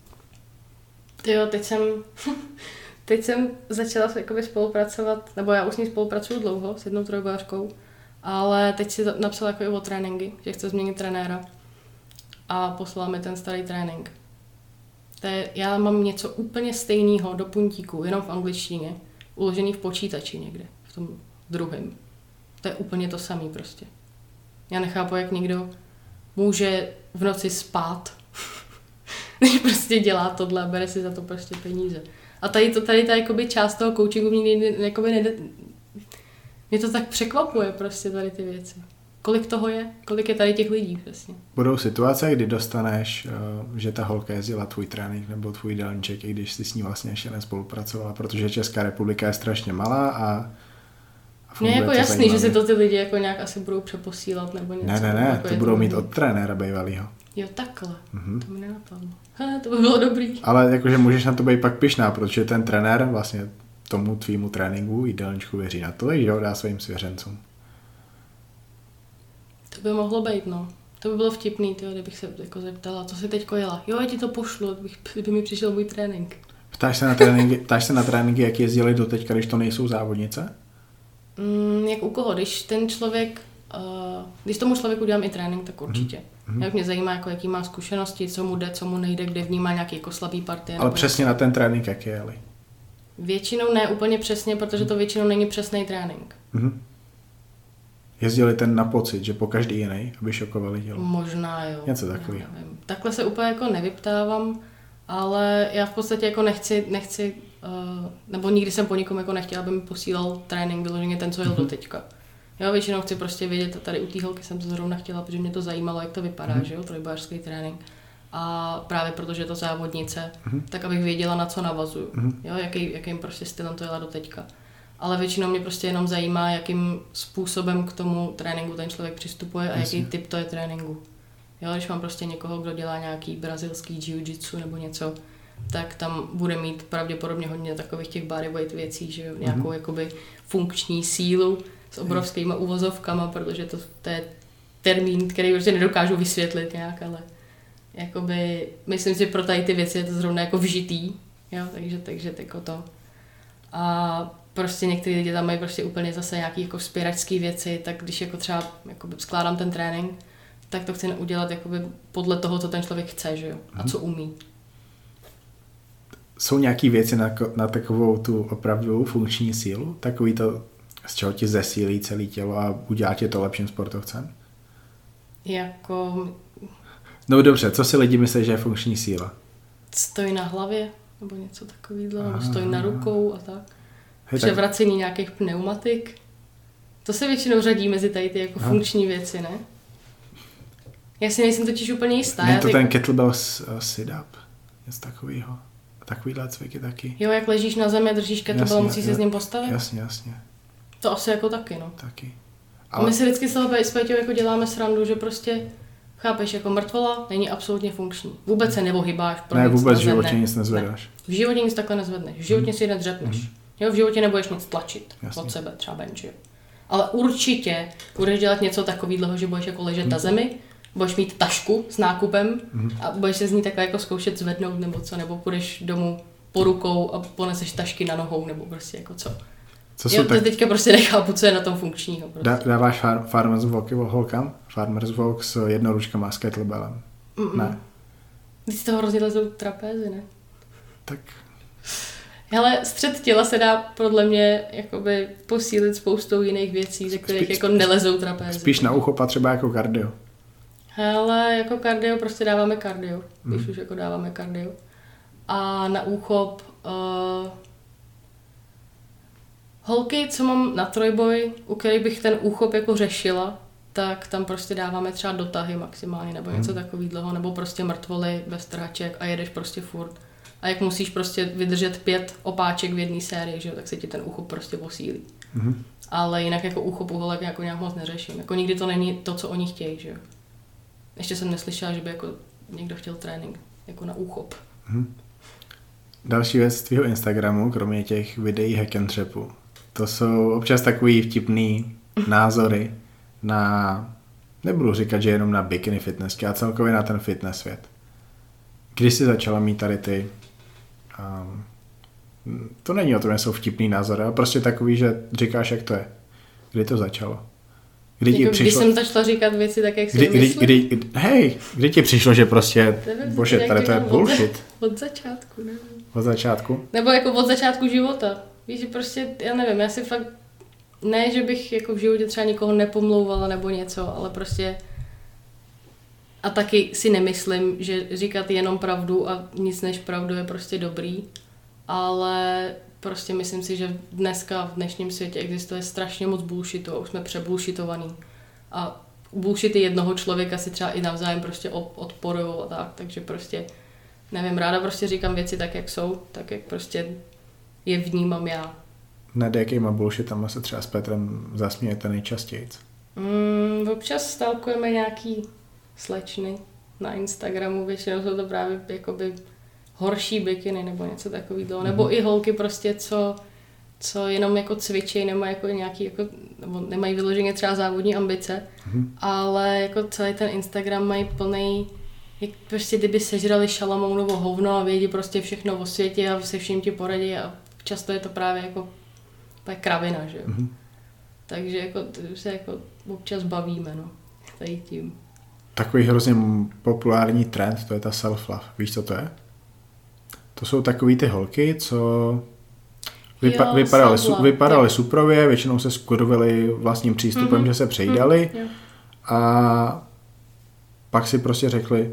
Jo, teď jsem, teď jsem začala jakoby spolupracovat, nebo já už s ní spolupracuju dlouho, s jednou trojbojařkou, ale teď si napsala jako i o tréninky, že chce změnit trenéra a poslala mi ten starý trénink. To je, já mám něco úplně stejného do puntíku, jenom v angličtině, uložený v počítači někde, v tom druhém. To je úplně to samé prostě. Já nechápu, jak někdo může v noci spát než prostě dělá tohle a bere si za to prostě peníze. A tady, to, tady ta jakoby část toho coachingu mě, jakoby nejde, mě to tak překvapuje prostě tady ty věci. Kolik toho je? Kolik je tady těch lidí přesně?
Budou situace, kdy dostaneš, že ta holka jezdila tvůj trénink nebo tvůj jídelníček, i když jsi s ní vlastně ještě nespolupracovala, protože Česká republika je strašně malá a
Mně je jako jasný, zajímavě. Že si to ty lidi jako nějak asi budou přeposílat nebo něco.
Ne, ne, ne, jako to budou to mít od trenéra bývalýho.
Jo, takhle. Mm-hmm. To mi nenapadlo. He, to by bylo dobrý.
Ale jakože můžeš na to být pak pyšná, protože ten trenér vlastně tomu tvýmu tréninku, jídelníčku věří na to, že ho dá svým svěřencům.
To by mohlo být, no. To by bylo vtipný, tyjo, kdybych se jako zeptala, co jsi teďko jela. Jo, já ti to pošlu, kdyby mi přišel můj trénink.
Ptáš se na tréninky, ptáš se na tréninky, jak jezdili do teďka, když to nejsou závodnice?
Mm, jak u koho? Když ten člověk, uh, když tomu člověku dělám i trénink, tak určitě. Mm-hmm. Jak mě zajímá, jako, jaký má zkušenosti, co mu jde, co mu nejde, kde vnímá nějaký jako slabý partie.
Ale přesně na ten trénink, jak jeli?
Většinou ne úplně přesně, protože to většinou není přesný trénink.
Mm-hmm. Jezdili ten na pocit, že po každý jiný, aby šokovali tělo?
Možná jo.
Něco takového.
Takhle se úplně jako nevyptávám, ale já v podstatě jako nechci, nechci uh, nebo nikdy jsem po nikom jako nechtěla, aby mi posílal trénink, vyloženě ten, co jel mm-hmm. do teďka. Jo, většinou chci prostě vědět, tady u té holky jsem to zrovna chtěla, protože mě to zajímalo, jak to vypadá, mm-hmm. že jo, trojbojařský trénink. A právě protože je to závodnice, mm-hmm. tak abych věděla, na co navazuju, mm-hmm. jo, jaký, jakým prostě stylem to jela do teďka. Ale většinou mě prostě jenom zajímá, jakým způsobem k tomu tréninku ten člověk přistupuje a Jasně. jaký typ to je tréninku. Jo, když mám prostě někoho, kdo dělá nějaký brazilský jiu-jitsu nebo něco, tak tam bude mít pravděpodobně hodně takových těch bodyweight věcí, že jo, nějakou mm-hmm. jakoby funkční sílu s obrovskýma uvozovkama, protože to, to je termín, který prostě nedokážu vysvětlit nějak, ale jakoby, myslím si, pro tady ty věci je to zrovna jako vžitý, jo, takže, takže jako to. A prostě některý lidi tam mají prostě úplně zase nějaký jako vzpěračský věci, tak když jako třeba jakoby skládám ten trénink, tak to chci udělat jakoby podle toho, co ten člověk chce, že jo, a co umí.
Jsou nějaký věci na, na takovou tu opravdu funkční sílu? Takový to, z čeho ti zesílí celé tělo a udělá tě to lepším sportovcem?
Jako...
No dobře, co si lidi myslí, že je funkční síla?
Stojí na hlavě, nebo něco takového, nebo stojí na rukou a tak.
Hej,
Převracení tak... nějakých pneumatik. To se většinou řadí mezi tady ty jako Aha. funkční věci, ne? Já si nejsem totiž úplně jistá.
Ne, to
ty...
ten kettlebell uh, sit-up. Něco takového. Takovýhle cviky taky.
Jo, jak ležíš na zemi a držíš kettlebell, musíš se s ním postavit?
Jasně, jasně.
To asi jako taky, no.
Taky.
Ale... My si vždycky s Péťou jako děláme srandu, že prostě chápeš, jako mrtvola není absolutně funkční. Vůbec se nevohybáš. Pro
ne,
nic
vůbec v životě nic nezvedáš.
Ne. V životě nic takhle nezvedneš. V životě hmm. si nedřepneš. Hmm. Jo, v životě nebudeš nic tlačit
Jasně.
od sebe, třeba bench, jo. Ale určitě budeš dělat něco takového, že budeš jako ležet hmm. na zemi, budeš mít tašku s nákupem hmm. a budeš se z ní takhle jako zkoušet zvednout nebo co, nebo půjdeš domů po rukou a poneseš tašky na nohou, nebo prostě jako co. Co jo, to tak... teďka prostě nechápu, co je na tom funkčního. Prostě.
Dá, dáváš far, farmer's walk holkám? Farmer's walk s jednoručkama s kettlebellem? Mm-mm. Ne.
Když z toho hrozně lezou trapézy, ne?
Tak...
Hele, střed těla se dá podle mě jakoby posílit spoustou jiných věcí, ze kterých Spí, jako nelezou trapézy.
Spíš na ucho třeba jako kardio.
Hele, jako kardio prostě dáváme kardio, mm. když už jako dáváme kardio. A na úchop... Uh, holky, co mám na trojboj, u kterých bych ten úchop jako řešila, tak tam prostě dáváme třeba dotahy maximálně, nebo něco hmm. takového, nebo prostě mrtvoly bez trhaček a jedeš prostě furt. A jak musíš prostě vydržet pět opáček v jedné sérii, že, tak se ti ten úchop prostě posílí. Hmm. Ale jinak jako úchop u holek jako nějak moc neřeším. Jako nikdy to není to, co oni chtějí, že jo. Ještě jsem neslyšela, že by jako někdo chtěl trénink jako na úchop.
Hmm. Další věc z tvýho Instagramu, kromě těch videí hack and trapu. To jsou občas takový vtipný názory na, nebudu říkat, že jenom na bikini fitnessky, a celkově na ten fitness svět. Když jsi začala mít tady ty, um, to není o tom, že jsou vtipný názory, ale prostě takový, že říkáš, jak to je. Kdy to začalo? Kdy
jako,
ti přišlo...
Když jsem začala říkat věci tak, jak si
kdy, kdy, kdy, kdy, hej, kdy ti přišlo, že prostě, nevím, bože, tady to je bullshit.
Od, od začátku, nevím.
Od začátku?
Nebo jako od začátku života. Víš, že prostě, já nevím, já si fakt, ne, že bych jako v životě třeba nikoho nepomlouvala nebo něco, ale prostě A taky si nemyslím, že říkat jenom pravdu a nic než pravdu je prostě dobrý, ale prostě myslím si, že dneska v dnešním světě existuje strašně moc bullshitu a už jsme přebullshitovaný. A bullshity jednoho člověka si třeba i navzájem prostě odporujou a tak, takže prostě nevím, ráda prostě říkám věci tak, jak jsou, tak, jak prostě je vnímám já.
Nad jakýma bullshitama se třeba s Petrem zasmějete nejčastěji?
Mm, občas stalkujeme nějaký slečny na Instagramu, většinou jsou to právě jakoby horší bikiny nebo něco takového, mm-hmm. nebo i holky prostě, co, co jenom jako cvičí, nemají jako nějaký, jako, nebo nemají vyloženě třeba závodní ambice, mm-hmm. ale jako celý ten Instagram mají plný, jak prostě kdyby sežrali Šalamounovo hovno a vědí prostě všechno o světě a se vším ti poradí a často je to právě jako kravina, že jo. Mm-hmm. Takže jako se jako občas bavíme, no, tady tím.
Takový hrozně populární trend, to je ta self-love. Víš, co to je? To jsou takový ty holky, co vypa- jo, vypadaly, su- vypadaly suprově, většinou se skurvily vlastním přístupem, mm-hmm. že se přejídali mm-hmm. a pak si prostě řekli,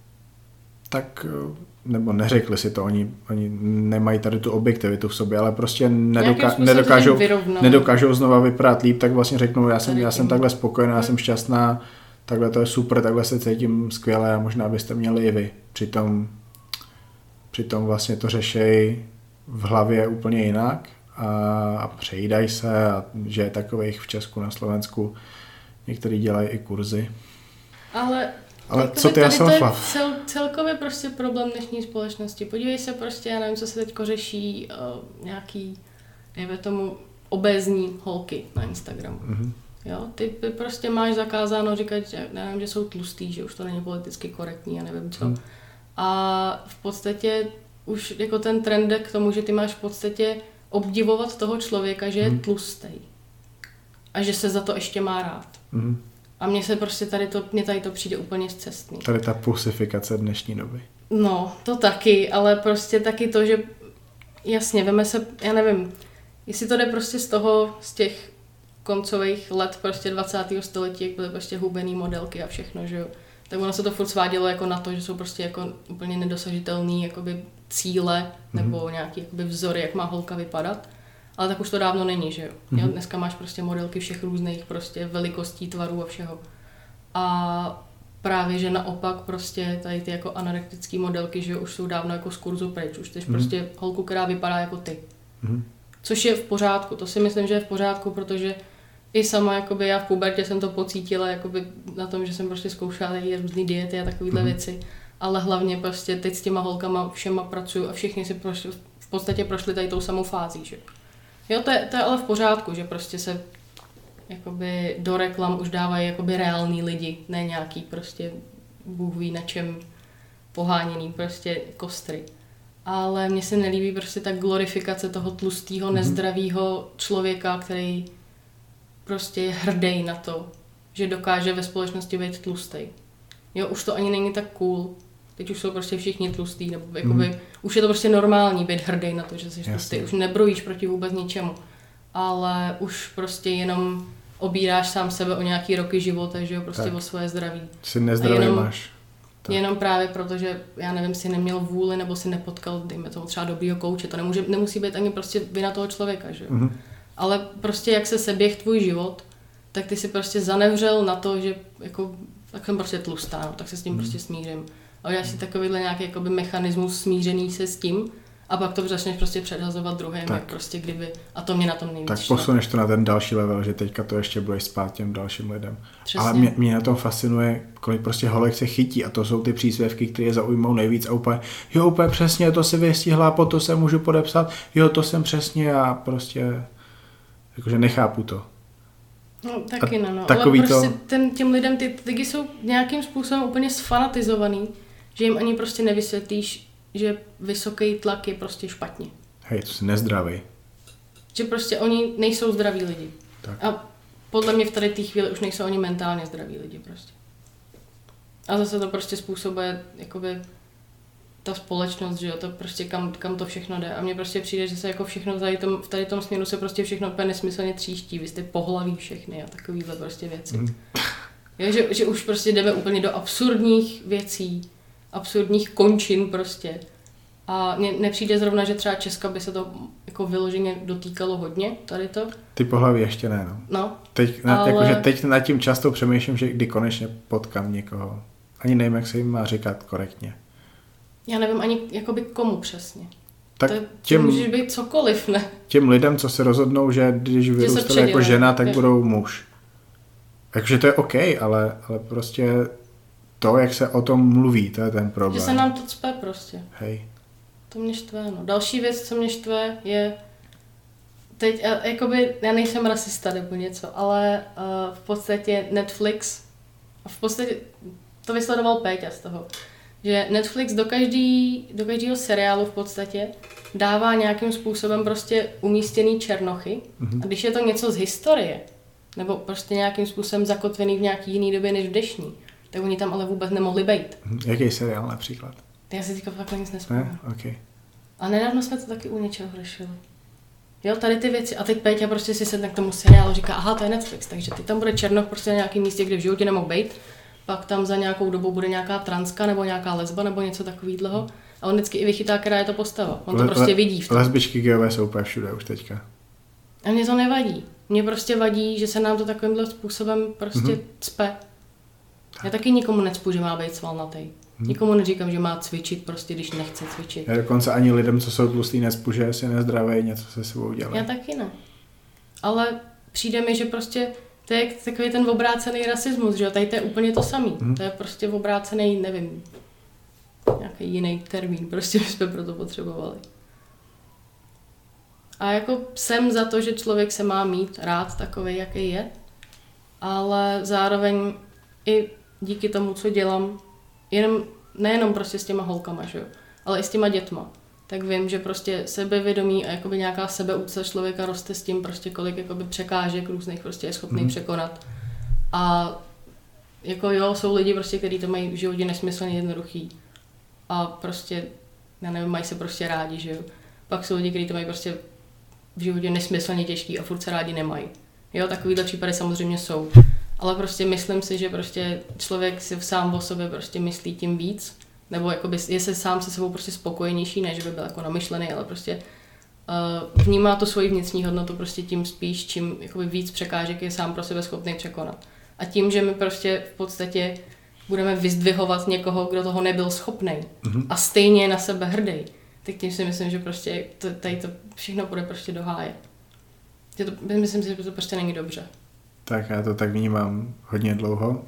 tak, nebo neřekli si to, oni, oni nemají tady tu objektivitu v sobě, ale prostě nedoka- nedokážou, nedokážou znova vypadat líp, tak vlastně řeknou, já jsem, já jsem takhle spokojená, já jsem šťastná, takhle to je super, takhle se cítím skvěle a možná byste měli i vy. Přitom, přitom vlastně to řešejí v hlavě úplně jinak a, a přejídají se a že je takových v Česku, na Slovensku. Někteří dělají i kurzy.
Ale,
Ale co ty a self-love?
Cel, celkově prostě problém dnešní společnosti. Podívej se prostě, já nevím, co se teďko řeší, uh, nějaký, nevím tomu, obézní holky na Instagramu. Mm-hmm. Jo, ty prostě máš zakázáno říkat, že, nevím, že jsou tlustý, že už to není politicky korektní, já nevím co. Hmm. A v podstatě už jako ten trend jde k tomu, že ty máš v podstatě obdivovat toho člověka, že je hmm. tlustej. A že se za to ještě má rád. Hmm. A mně se prostě tady to, mně tady to přijde úplně zcestný.
Tady ta pusifikace dnešní doby.
No, to taky, ale prostě taky to, že jasně, veme se, já nevím, jestli to jde prostě z toho, z těch koncových let prostě dvacátého století, jak byly prostě hubený modelky a všechno, že jo. Tak ono se to furt svádělo jako na to, že jsou prostě jako úplně nedosažitelný jakoby cíle mm-hmm. nebo nějaký jakoby vzory, jak má holka vypadat. Ale tak už to dávno není, že jo. Mm-hmm. jo. Dneska máš prostě modelky všech různých prostě velikostí, tvarů a všeho. A právě, že naopak prostě tady ty jako anorektický modelky, že jo, už jsou dávno jako z kurzu pryč. Už jsi mm-hmm. prostě holku, která vypadá jako ty. Mm-hmm. Což je v pořádku, to si myslím, že je v pořádku, protože i sama, jakoby já v pubertě jsem to pocítila jakoby na tom, že jsem prostě zkoušela jí různý diety a takovéhle mm-hmm. věci, ale hlavně prostě teď s těma holkama všema pracuju a všichni si prošli, v podstatě prošli tady tou samou fází, že? Jo, to je, to je ale v pořádku, že prostě se jakoby do reklam už dávají jakoby reální lidi, ne nějaký prostě Bůh ví na čem poháněný prostě kostry. Ale mně se nelíbí prostě ta glorifikace toho tlustého, mm-hmm. nezdravého člověka, který prostě je hrdý na to, že dokáže ve společnosti být tlustý. Jo, už to ani není tak cool. Teď už jsou prostě všichni tlustý, nebo jakoby, mm. už je to prostě normální být hrdý na to, že jsi tlustý. Už nebrojíš proti vůbec ničemu. Ale už prostě jenom obíráš sám sebe o nějaký roky života, že jo, prostě tak. o svoje zdraví.
Jsi nezdravý jenom, máš.
Tak. Jenom právě proto, že já nevím, si neměl vůli, nebo si nepotkal, dejme tomu třeba dobrýho kouče. To nemůže, nemusí být ani prostě vina toho člověka, že jo. Mm. Ale prostě jak se seběh tvůj život, tak ty si prostě zanevřel na to, že jako, tak jsem prostě tlustá, no, tak se s tím mm. prostě smířím. A já si takovýhle nějaký jakoby mechanismus smířený se s tím a pak to začneš prostě předhazovat druhým, jak prostě kdyby, a to mě na tom nejvíc.
Tak posuneš to na ten další level, že teďka to ještě budeš spát těm dalším lidem. Přesně. Ale mě, mě na tom fascinuje, kolik prostě holek se chytí a to jsou ty příspěvky, které je zaujmou nejvíc a úplně, jo úplně přesně, to si vystihla, po to se můžu podepsat, jo to jsem přesně a prostě jakože nechápu to.
No taky ne, no, ale prostě to... ten, těm lidem ty lidi jsou nějakým způsobem úplně sfanatizovaný, že jim ani prostě nevysvětlíš, že vysoký tlak je prostě špatně.
Hej, to jsi nezdravý.
Že prostě oni nejsou zdraví lidi. Tak. A podle mě v tady té chvíli už nejsou oni mentálně zdraví lidi prostě. A zase to prostě způsobuje jakoby ta společnost, že jo, to prostě kam, kam to všechno jde. A mně prostě přijde, že se jako všechno v tady tom, v tady tom směru se prostě všechno úplně nesmyslně tříští. Vy jste pohlaví všechny a takovýhle prostě věci. Mm. Jo, že, že už prostě jdeme úplně do absurdních věcí, absurdních končin prostě. A mně nepřijde zrovna, že třeba Česka by se to jako vyloženě dotýkalo hodně, tady to.
Ty pohlaví ještě ne, no.
No.
Teď,
ale...
jakože teď nad tím často přemýšlím, že kdy konečně potkám někoho. Ani nevím, jak se jim má říkat korektně.
Já nevím ani jakoby komu přesně.
Tak
to
těm,
můžeš být cokoliv, ne?
Těm lidem, co se rozhodnou, že když vyrůstali jako žena, tak je. budou muž. Takže to je OK, ale, ale prostě to, jak se o tom mluví, to je ten problém.
Že se nám to cpe prostě.
Hej.
To mě štve, no. Další věc, co mě štve, je teď, jakoby, já nejsem rasista nebo něco, ale uh, v podstatě Netflix, v podstatě to vysledoval Péťa z toho, že Netflix do, každý, do každého seriálu v podstatě dává nějakým způsobem prostě umístěný černochy. Mm-hmm. A když je to něco z historie, nebo prostě nějakým způsobem zakotvený v nějaký jiný době než v dnešní, tak oni tam ale vůbec nemohli být.
Jaký seriál například?
Já si teďka fakt nic nespomínám.
Ne? Okay.
A nedávno jsme to taky u něčeho řešili. Jo, tady ty věci. A teď Péťa prostě si sedne k tomu seriálu, říká, aha, to je Netflix, takže ty tam bude černoch prostě na nějakém místě, kde v životě nemohl být. Pak tam za nějakou dobu bude nějaká transka nebo nějaká lesba nebo něco takového. A on vždycky i vychytá, která je to postava. On to le, prostě vidí. V tom.
Lesbičky gejové jsou úplně všude už teďka.
A mě to nevadí. Mně prostě vadí, že se nám to takovýmhle způsobem prostě mm-hmm. cpe. Já taky nikomu necpu, že má být svalnatý. Hmm. Nikomu neříkám, že má cvičit, prostě když nechce cvičit.
Já dokonce ani lidem, co jsou tlustý, necpu, že si nezdraví, něco se sebou dělají.
Já taky ne. Ale přijde mi, že prostě to je takový ten obrácený rasismus, že jo? Tady to je úplně to samý. Hmm. To je prostě obrácený, nevím, nějaký jiný termín, prostě bychom pro to potřebovali. A jako jsem za to, že člověk se má mít rád takovej, jaký je, ale zároveň i díky tomu, co dělám, jenom, nejenom prostě s těma holkama, že jo, ale i s těma dětma, tak vím, že prostě sebevědomí a jakoby nějaká sebeúcta člověka roste s tím prostě kolik jakoby překážek různých prostě je schopný mm. překonat. A jako jo, jsou lidi prostě, kteří to mají v životě nesmyslně jednoduchý a prostě, já nevím, mají se prostě rádi, že jo. Pak jsou lidi, kteří to mají prostě v životě nesmyslně těžký a furt se rádi nemají. Jo, takovýhle případy samozřejmě jsou. Ale prostě myslím si, že prostě člověk si sám o sobě prostě myslí tím víc, nebo jakoby je se sám se sebou prostě spokojenější, než by byl jako namyšlený, ale prostě uh, vnímá tu svoji vnitřní hodnotu prostě tím spíš, čím jakoby víc překážek je sám pro sebe schopný překonat. A tím, že my prostě v podstatě budeme vyzdvihovat někoho, kdo toho nebyl schopný mm-hmm. a stejně je na sebe hrdý, tak tím si myslím, že prostě to, tady to všechno bude prostě do háje. To, myslím si, že to prostě není dobře.
Tak já to tak vnímám hodně dlouho.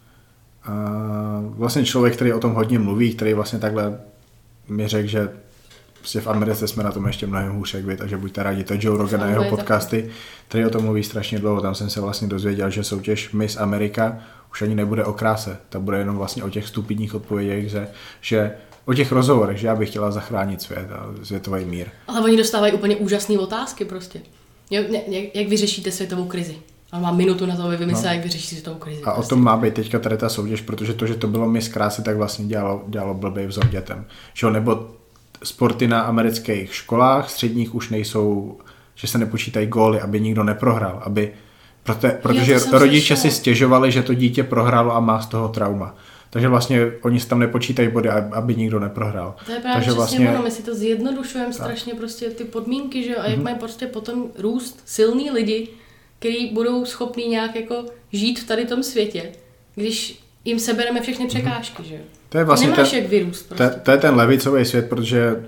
A vlastně člověk, který o tom hodně mluví, který vlastně takhle mi řekl, že prostě v Americe jsme na tom ještě mnohem hůř, jak vy, takže buďte rádi, to Joe Rogan a jeho podcasty, který o tom mluví strašně dlouho. Tam jsem se vlastně dozvěděl, že soutěž Miss Amerika už ani nebude o kráse, ta bude jenom vlastně o těch stupidních odpovědích, že, že o těch rozhovorech, že já bych chtěla zachránit svět a světový mír. Ale
oni dostávají úplně úžasné otázky prostě. Jak, jak vyřešíte světovou krizi? A má minutu na to, aby vymyslel, no. jak vyřešit světovou krizi.
A prostě. O tom má být teďka tady ta soutěž, protože to, že to bylo Miss Krásy, tak vlastně dělalo, dělalo blbý vzor dětem. Že nebo sporty na amerických školách, středních už nejsou, že se nepočítají góly, aby nikdo neprohrál, aby, proto, protože rodiče si stěžovali, že to dítě prohrálo a má z toho trauma. Takže vlastně oni si tam nepočítají body, aby nikdo neprohrál.
To je právě
Takže
přesně
vlastně
ono, my si to zjednodušujeme strašně prostě ty podmínky, že jo, a jak mm-hmm. mají prostě potom růst silný lidi, který budou schopní nějak jako žít v tady tom světě, když jim sebereme všechny překážky, že jo.
To je vlastně
nemáš
ten,
jak vyrůst prostě.
To, to je ten levicový svět, protože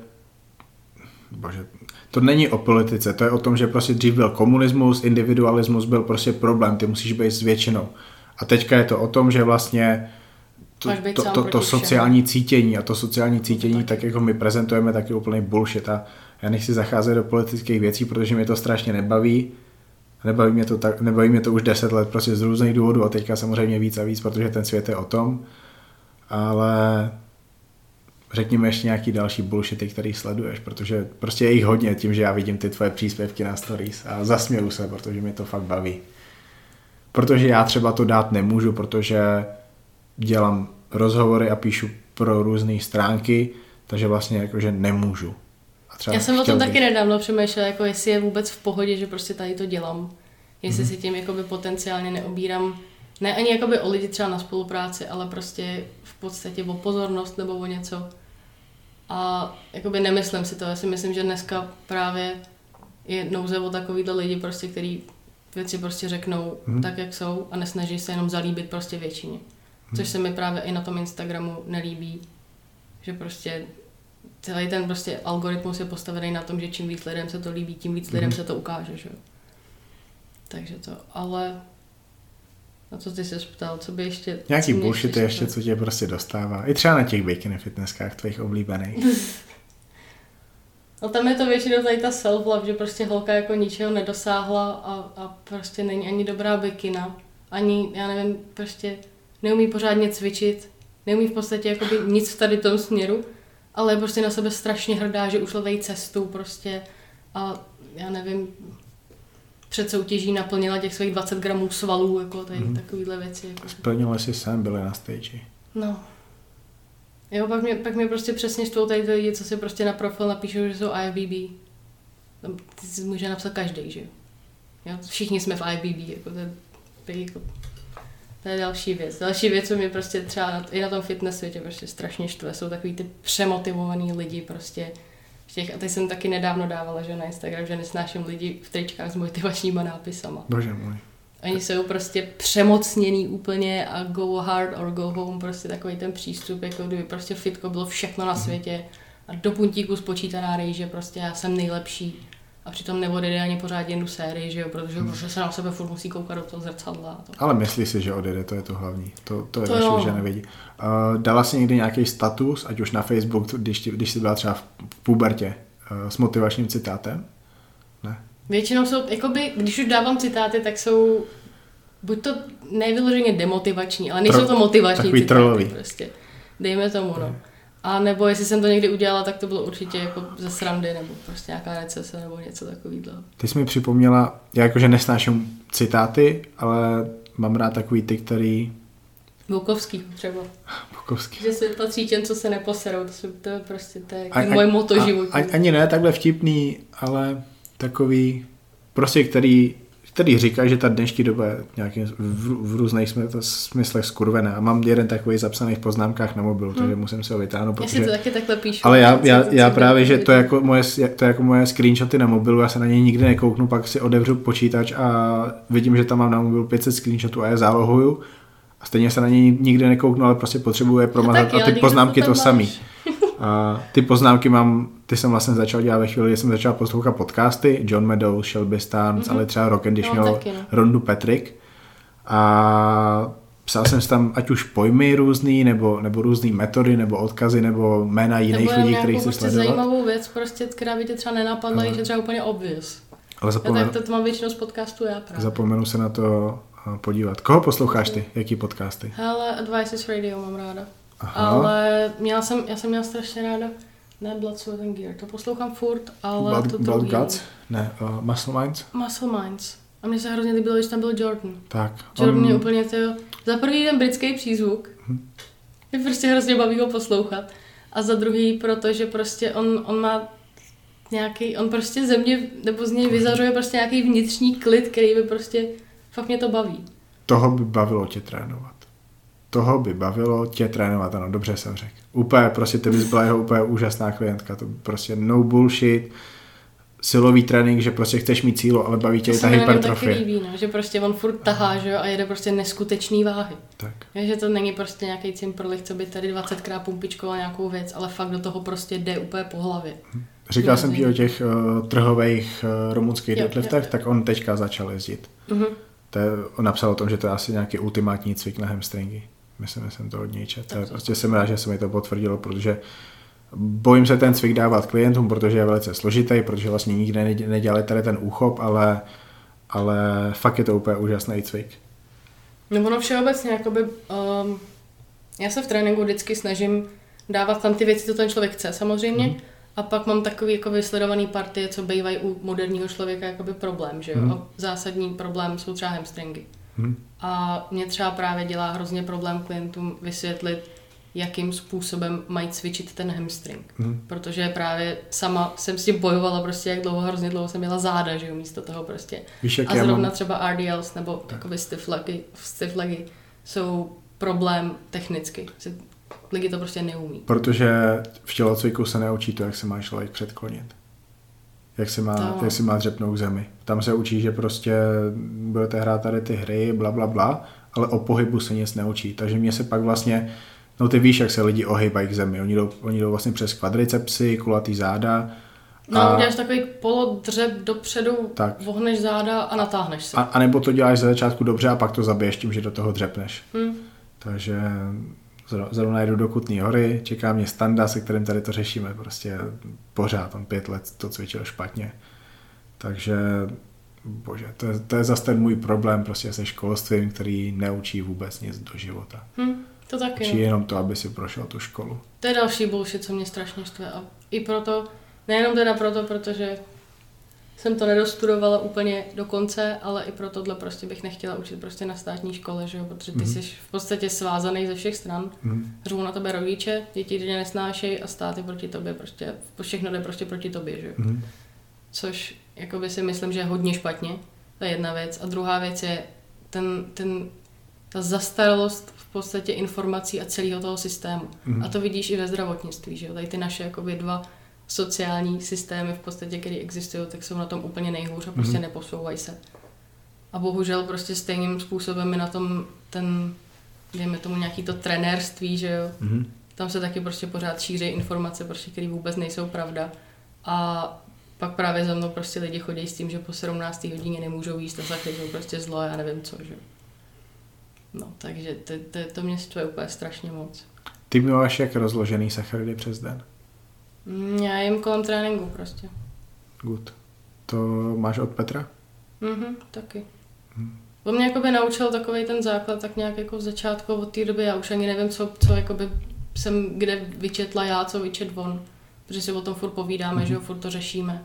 bože, to není o politice, to je o tom, že prostě dřív byl komunismus, individualismus byl prostě problém, ty musíš být s většinou. A teďka je to o tom, že vlastně to, to, to, to sociální cítění a to sociální cítění, tak jak ho my prezentujeme, tak je úplný bullshit a já nechci zacházet do politických věcí, protože mě to strašně nebaví. Nebaví mě to, tak, nebaví mě to už deset let prostě z různých důvodů a teďka samozřejmě víc a víc, protože ten svět je o tom. Ale řekněme ještě nějaký další bullshity, který sleduješ, protože prostě je jich hodně tím, že já vidím ty tvoje příspěvky na stories a zasměju se, protože mě to fakt baví. Protože já třeba to dát nemůžu, protože dělám rozhovory a píšu pro různé stránky, takže vlastně jakože nemůžu.
Já jsem o tom bych. taky nedávno přemýšlela, jako jestli je vůbec v pohodě, že prostě tady to dělám. Jestli mm. si tím jakoby potenciálně neobírám ne ani jakoby o lidi třeba na spolupráci, ale prostě v podstatě o pozornost nebo o něco. A jakoby nemyslím si to, já si myslím, že dneska právě je nouze o takovýhle lidi, prostě, který věci prostě řeknou hmm. tak, jak jsou a nesnaží se jenom zalíbit prostě většině. Hmm. Což se mi právě i na tom Instagramu nelíbí, že prostě celý ten prostě algoritmus je postavený na tom, že čím víc lidem se to líbí, tím víc lidem hmm. se to ukáže, že jo. Takže to, ale na co ty se ptal, co by ještě...
Nějaký bullshit je ještě, co tě prostě dostává. I třeba na těch bikini fitnesskách tvých oblíbených.
No tam je to většinou tady ta self-love, že prostě holka jako ničeho nedosáhla a, a prostě není ani dobrá bikina. Ani, já nevím, prostě neumí pořádně cvičit, neumí v podstatě jakoby nic v tady tom směru, ale je prostě na sebe strašně hrdá, že ušla tady cestu prostě a já nevím, před soutěží naplnila těch svých dvacet gramů svalů, jako tady mm. takovýhle věci. Jako.
Splnila si sem, byli na stage.
No. Jo, pak mě, pak mě prostě přesně štvou tady ty lidi, co si prostě na profil napíšou, že jsou I F B B. Tam ty si může napsat každej, že jo. Všichni jsme v I F B B, jako to, to, jako, to je další věc. Další věc, co mě prostě třeba na, i na tom fitness světě prostě strašně štve, jsou takový ty přemotivovaný lidi prostě. Těch, a teď jsem taky nedávno dávala, že na Instagram, že nesnáším lidi v tričkách s motivačníma nápisama.
Bože můj.
Oni jsou prostě přemocněný úplně a go hard or go home, prostě takový ten přístup, jako kdyby prostě fitko bylo všechno na světě a do puntíku spočítaná rejže, prostě já jsem nejlepší a přitom neodjede ani pořád jednu sérii, že jo, protože hmm. se na sebe furt musí koukat do toho zrcadla. A to.
Ale myslí si, že odjede, to je to hlavní, to, to je to další, že nevědí. Uh, dala jsi někdy nějaký status, ať už na Facebook, když, když jsi byla třeba v pubertě, uh, s motivačním citátem? Ne?
Většinou jsou, jakoby, když už dávám citáty, tak jsou buď to nevyloženě demotivační, ale nejsou Tro, to motivační citáty. Trollový. Prostě. Dejme tomu, no. A nebo jestli jsem to někdy udělala, tak to bylo určitě jako ze srandy, nebo prostě nějaká recese, nebo něco takového.
Ty jsi mi připomněla, já jakože nesnáším citáty, ale mám rád takový ty, který...
Bukovský třeba.
Bukovský.
Že se patří těm, co se neposerou, to, jsou, to je prostě to je a, moje moto životní.
Ani ne takhle vtipný, ale takový, prostě který, který říká, že ta dnešní doba je nějakým, v, v různých smyslech skurvená. A mám jeden takový zapsaný v poznámkách na mobilu, hmm. takže musím se ho vytáhnout.
Protože... Já si to taky takhle píšu.
Ale já, já, já právě, že to je, jako moje, to je jako moje screenshoty na mobilu, já se na něj nikdy nekouknu, pak si otevřu počítač a vidím, že tam mám na mobilu pět set screenshotů a je zálohuju. A stejně se na něj nikdy nekouknu, ale prostě potřebuji je promazat. A, a ty poznámky to, to samý. A ty poznámky mám, ty jsem vlastně začal dělat ve chvíli, kdy jsem začal poslouchat podcasty, John Meadows, Shelby Stans, mm-hmm. ale třeba Rocken, když no, měl taky, no. Rondu Patrick. A psal jsem si tam ať už pojmy různý, nebo, nebo různý metody, nebo odkazy, nebo jména jiných lidí, kterých si sledovat. Nebo
zajímavou věc, prostě, která by tě třeba nenapadla, ale... že třeba úplně obvious.
Ale zapomenu...
Já tak to mám většinou z podcastu já právě.
Zapomenu se na to podívat. Koho posloucháš ty? Jaký podcasty?
Hele, Advices Radio mám ráda. Aha. Ale měla jsem, já jsem měla strašně ráda, ne Blood, Sweat and Gear, to poslouchám furt, ale
Blood,
to
Blood Guts? Ne, uh, Muscle Minds?
Muscle Minds. A mně se hrozně líbilo, když tam byl Jordan.
Tak.
Jordan on... je úplně tyjo, za prvý ten britský přízvuk, hm. mě prostě hrozně baví ho poslouchat. A za druhý, protože prostě on, on má nějaký, on prostě ze mě, nebo z něj vyzařuje prostě nějaký vnitřní klid, který by prostě, fakt mě to baví.
Toho by bavilo tě trénovat. Toho by bavilo tě trénovat, ano, dobře jsem řekl. Úplně, prostě ty bys byla jeho úplně úžasná klientka, to prostě no bullshit, silový trénink, že prostě chceš mít sílu, ale baví tě i ta hypertrofie.
To se mi líbí, no, že prostě on furt tahá, že jo, a jede prostě neskutečný váhy.
Tak.
Je, že to není prostě nějaký cimprlich, co by tady dvacetkrát pumpičkoval nějakou věc, ale fakt do toho prostě jde úplně po hlavě.
Hm. Říkal jsem ti o těch uh, trhových uh, rumunských deadliftech, tak on teďka začal jezdit. Uh-huh. To je, on napsal o tom, že to je asi nějaký ultimátní cvik na hamstringy. Myslím, že jsem to od něj četl. Prostě jsem rád, že se mi to potvrdilo, protože bojím se ten cvik dávat klientům, protože je velice složitý, protože vlastně nikdy nedělali tady ten úchop, ale, ale fakt je to úplně úžasný cvik.
No ono všeobecně, jakoby, um, já se v tréninku vždycky snažím dávat tam ty věci, co ten člověk chce samozřejmě, mm. a pak mám takový jako vysledovaný partie, co bývají u moderního člověka jakoby problém, že jo? Mm. A zásadní problém jsou třeba hamstringy. Hmm. A mě třeba právě dělá hrozně problém klientům vysvětlit, jakým způsobem mají cvičit ten hamstring.
Mm.
Protože právě sama jsem s tím bojovala prostě, jak dlouho, hrozně dlouho jsem měla záda, že jo, místo toho prostě.
Víš, jak
a zrovna
mám...
třeba R D Ls nebo jakoby stiff legy, stiff legy jsou problém technicky. Lidi to prostě neumí.
Protože v tělocviku se neučí to, jak se má člověk předklonit. Jak se má,
to...
jak se má dřepnout k zemi. Tam se učí, že prostě budete hrát tady ty hry, bla, bla, bla, ale o pohybu se nic neučí. Takže mě se pak vlastně, no ty víš, jak se lidi ohýbají k zemi. Oni jdou, oni jdou vlastně přes kvadricepsy, kulatý záda.
No,
a...
uděláš takový polodřep dopředu, tak. Vohneš záda a natáhneš se.
A, a nebo to děláš ze začátku dobře a pak to zabiješ tím, že do toho dřepneš.
Hmm.
Takže zrovna jdu do Kutný Hory, čeká mě Standa, se kterým tady to řešíme. Prostě pořád, on pět let to cvičil špatně. Takže, bože, to je, to je zase ten můj problém prostě se školstvím, který neučí vůbec nic do života.
Hmm, to taky.
Učí jenom to, aby si prošel tu školu.
To je další bullshit, co mě strašně štve. A i proto, nejenom teda proto, protože jsem to nedostudovala úplně do konce, ale i pro tohle prostě bych nechtěla učit prostě na státní škole, že jo? Protože ty mm. jsi v podstatě svázaný ze všech stran. Mm. Řvou na tebe rodiče, děti tě nesnášejí a státy proti tobě prostě, všechno jde prostě proti tobě, že jo? Mm. Což jakoby si myslím, že je hodně špatně, to je jedna věc. A druhá věc je ten, ten, ta zastaralost v podstatě informací a celého toho systému. Mm. A to vidíš i ve zdravotnictví, že jo? Tady ty naše jakoby dva sociální systémy v podstatě, které existují, tak jsou na tom úplně nejhůř a prostě mm-hmm. neposouvají se. A bohužel prostě stejným způsobem je na tom ten, dejme tomu nějaký to trenérství, že jo. Mm-hmm. Tam se taky prostě pořád šíří informace, prostě, které vůbec nejsou pravda. A pak právě za mnou prostě lidi chodí s tím, že po sedmnácté hodině nemůžou jíst a sachry jsou prostě zlo a já nevím co, že jo. No, takže to, to, to mě štve úplně strašně moc.
Ty máš jak rozložený sacharidy přes den?
Já jim kolem tréninku prostě.
Good. To máš od Petra?
Mhm, taky. Hmm. On mě jakoby naučil takovej ten základ tak nějak jako v začátku od té doby, já už ani nevím, co, co jakoby jsem kde vyčetla já, co vyčet on. Protože si o tom furt povídáme, mm-hmm. že jo, furt to řešíme.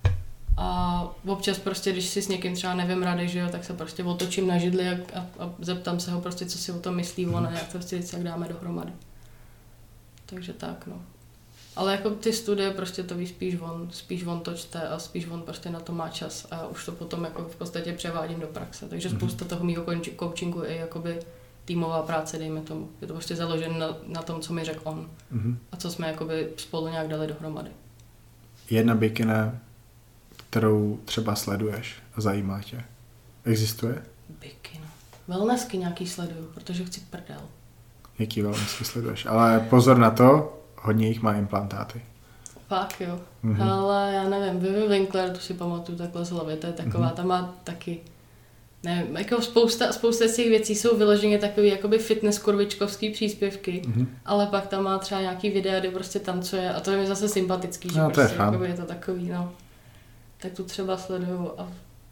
A občas prostě, když si s někým třeba nevím rady, že jo, tak se prostě otočím na židli a, a, a zeptám se ho prostě, co si o tom myslí on a jak to prostě vždycky dáme dohromady. Takže tak, no. Ale jako ty studie prostě to ví spíš on, spíš on to čte a spíš on prostě na to má čas a už to potom jako v podstatě převádím do praxe. Takže mm-hmm. spousta toho mýho coachingu je jakoby týmová práce, dejme tomu. Je to prostě založené na, na tom, co mi řekl on mm-hmm. a co jsme jakoby spolu nějak dali dohromady.
Jedna bikina, kterou třeba sleduješ a zajímá tě, existuje?
Bikina. Wellnessky nějaký sleduju, protože chci prdel.
Jaký wellnessky sleduješ? Ale pozor na to, hodně jich má implantáty.
Fakt jo. Mm-hmm. Ale já nevím, Vivi Winkler, to si pamatuju takhle z hlavy, to je taková, mm-hmm. ta má taky, nevím, jako spousta, spousta z těch věcí jsou vyloženě takový jakoby fitness kurvičkovský příspěvky, mm-hmm. ale pak tam má třeba nějaký videa, kde prostě tancuje a to je mi zase sympatický, že
no,
prostě
to je,
jakoby je to takový, no. Tak tu třeba sleduju a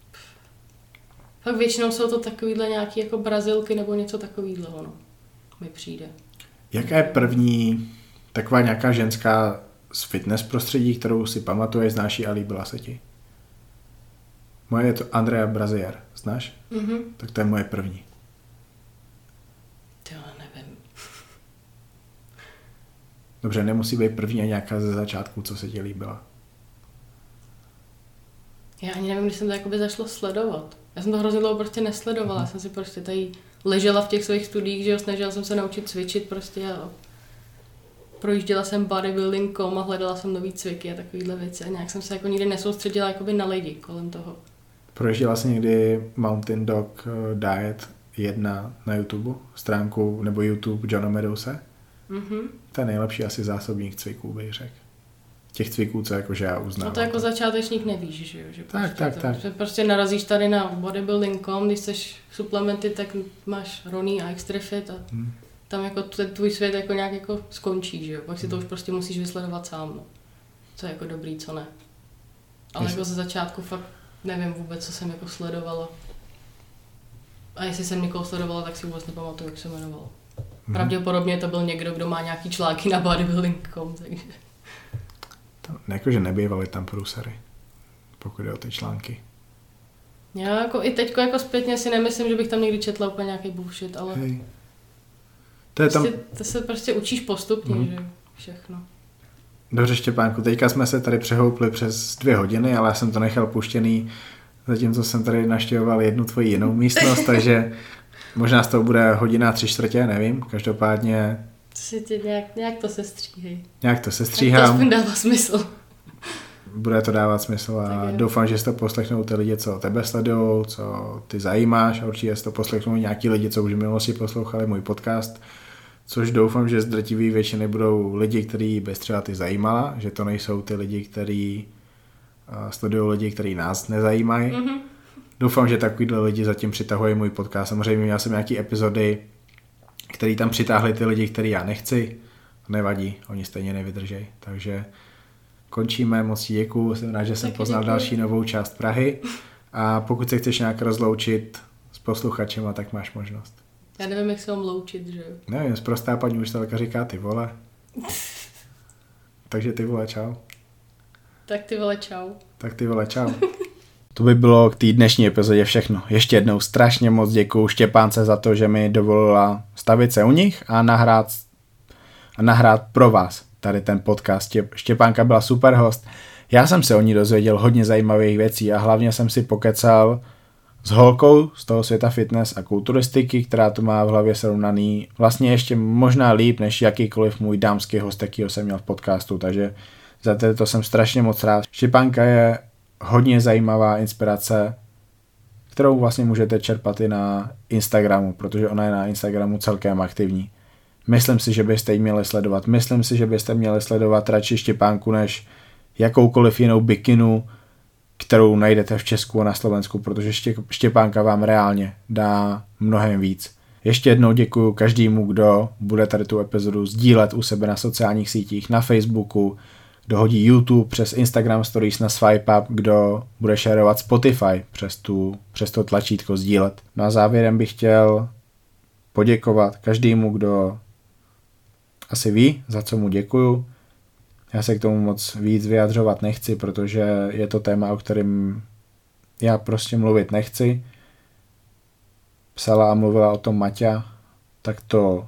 fakt většinou jsou to takovýhle nějaký jako Brazilky nebo něco takovýhleho, no. Mi přijde.
Jaká je první taková nějaká ženská z fitness prostředí, kterou si pamatuješ, znáš ji a líbila se ti? Moje je to Andrea Brazier, znáš?
Mm-hmm.
Tak to je moje první.
To nevím.
Dobře, nemusí být první a nějaká ze začátku, co se ti líbila.
Já ani nevím, když jsem to jakoby zašla sledovat. Já jsem to hrozně dlouho prostě nesledovala. Mm-hmm. Já jsem si prostě tady ležela v těch svých studiích, že jo, snažila jsem se naučit cvičit prostě a projížděla jsem bodybuilding tečka com a hledala jsem nový cviky a takovýhle věci a nějak jsem se jako nikdy nesoustředila jakoby na lidi kolem toho.
Projížděla jsi někdy Mountain Dog Diet jedna na YouTube, stránku nebo YouTube Johna Meadowse?
Mhm.
To je nejlepší asi zásobník cviků, bych řekl. Těch cviků, co jakože já uznávám.
No to jako začátečník nevíš, že jo? Že
tak,
prostě
tak,
to,
tak.
Že prostě narazíš tady na bodybuilding tečka com, když chceš suplementy, tak máš Ronnie a Extra Fit a hmm. tam jako ten tvůj svět jako nějak jako skončí, že jo? Pak si to už prostě musíš vysledovat sám, no. Co je jako dobrý, co ne. Ale
Jestli...
jako ze začátku fakt nevím vůbec, co jsem jako sledovala. A jestli jsem někoho sledovala, tak si vůbec nepamatuju, jak se jmenoval. Hmm. Pravděpodobně to byl někdo, kdo má nějaký články na bodybuilding tečka com, takže...
Jakože nebývaly tam průsery, pokud jde o ty články.
Já jako i teďko jako zpětně si nemyslím, že bych tam někdy četla úplně nějaký bullshit, ale...
Hej. To, je tam...
prostě, to se prostě učíš postupně, mm. že všechno.
Dobře, Štěpánku, teďka jsme se tady přehoupli přes dvě hodiny, ale já jsem to nechal puštěný, zatímco jsem tady naštěvoval jednu tvoji jinou místnost, takže možná z toho bude hodina tři čtvrtě, nevím, každopádně...
Si tě nějak, nějak to sestříhej.
Nějak to sestříhám.
Tak to aspoň dává smysl.
Bude to dávat smysl a doufám, že si to poslechnou ty lidi, co tebe sledujou, co ty zajímáš a určitě si to poslechnou nějaký lidi, co už v minulosti poslouchali můj podcast, což doufám, že z drtivé většiny budou lidi, který by třeba ty zajímala, že to nejsou ty lidi, který uh, sledují lidi, který nás nezajímají. Mm-hmm. Doufám, že takovýhle lidi zatím přitahují můj podcast. Samozřejmě měl jsem nějaký epizody, který tam přitáhli ty lidi, který já nechci. Nevadí, oni stejně nevydržej. Takže končíme, moc ti děkuju, jsem rád, že jsem
Taky
poznal
děkuji.
další novou část Prahy. A pokud se chceš nějak rozloučit s posluchačema, tak máš možnost.
Já nevím, jak se mám loučit, že jo.
Nevím, zprostá paní učitelka říká ty vole. Takže ty vole, čau.
Tak ty vole, čau.
Tak ty vole, čau. To by bylo k té dnešní epizodě všechno. Ještě jednou strašně moc děkuju Štěpánce za to, že mi dovolila stavit se u nich a nahrát, a nahrát pro vás tady ten podcast. Štěpánka byla super host. Já jsem se o ní dozvěděl hodně zajímavých věcí a hlavně jsem si pokecal s holkou z toho světa fitness a kulturistiky, která to má v hlavě srovnaný vlastně ještě možná líp, než jakýkoliv můj dámský host, jakýho jsem měl v podcastu, takže za to jsem strašně moc rád. Štěpánka je hodně zajímavá inspirace, kterou vlastně můžete čerpat i na Instagramu, protože ona je na Instagramu celkem aktivní. Myslím si, že byste ji měli sledovat. Myslím si, že byste měli sledovat radši Štěpánku než jakoukoliv jinou bikinu, kterou najdete v Česku a na Slovensku, protože Štěpánka vám reálně dá mnohem víc. Ještě jednou děkuju každému, kdo bude tady tu epizodu sdílet u sebe na sociálních sítích, na Facebooku, kdo hodí YouTube přes Instagram Stories na swipe up, kdo bude šerovat Spotify přes, tu, přes to tlačítko sdílet. No a závěrem bych chtěl poděkovat každému, kdo asi ví, za co mu děkuju. Já se k tomu moc víc vyjadřovat nechci, protože je to téma, o kterém já prostě mluvit nechci. Psala a mluvila o tom Maťa, tak to,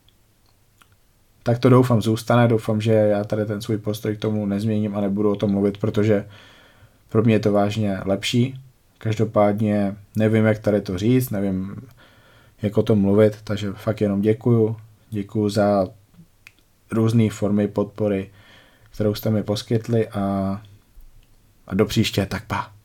tak to doufám zůstane. Doufám, že já tady ten svůj postoj k tomu nezměním a nebudu o tom mluvit, protože pro mě je to vážně lepší. Každopádně nevím, jak tady to říct, nevím, jak o tom mluvit, takže fakt jenom děkuju. Děkuju za různé formy podpory, kterou jste mi poskytli a, a do příště, tak pa.